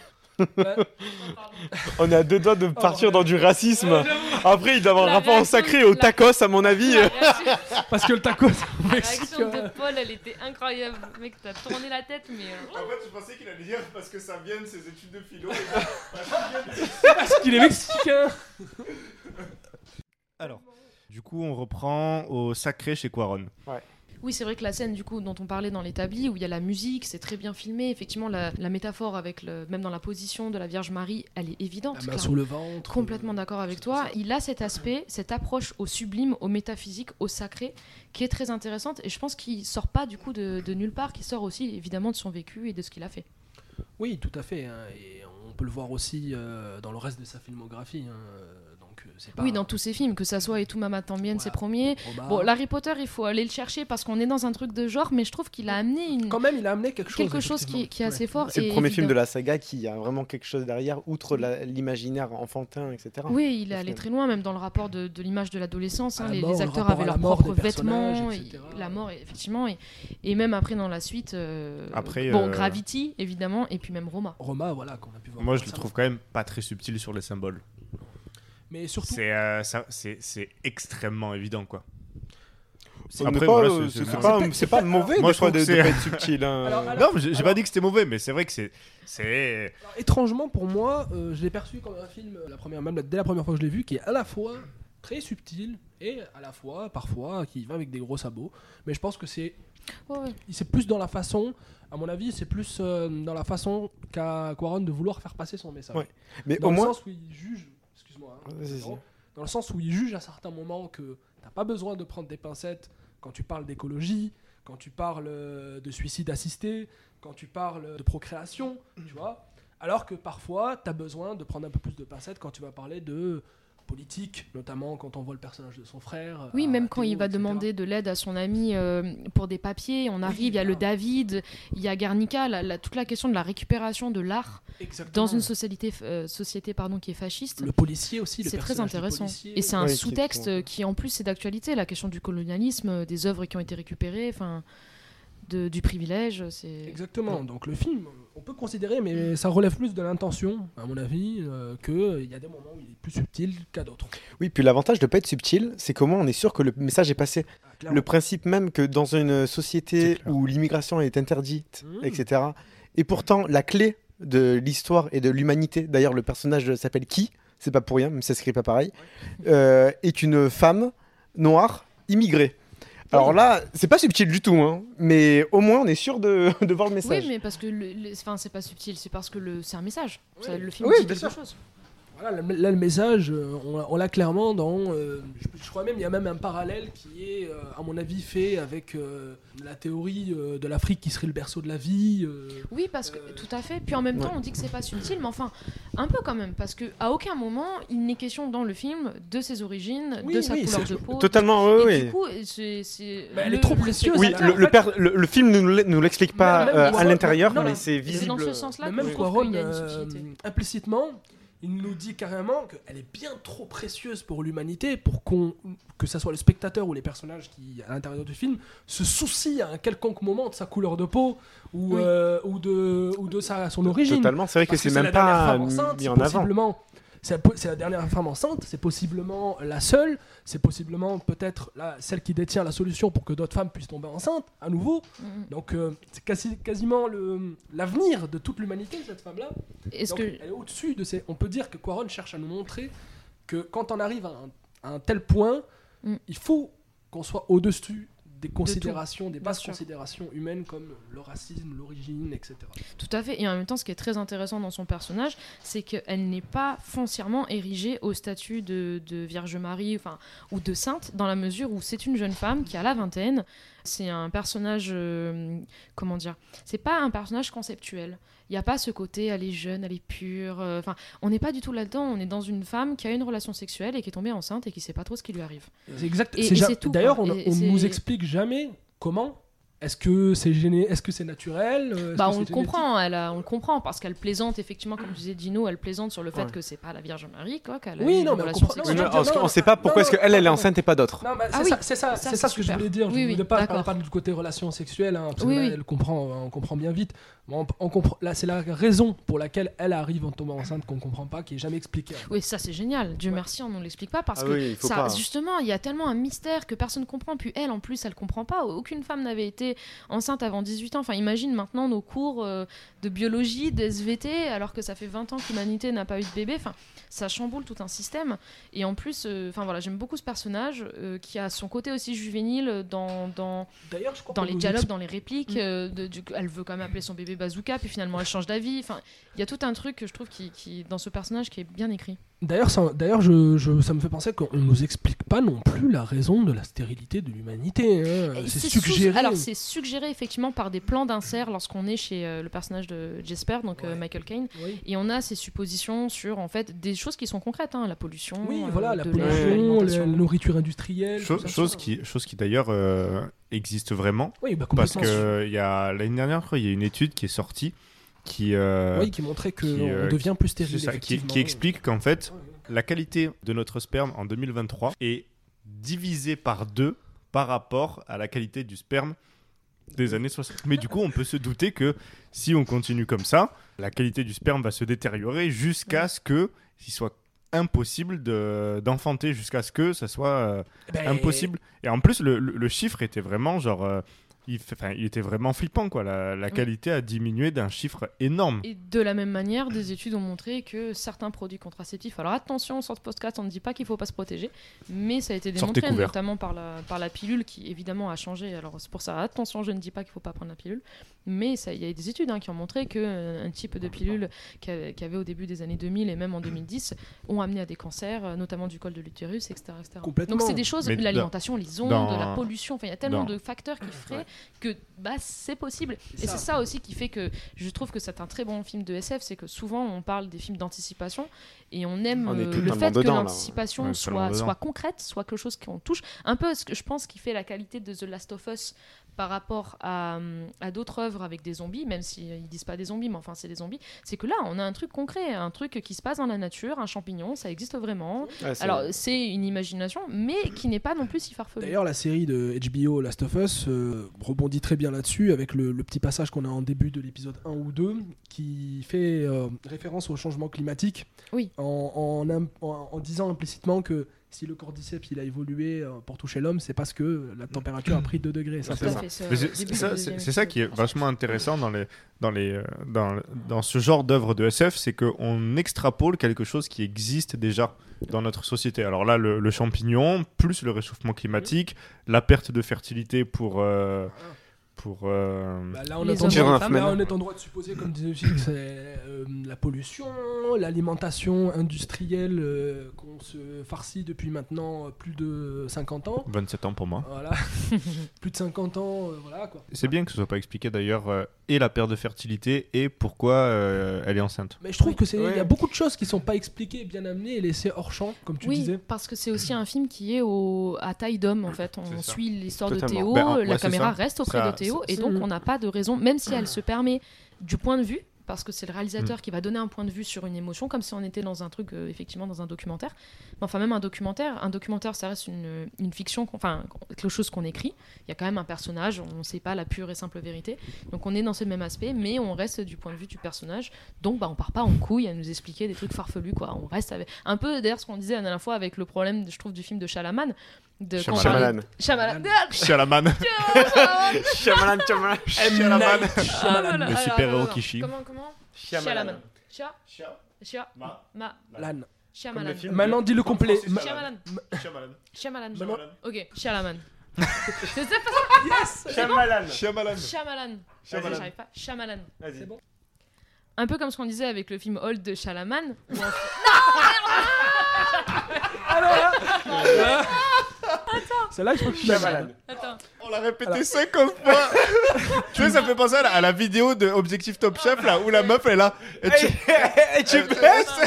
On est à deux doigts de partir dans du racisme. Après, il doit avoir un rapport au sacré, au tacos, à mon avis. Parce que le tacos, la réaction de Paul, elle était incroyable. Mec, t'as tourné la tête, mais... En fait, je pensais qu'il allait dire parce que ça vient de ses études de philo. Parce qu'il est mexicain. Alors, du coup, on reprend au sacré chez Cuarón. Ouais. Oui, c'est vrai que la scène du coup dont on parlait dans l'établi, où il y a la musique, c'est très bien filmé. Effectivement, la métaphore avec même dans la position de la Vierge Marie, elle est évidente. La main sous le ventre. Complètement d'accord avec toi. Il a cet aspect, cette approche au sublime, au métaphysique, au sacré, qui est très intéressante. Et je pense qu'il sort pas du coup de nulle part, qu'il sort aussi évidemment de son vécu et de ce qu'il a fait. Oui, tout à fait. Hein. Et on peut le voir aussi dans le reste de sa filmographie. Hein. donc c'est pas... Oui, dans tous ces films, que ça soit Et tout Mama Tambien, Voilà. ses premiers. Roma. Bon, Harry Potter, il faut aller le chercher parce qu'on est dans un truc de genre, mais je trouve qu'il a amené Quand même, il a amené quelque chose qui est assez fort. C'est le et premier film de évidemment- la saga qui a vraiment quelque chose derrière, outre l'imaginaire enfantin, etc. Oui, il est Au allé final. très loin, même dans le rapport de l'image de l'adolescence. À la Les mort, le acteurs rapport avaient à la leurs mort propres des personnages, vêtements, etc. la mort, effectivement, et même après dans la suite. Après, bon, Gravity, évidemment, et puis même Roma. Roma, voilà, qu'on a pu voir. Moi, je le récemment. trouve quand même pas très subtil sur les symboles. Mais surtout, C'est extrêmement évident, quoi. Après, voilà, c'est pas mauvais Moi, des je fois trouve de que c'est- pas être subtil. hein. Alors, Non, mais j'ai pas dit que c'était mauvais, mais c'est vrai que c'est... alors, étrangement pour moi, je l'ai perçu comme un film, dès la première fois que je l'ai vu, qui est à la fois très subtil et à la fois, parfois, qui va avec des gros sabots. Mais je pense que c'est plus dans la façon, à mon avis, c'est plus dans la façon qu'a Cuarón de vouloir faire passer son message. Ouais. Mais Dans au le moins. sens où il juge, excuse-moi, hein, Vas-y. dans le sens où il juge à certains moments que t'as pas besoin de prendre des pincettes quand tu parles d'écologie, quand tu parles de suicide assisté, quand tu parles de procréation, tu vois. Alors que parfois, t'as besoin de prendre un peu plus de pincettes quand tu vas parler de politique, notamment quand on voit le personnage de son frère. Oui, même quand Théo, il va etc. demander de l'aide à son ami pour des papiers, on arrive, il y a le David, il y a Guernica, toute la question de la récupération de l'art Exactement. dans une société qui est fasciste. Le policier aussi, le C'est très personnage du intéressant. policier. Et c'est un Oui, qui est sous-texte très- qui, en plus, c'est d'actualité, la question du colonialisme, des œuvres qui ont été récupérées, du privilège. Exactement. Donc le film, on peut considérer, mais ça relève plus de l'intention, à mon avis, qu'il y a des moments où il est plus subtil qu'à d'autres. Oui, puis l'avantage de pas être subtil, c'est comment on est sûr que le message est passé. Clairement. Le principe même que dans une société où l'immigration est interdite, etc. Et pourtant, la clé de l'histoire et de l'humanité, d'ailleurs le personnage s'appelle Qui, c'est pas pour rien, même si ça s'écrit pas pareil, est une femme noire immigrée. Alors là, c'est pas subtil du tout, hein, mais au moins on est sûr de voir le message. Oui, mais parce que c'est pas subtil, c'est parce que c'est un message. Le film Oui, dit bien quelque sûr. chose. Voilà, là, le message, on l'a clairement dans... je crois même il y a même un parallèle qui est, à mon avis, fait avec la théorie de l'Afrique qui serait le berceau de la vie. Oui, parce que tout à fait. Puis en même temps, on dit que c'est pas subtil, mais enfin, un peu quand même, parce que à aucun moment il n'est question dans le film de ses origines, Oui, de sa oui, couleur c'est- de peau. Totalement, oui, Et oui. du coup, c'est elle est trop précieuse. Oui, spectateur- le film nous l'explique pas Même à Cuarón, l'intérieur, non, mais non, c'est c'est visible. dans ce sens-là Mais que même je trouve Cuarón, qu'il y a une subtilité. implicitement, il nous dit carrément qu'elle est bien trop précieuse pour l'humanité pour que ça soit le spectateur ou les personnages qui, à l'intérieur du film, se soucient à un quelconque moment de sa couleur de peau ou, ou de son origine. Totalement, c'est vrai que Parce c'est la même dernière pas femme enceinte, mis c'est en avant. possiblement- c'est la dernière femme enceinte, c'est possiblement la seule, c'est possiblement peut-être celle qui détient la solution pour que d'autres femmes puissent tomber enceintes à nouveau. Donc c'est quasiment quasiment l'avenir de toute l'humanité, cette femme-là. Est-ce Donc, que elle est au-dessus de ces... On peut dire que Cuarón cherche à nous montrer que quand on arrive à un tel point, il faut qu'on soit au-dessus des considérations, des bien basses sûr. considérations humaines comme le racisme, l'origine, etc. Tout à fait. Et en même temps, ce qui est très intéressant dans son personnage, c'est qu'elle n'est pas foncièrement érigée au statut de Vierge Marie ou de sainte, dans la mesure où c'est une jeune femme qui a la vingtaine. C'est un personnage, comment dire, c'est pas un personnage conceptuel. Il n'y a pas ce côté, elle est jeune, elle est pure. On n'est pas du tout là-dedans. On est dans une femme qui a une relation sexuelle et qui est tombée enceinte et qui ne sait pas trop ce qui lui arrive. C'est exact. Et C'est c'est tout, D'ailleurs, quoi. on Et nous c'est- explique jamais comment. Est-ce que c'est est-ce que c'est naturel? Est-ce que On c'est le génétique comprend, on le comprend parce qu'elle plaisante effectivement, comme disait Dino, elle plaisante sur le fait Ouais. que c'est pas la Vierge Marie, quoi, qu'elle a Oui, eu non, une mais on relation comprend- Oui, sexuelle. mais on ne sait pas pourquoi est-ce qu'elle est enceinte et pas d'autres. Non, mais Ah c'est oui, ça, c'est ça ça, ce que c'est je voulais super. dire. Oui, Je oui, voulais pas d'accord. parler du côté relation sexuelle, hein, parce Oui, que là, oui. on comprend bien vite. Bon, là, c'est la raison pour laquelle elle arrive en tombant enceinte qu'on comprend pas, qui est jamais expliquée. Oui, ça c'est génial. Dieu merci, on ne l'explique pas parce Ah que oui, il faut ça, pas. justement, il y a tellement un mystère que personne ne comprend. Puis elle, en plus, elle comprend pas. Aucune femme n'avait été enceinte avant 18 ans. Enfin, imagine maintenant nos cours de biologie, de SVT, alors que ça fait 20 ans que l'humanité n'a pas eu de bébé. Enfin, ça chamboule tout un système. Et en plus, voilà, j'aime beaucoup ce personnage qui a son côté aussi juvénile D'ailleurs, je crois dans qu'on les nous dialogues, explique- dans les répliques. Elle veut quand même appeler son bébé Bazooka, puis finalement elle change d'avis. Enfin, il y a tout un truc que je trouve qui dans ce personnage qui est bien écrit. D'ailleurs, ça me fait penser qu'on nous explique pas non plus la raison de la stérilité de l'humanité. Hein. C'est suggéré. Alors, c'est suggéré effectivement par des plans d'insert lorsqu'on est chez le personnage de Jesper, donc Michael Caine, et on a ces suppositions sur en fait des choses qui sont concrètes, hein, la pollution. Oui, voilà, la de pollution, l'air, la nourriture industrielle. Chose qui d'ailleurs existe vraiment. Oui, bah, parce complètement. que l'année dernière, je crois, il y a une étude qui est sortie qui montrait qu'on devient plus stérile. C'est ça, qui explique qu'en fait, la qualité de notre sperme en 2023 est divisée par 2 par rapport à la qualité du sperme des années 60. Mais du coup, on peut se douter que si on continue comme ça, la qualité du sperme va se détériorer jusqu'à ce qu'il soit impossible d'enfanter, jusqu'à ce que ça soit impossible. Et en plus, le chiffre était vraiment genre... il était vraiment flippant, quoi. La qualité a diminué d'un chiffre énorme. Et de la même manière, des études ont montré que certains produits contraceptifs, alors attention, sur ce podcast, on ne dit pas qu'il ne faut pas se protéger, mais ça a été démontré, notamment par la pilule qui évidemment a changé. Alors c'est pour ça, attention, je ne dis pas qu'il ne faut pas prendre la pilule, mais il y a des études qui ont montré qu'un type de pilule qu'il y avait au début des années 2000 et même en 2010 ont amené à des cancers, notamment du col de l'utérus, etc. Donc c'est des choses, l'alimentation, les ondes, la pollution, il y a tellement de facteurs qui feraient que c'est possible. Et c'est ça aussi qui fait que je trouve que c'est un très bon film de SF, c'est que souvent on parle des films d'anticipation et on aime le fait que l'anticipation soit concrète, soit quelque chose qu'on touche. Un peu ce que je pense qui fait la qualité de The Last of Us par rapport à d'autres œuvres avec des zombies, même s'ils disent pas des zombies, mais enfin c'est des zombies, c'est que là on a un truc concret, un truc qui se passe dans la nature, un champignon, ça existe vraiment. Alors c'est une imagination, mais qui n'est pas non plus si farfelue. D'ailleurs la série de HBO Last of Us rebondit très bien là-dessus avec le petit passage qu'on a en début de l'épisode 1 ou 2 qui fait référence au changement climatique en disant implicitement que si le cordyceps il a évolué pour toucher l'homme, c'est parce que la température a pris 2 degrés. C'est ça qui est vachement intéressant dans ce genre d'œuvre de SF, c'est qu'on extrapole quelque chose qui existe déjà dans notre société. Alors là, le champignon, plus le réchauffement climatique, la perte de fertilité pour là, on est en droit de supposer, comme disait Phil, que c'est la pollution, l'alimentation industrielle qu'on se farcit depuis maintenant plus de 50 ans. 27 ans pour moi. Voilà. Plus de 50 ans, voilà quoi. C'est bien que ce soit pas expliqué d'ailleurs, et la perte de fertilité, et pourquoi elle est enceinte. Mais je trouve que il y a beaucoup de choses qui sont pas expliquées, bien amenées et laissées hors champ, comme tu disais. Oui, parce que c'est aussi un film qui est à taille d'homme en fait. On suit l'histoire de Théo, la caméra reste auprès de Théo. Et donc on n'a pas de raison, même si elle se permet du point de vue, parce que c'est le réalisateur qui va donner un point de vue sur une émotion, comme si on était dans un truc, effectivement dans un documentaire. Enfin même un documentaire ça reste une fiction, enfin quelque chose qu'on écrit. Il y a quand même un personnage, on ne sait pas la pure et simple vérité. Donc on est dans ce même aspect, mais on reste du point de vue du personnage. Donc on part pas en couille à nous expliquer des trucs farfelus, quoi. On reste avec un peu d'ailleurs ce qu'on disait la dernière fois avec le problème, je trouve, du film de Chalaman. Shyamalan. Le super-héros qui chie. Comment Shyamalan. Maintenant dis le complet. Shyamalan. Ok, Shyamalan. C'est ça, yes. Shyamalan. J'arrive pas. Shyamalan. C'est bon. Un peu comme ce qu'on disait avec le film Old de Shyamalan. Non, celle-là, je crois que tu l'as mal. On l'a répété 50 fois. Tu vois, ça me fait penser à la vidéo de Objectif Top Chef là où la meuf elle est là. Et tu baisses.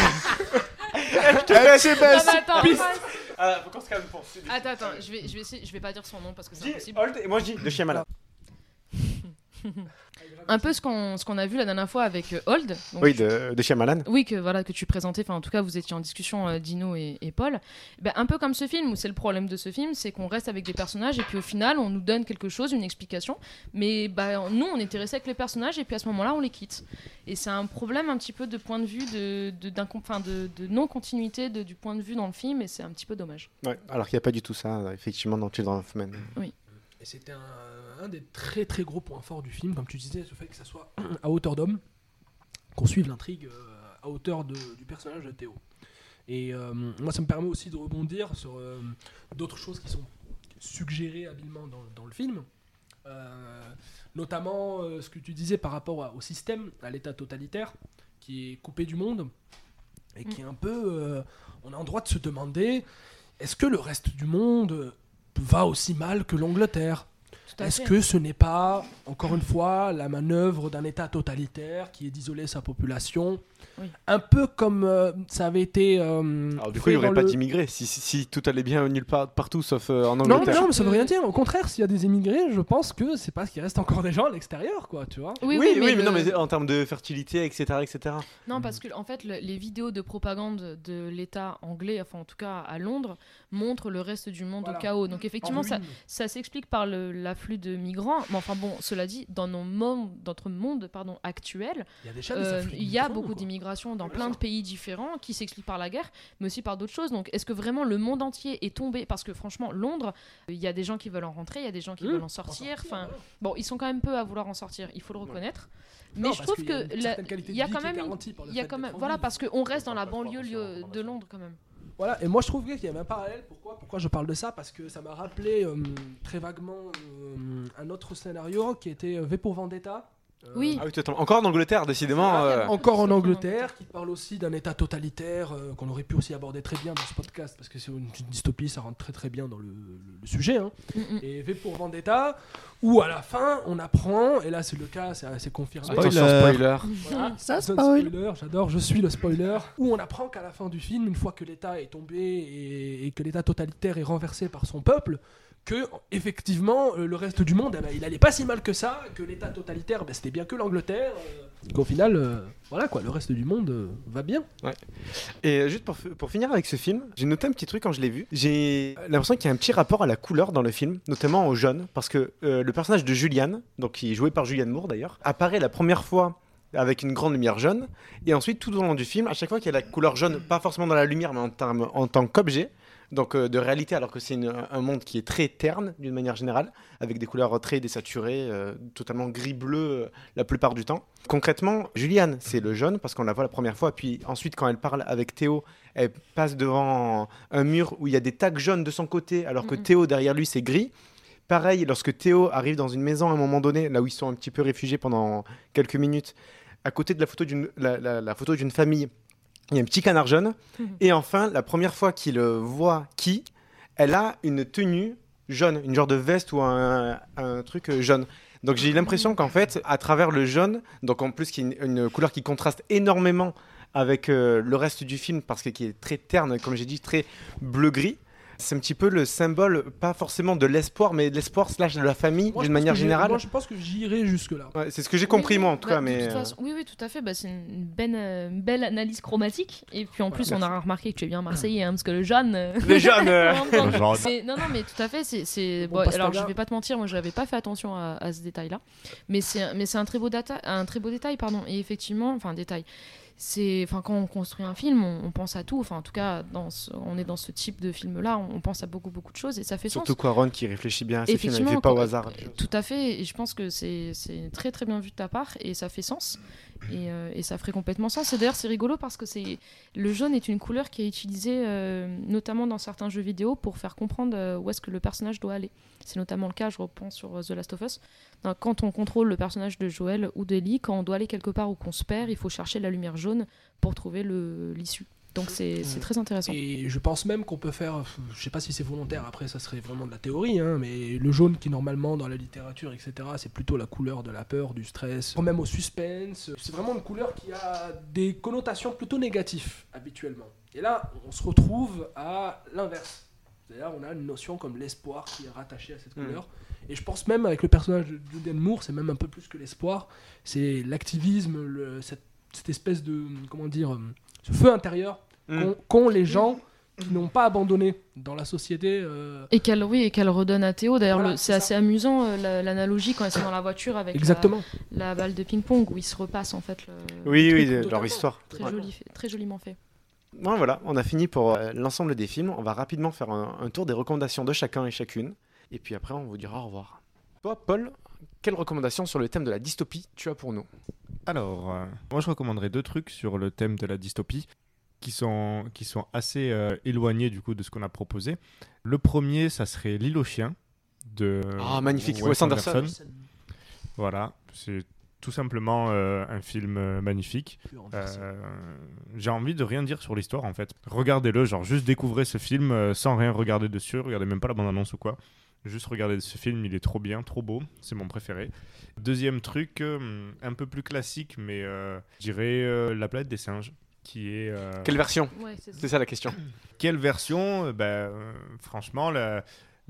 Faut qu'on se calme pour. Attends, je vais essayer. Je vais pas dire son nom parce que c'est impossible. Holt et moi je dis de Shyamalan. Un peu ce qu'on a vu la dernière fois avec Old. Oui, de Shyamalan. Oui, que tu présentais. Enfin, en tout cas, vous étiez en discussion, Dino et Paul. Un peu comme ce film, où c'est le problème de ce film, c'est qu'on reste avec des personnages et puis au final, on nous donne quelque chose, une explication. Mais nous, on était restés avec les personnages et puis à ce moment-là, on les quitte. Et c'est un problème un petit peu de point de vue de non-continuité du point de vue dans le film et c'est un petit peu dommage. Ouais, alors qu'il n'y a pas du tout ça, effectivement, dans Children of Men. Oui. Et c'était un des très très gros points forts du film, comme tu disais, le fait que ça soit à hauteur d'homme, qu'on suive l'intrigue à hauteur du personnage de Théo. Et moi, ça me permet aussi de rebondir sur d'autres choses qui sont suggérées habilement dans le film. Notamment ce que tu disais par rapport au système, à l'état totalitaire, qui est coupé du monde. et qui est un peu... on a en droit de se demander, est-ce que le reste du monde va aussi mal que l'Angleterre ? Est-ce que ce n'est pas, encore une fois, la manœuvre d'un État totalitaire qui est d'isoler sa population ? Un peu comme ça avait été... Alors du coup, il n'y aurait pas d'immigrés si tout allait bien nulle part, partout sauf en Angleterre. Non, mais ça ne veut rien dire. Au contraire, s'il y a des immigrés, je pense que c'est parce qu'il reste encore des gens à l'extérieur, quoi, tu vois. Oui, mais non, mais en termes de fertilité, etc. Non, parce que en fait, les vidéos de propagande de l'État anglais, enfin en tout cas à Londres, montrent le reste du monde au chaos. Donc effectivement, ça s'explique par l'afflux de migrants. Mais enfin bon, cela dit, dans notre monde actuel, il y a beaucoup d'immigration dans plein de pays différents qui s'expliquent par la guerre, mais aussi par d'autres choses. Donc est-ce que vraiment le monde entier est tombé ? Parce que franchement, Londres, il y a des gens qui veulent en rentrer, il y a des gens qui veulent en sortir. Enfin, bon, ils sont quand même peu à vouloir en sortir, il faut le reconnaître. Mais je trouve que il y a quand même voilà, parce qu'on reste dans la banlieue de Londres quand même. Voilà, et moi je trouve qu'il y avait un parallèle. Pourquoi je parle de ça ? Parce que ça m'a rappelé très vaguement un autre scénario qui était V pour Vendetta. Oui. Ah oui, encore en Angleterre, décidément. Encore en Angleterre, qui parle aussi d'un État totalitaire qu'on aurait pu aussi aborder très bien dans ce podcast, parce que c'est une dystopie, ça rentre très très bien dans le sujet. Hein. Et V pour Vendetta, où à la fin on apprend, et là c'est le cas, c'est assez confirmé. Attention, spoiler. Voilà, ça spoil. J'adore, je suis le spoiler. Où on apprend qu'à la fin du film, une fois que l'État est tombé et que l'État totalitaire est renversé par son peuple, que effectivement le reste du monde il allait pas si mal que ça, que l'État totalitaire c'était bien que l'Angleterre, qu'au final voilà quoi, le reste du monde va bien. Ouais. Et juste pour finir avec ce film, j'ai noté un petit truc quand je l'ai vu. J'ai l'impression qu'il y a un petit rapport à la couleur dans le film, notamment aux jeunes, parce que le personnage de Julianne, donc qui est joué par Julianne Moore d'ailleurs, apparaît la première fois avec une grande lumière jaune, et ensuite tout au long du film, à chaque fois qu'il y a la couleur jaune, pas forcément dans la lumière mais en tant qu'objet, donc de réalité, alors que c'est un monde qui est très terne d'une manière générale, avec des couleurs très désaturées, totalement gris-bleu la plupart du temps. Concrètement, Julianne, c'est le jaune, parce qu'on la voit la première fois, puis ensuite quand elle parle avec Théo, elle passe devant un mur où il y a des tags jaunes de son côté, alors que Théo, derrière lui, c'est gris. Pareil, lorsque Théo arrive dans une maison à un moment donné, là où ils sont un petit peu réfugiés pendant quelques minutes, à côté de la photo d'une famille, il y a un petit canard jaune. Et enfin, la première fois qu'il voit elle a une tenue jaune, une genre de veste ou un truc jaune. Donc j'ai l'impression qu'en fait, à travers le jaune, donc en plus qui est une couleur qui contraste énormément avec le reste du film, parce qu'il est très terne, comme j'ai dit, très bleu-gris. C'est un petit peu le symbole, pas forcément de l'espoir, mais de l'espoir / de la famille, d'une manière générale. Moi, je pense que j'irai jusque-là. Ouais, c'est ce que j'ai compris, moi, en tout cas. Mais oui, tout à fait. C'est une belle analyse chromatique. Et puis, en plus, on a remarqué que tu es bien Marseillais, hein, parce que le jaune... Le jaune Non, mais tout à fait. Bon, alors, je vais pas te mentir, moi, je n'avais pas fait attention à ce détail-là. Mais c'est un très beau détail, pardon. Et effectivement, détail... quand on construit un film, on pense à tout. Enfin, en tout cas, on est dans ce type de film-là, on pense à beaucoup de choses et ça fait sens. Surtout Quaron qui réfléchit bien à ses films, il ne fait pas au hasard. Tout à fait, et je pense que c'est très très bien vu de ta part et ça fait sens. Et ça ferait complètement sens. Et d'ailleurs, c'est rigolo parce que le jaune est une couleur qui est utilisée notamment dans certains jeux vidéo pour faire comprendre où est-ce que le personnage doit aller. C'est notamment le cas, je repense sur The Last of Us. Donc, quand on contrôle le personnage de Joel ou d'Ellie, quand on doit aller quelque part où qu'on se perd, il faut chercher la lumière jaune pour trouver l'issue. Donc c'est très intéressant. Et je pense même qu'on peut faire, je sais pas si c'est volontaire, après ça serait vraiment de la théorie, hein, mais le jaune qui normalement dans la littérature, etc., c'est plutôt la couleur de la peur, du stress, même au suspense. C'est vraiment une couleur qui a des connotations plutôt négatives habituellement. Et là, on se retrouve à l'inverse. C'est-à-dire on a une notion comme l'espoir qui est rattaché à cette couleur. Et je pense même avec le personnage de Julianne Moore, c'est même un peu plus que l'espoir, c'est l'activisme, cette espèce de, comment dire, ce feu intérieur qu'ont les gens qui n'ont pas abandonné dans la société. Et qu'elle redonne à Théo. D'ailleurs, voilà, c'est assez amusant l'analogie quand ils sont dans la voiture avec la balle de ping-pong où ils se repassent en fait. Oui, leur histoire. Très joliment fait. Bon, voilà, on a fini pour l'ensemble des films. On va rapidement faire un tour des recommandations de chacun et chacune. Et puis après, on vous dira au revoir. Toi, Paul, quelle recommandation sur le thème de la dystopie tu as pour nous ? Alors, moi je recommanderais 2 trucs sur le thème de la dystopie qui sont assez éloignés du coup de ce qu'on a proposé. Le premier, ça serait L'île aux chiens de magnifique, Wes Anderson. Voilà, c'est tout simplement un film magnifique. J'ai envie de rien dire sur l'histoire en fait. Regardez-le, genre juste découvrez ce film sans rien regarder dessus, regardez même pas la bande-annonce ou quoi. Juste regardez ce film, il est trop bien, trop beau, c'est mon préféré. Deuxième truc, un peu plus classique, mais je dirais La planète des singes, qui est... Quelle version ? Ouais, c'est ça la question. Quelle version ? Franchement, la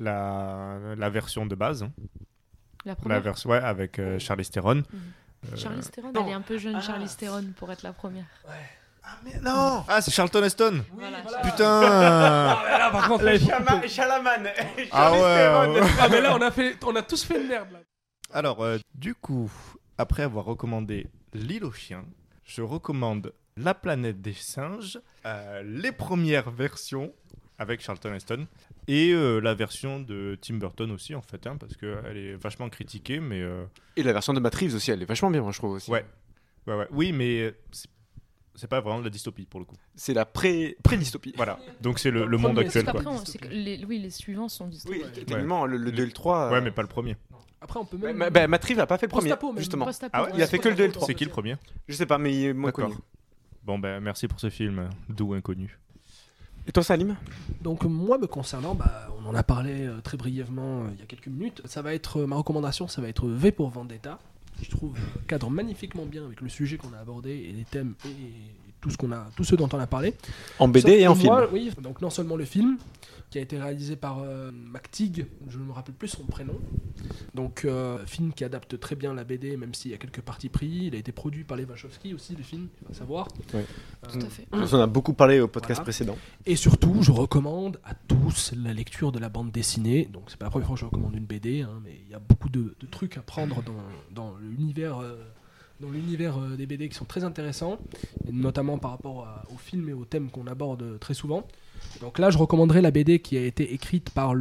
version de base. Hein. La première version, ouais, avec Charlize Theron. Charlize Theron, elle est un peu jeune, Charlize Theron, pour être la première. Ouais. Ah mais non. Ah, c'est Charlton Heston. Oui, voilà. Putain. Là, par contre, Chalaman. Ah ouais. Ah mais là, on a tous fait une merde là. Alors, du coup, après avoir recommandé L'île aux chiens, je recommande La planète des singes, les premières versions avec Charlton Heston et la version de Tim Burton aussi en fait, hein, parce qu'elle est vachement critiquée, mais... Et la version de Matt Reeves aussi, elle est vachement bien, moi je trouve aussi. Ouais. Oui, mais c'est pas vraiment de la dystopie pour le coup. C'est la pré-dystopie. Voilà. Donc c'est le monde actuel. Après, les suivants sont dystopiques. Oui, techniquement, le 2 et le 3... Ouais, mais pas le premier. Après, on peut même... Matt Reeves n'a pas fait le premier, justement. Ah ouais, il a fait que le 2 et le 3. C'est qui le premier ? Je sais pas, mais il est moins connu. Bon, merci pour ce film, doux inconnu. Et toi, Salim ? Donc moi, me concernant, on en a parlé très brièvement il y a quelques minutes. Ma recommandation, ça va être V pour Vendetta. Je trouve cadre magnifiquement bien avec le sujet qu'on a abordé et les thèmes et tout ce dont on a parlé. En BD et en film. Oui, donc non seulement le film, qui a été réalisé par McTeague, je ne me rappelle plus son prénom. Donc film qui adapte très bien la BD, même s'il y a quelques parties pris. Il a été produit par les Wachowski aussi, le film, il faut savoir. Ouais. Tout à fait. On en a beaucoup parlé au podcast précédent. Et surtout, je recommande à tous la lecture de la bande dessinée. Donc c'est pas la première fois que je recommande une BD, hein, mais il y a beaucoup de trucs à prendre dans l'univers... dans l'univers des BD qui sont très intéressants, et notamment par rapport aux films et aux thèmes qu'on aborde très souvent. Donc là, je recommanderais la BD qui a été écrite par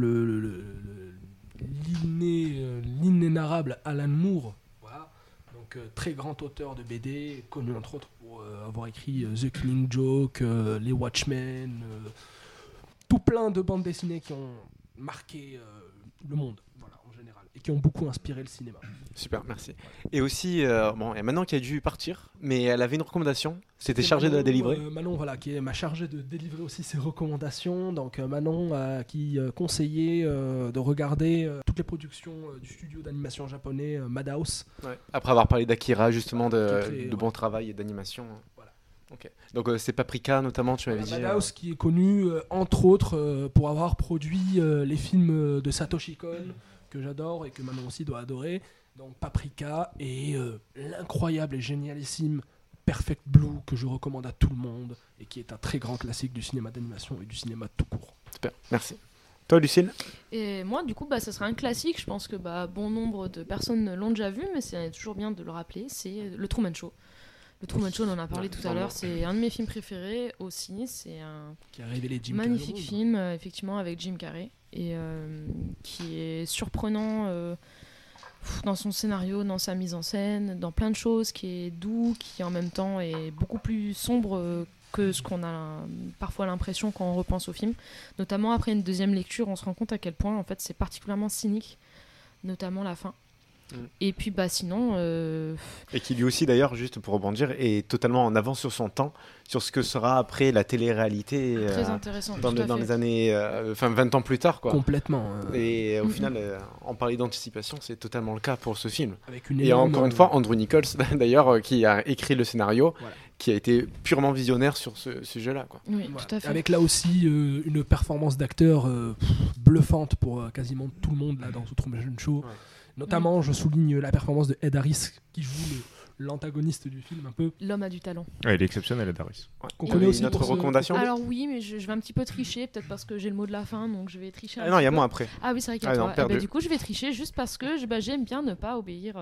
l'inénarrable Alan Moore, voilà. Donc très grand auteur de BD, connu entre autres pour avoir écrit The Killing Joke, les Watchmen, tout plein de bandes dessinées qui ont marqué le monde, voilà, en général, et qui ont beaucoup inspiré le cinéma. Super, merci. Et aussi, il y a Manon qui a dû partir, mais elle avait une recommandation. C'était chargé de la délivrer. Manon, voilà, qui m'a chargé de délivrer aussi ses recommandations. Donc Manon qui conseillait de regarder toutes les productions du studio d'animation japonais Madhouse. Ouais. Après avoir parlé d'Akira, justement, de bon travail et d'animation. Voilà. Okay. Donc c'est Paprika, notamment, tu m'avais dit. Madhouse qui est connu, entre autres, pour avoir produit les films de Satoshi Kon, que j'adore et que Manon aussi doit adorer. Donc Paprika et l'incroyable et génialissime Perfect Blue, que je recommande à tout le monde et qui est un très grand classique du cinéma d'animation et du cinéma tout court. Super, merci. Toi, Lucille ? Et moi, du coup, ça sera un classique. Je pense que bon nombre de personnes l'ont déjà vu, mais c'est toujours bien de le rappeler. C'est le Truman Show. Le Truman Show, on en a parlé tout à l'heure. C'est un de mes films préférés aussi. C'est un qui a révélé Jim magnifique Carrey, film, effectivement, avec Jim Carrey, et qui est surprenant dans son scénario, dans sa mise en scène, dans plein de choses, qui est doux, qui en même temps est beaucoup plus sombre que ce qu'on a parfois l'impression quand on repense au film. Notamment après une deuxième lecture, on se rend compte à quel point en fait c'est particulièrement cynique, notamment la fin. Et puis sinon... Et qui lui aussi d'ailleurs, juste pour rebondir, est totalement en avance sur son temps, sur ce que sera après la télé-réalité très intéressant, dans les années... 20 ans plus tard, quoi. Complètement. Et au final, en parler d'anticipation, c'est totalement le cas pour ce film. Avec une et encore une fois, Andrew Nichols, d'ailleurs, qui a écrit le scénario, voilà, qui a été purement visionnaire sur ce sujet-là, quoi. Oui, voilà, tout à fait. Avec là aussi une performance d'acteur bluffante pour quasiment tout le monde là, dans ce Truman Show. Ouais. Notamment, je souligne la performance de Ed Harris, qui joue l'antagoniste du film un peu. L'homme a du talent. Ouais, il est exceptionnel, Ed Harris. Ouais. Qu'on connaît aussi notre recommandation. Alors oui, mais je vais un petit peu tricher, peut-être parce que j'ai le mot de la fin, donc je vais tricher un non, il y a moi après. Ah oui, c'est vrai qu'il y a toi. Du coup, je vais tricher juste parce que j'aime bien ne pas obéir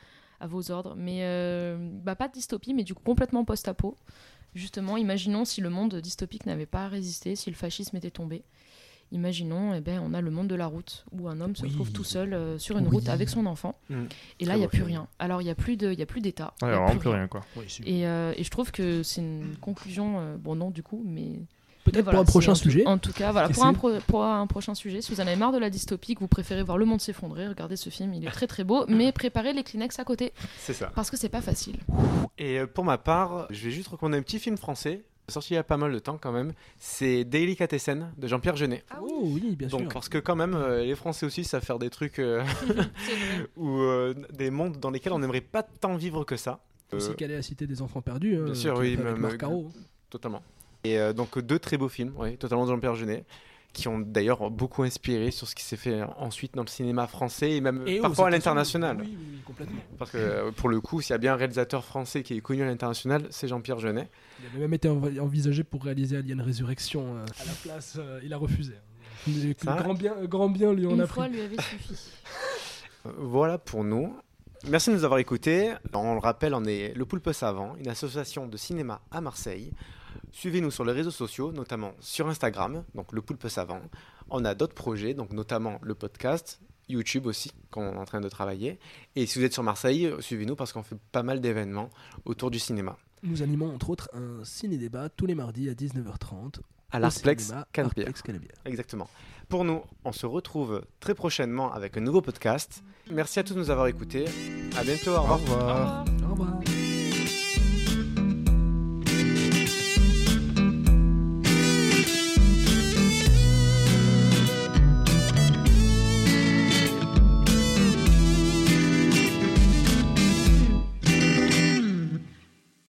à vos ordres. Mais pas de dystopie, mais du coup complètement post-apo. Justement, imaginons si le monde dystopique n'avait pas résisté, si le fascisme était tombé. Imaginons, on a le monde de la route, où un homme se trouve tout seul sur une route avec son enfant. Et là, il n'y a plus rien. Alors, il n'y a plus d'État. Il n'y a vraiment plus rien, quoi. Et je trouve que c'est une conclusion, non du coup, mais Peut-être pour un prochain sujet. En tout cas, voilà, Qui pour un prochain sujet, si vous en avez marre de la dystopie, que vous préférez voir le monde s'effondrer, regardez ce film, il est très très beau, mais préparez les Kleenex à côté. C'est ça. Parce que c'est pas facile. Et pour ma part, je vais juste recommander un petit film français, sorti il y a pas mal de temps quand même. C'est Délicatessen de Jean-Pierre Jeunet. Oh oui, bien sûr. Donc, parce que quand même, les Français aussi savent faire des trucs ou des mondes dans lesquels on n'aimerait pas tant vivre que ça. Aussi qu'aller à Cité des Enfants Perdus. Bien sûr, qui oui, a fait avec même Marc Caro. totalement. Et donc 2 très beaux films, oui, totalement de Jean-Pierre Jeunet, qui ont d'ailleurs beaucoup inspiré sur ce qui s'est fait ensuite dans le cinéma français et même parfois à l'international. Oui, complètement. Parce que pour le coup, s'il y a bien un réalisateur français qui est connu à l'international, c'est Jean-Pierre Jeunet. Il avait même été envisagé pour réaliser Alien Résurrection. À la place, il a refusé. Grand bien lui en a pris. Une fois lui avait suffi. Voilà pour nous. Merci de nous avoir écoutés. On le rappelle, on est Le Poulpe Savant, une association de cinéma à Marseille. Suivez-nous sur les réseaux sociaux, notamment sur Instagram, donc Le Poulpe Savant. On a d'autres projets, donc notamment le podcast, YouTube aussi, qu'on est en train de travailler. Et si vous êtes sur Marseille, suivez-nous parce qu'on fait pas mal d'événements autour du cinéma. Nous animons entre autres un ciné-débat tous les mardis à 19h30 à l'Arplex Canebière. Exactement. Pour nous, on se retrouve très prochainement avec un nouveau podcast. Merci à tous de nous avoir écoutés. À bientôt. Au revoir. Au revoir.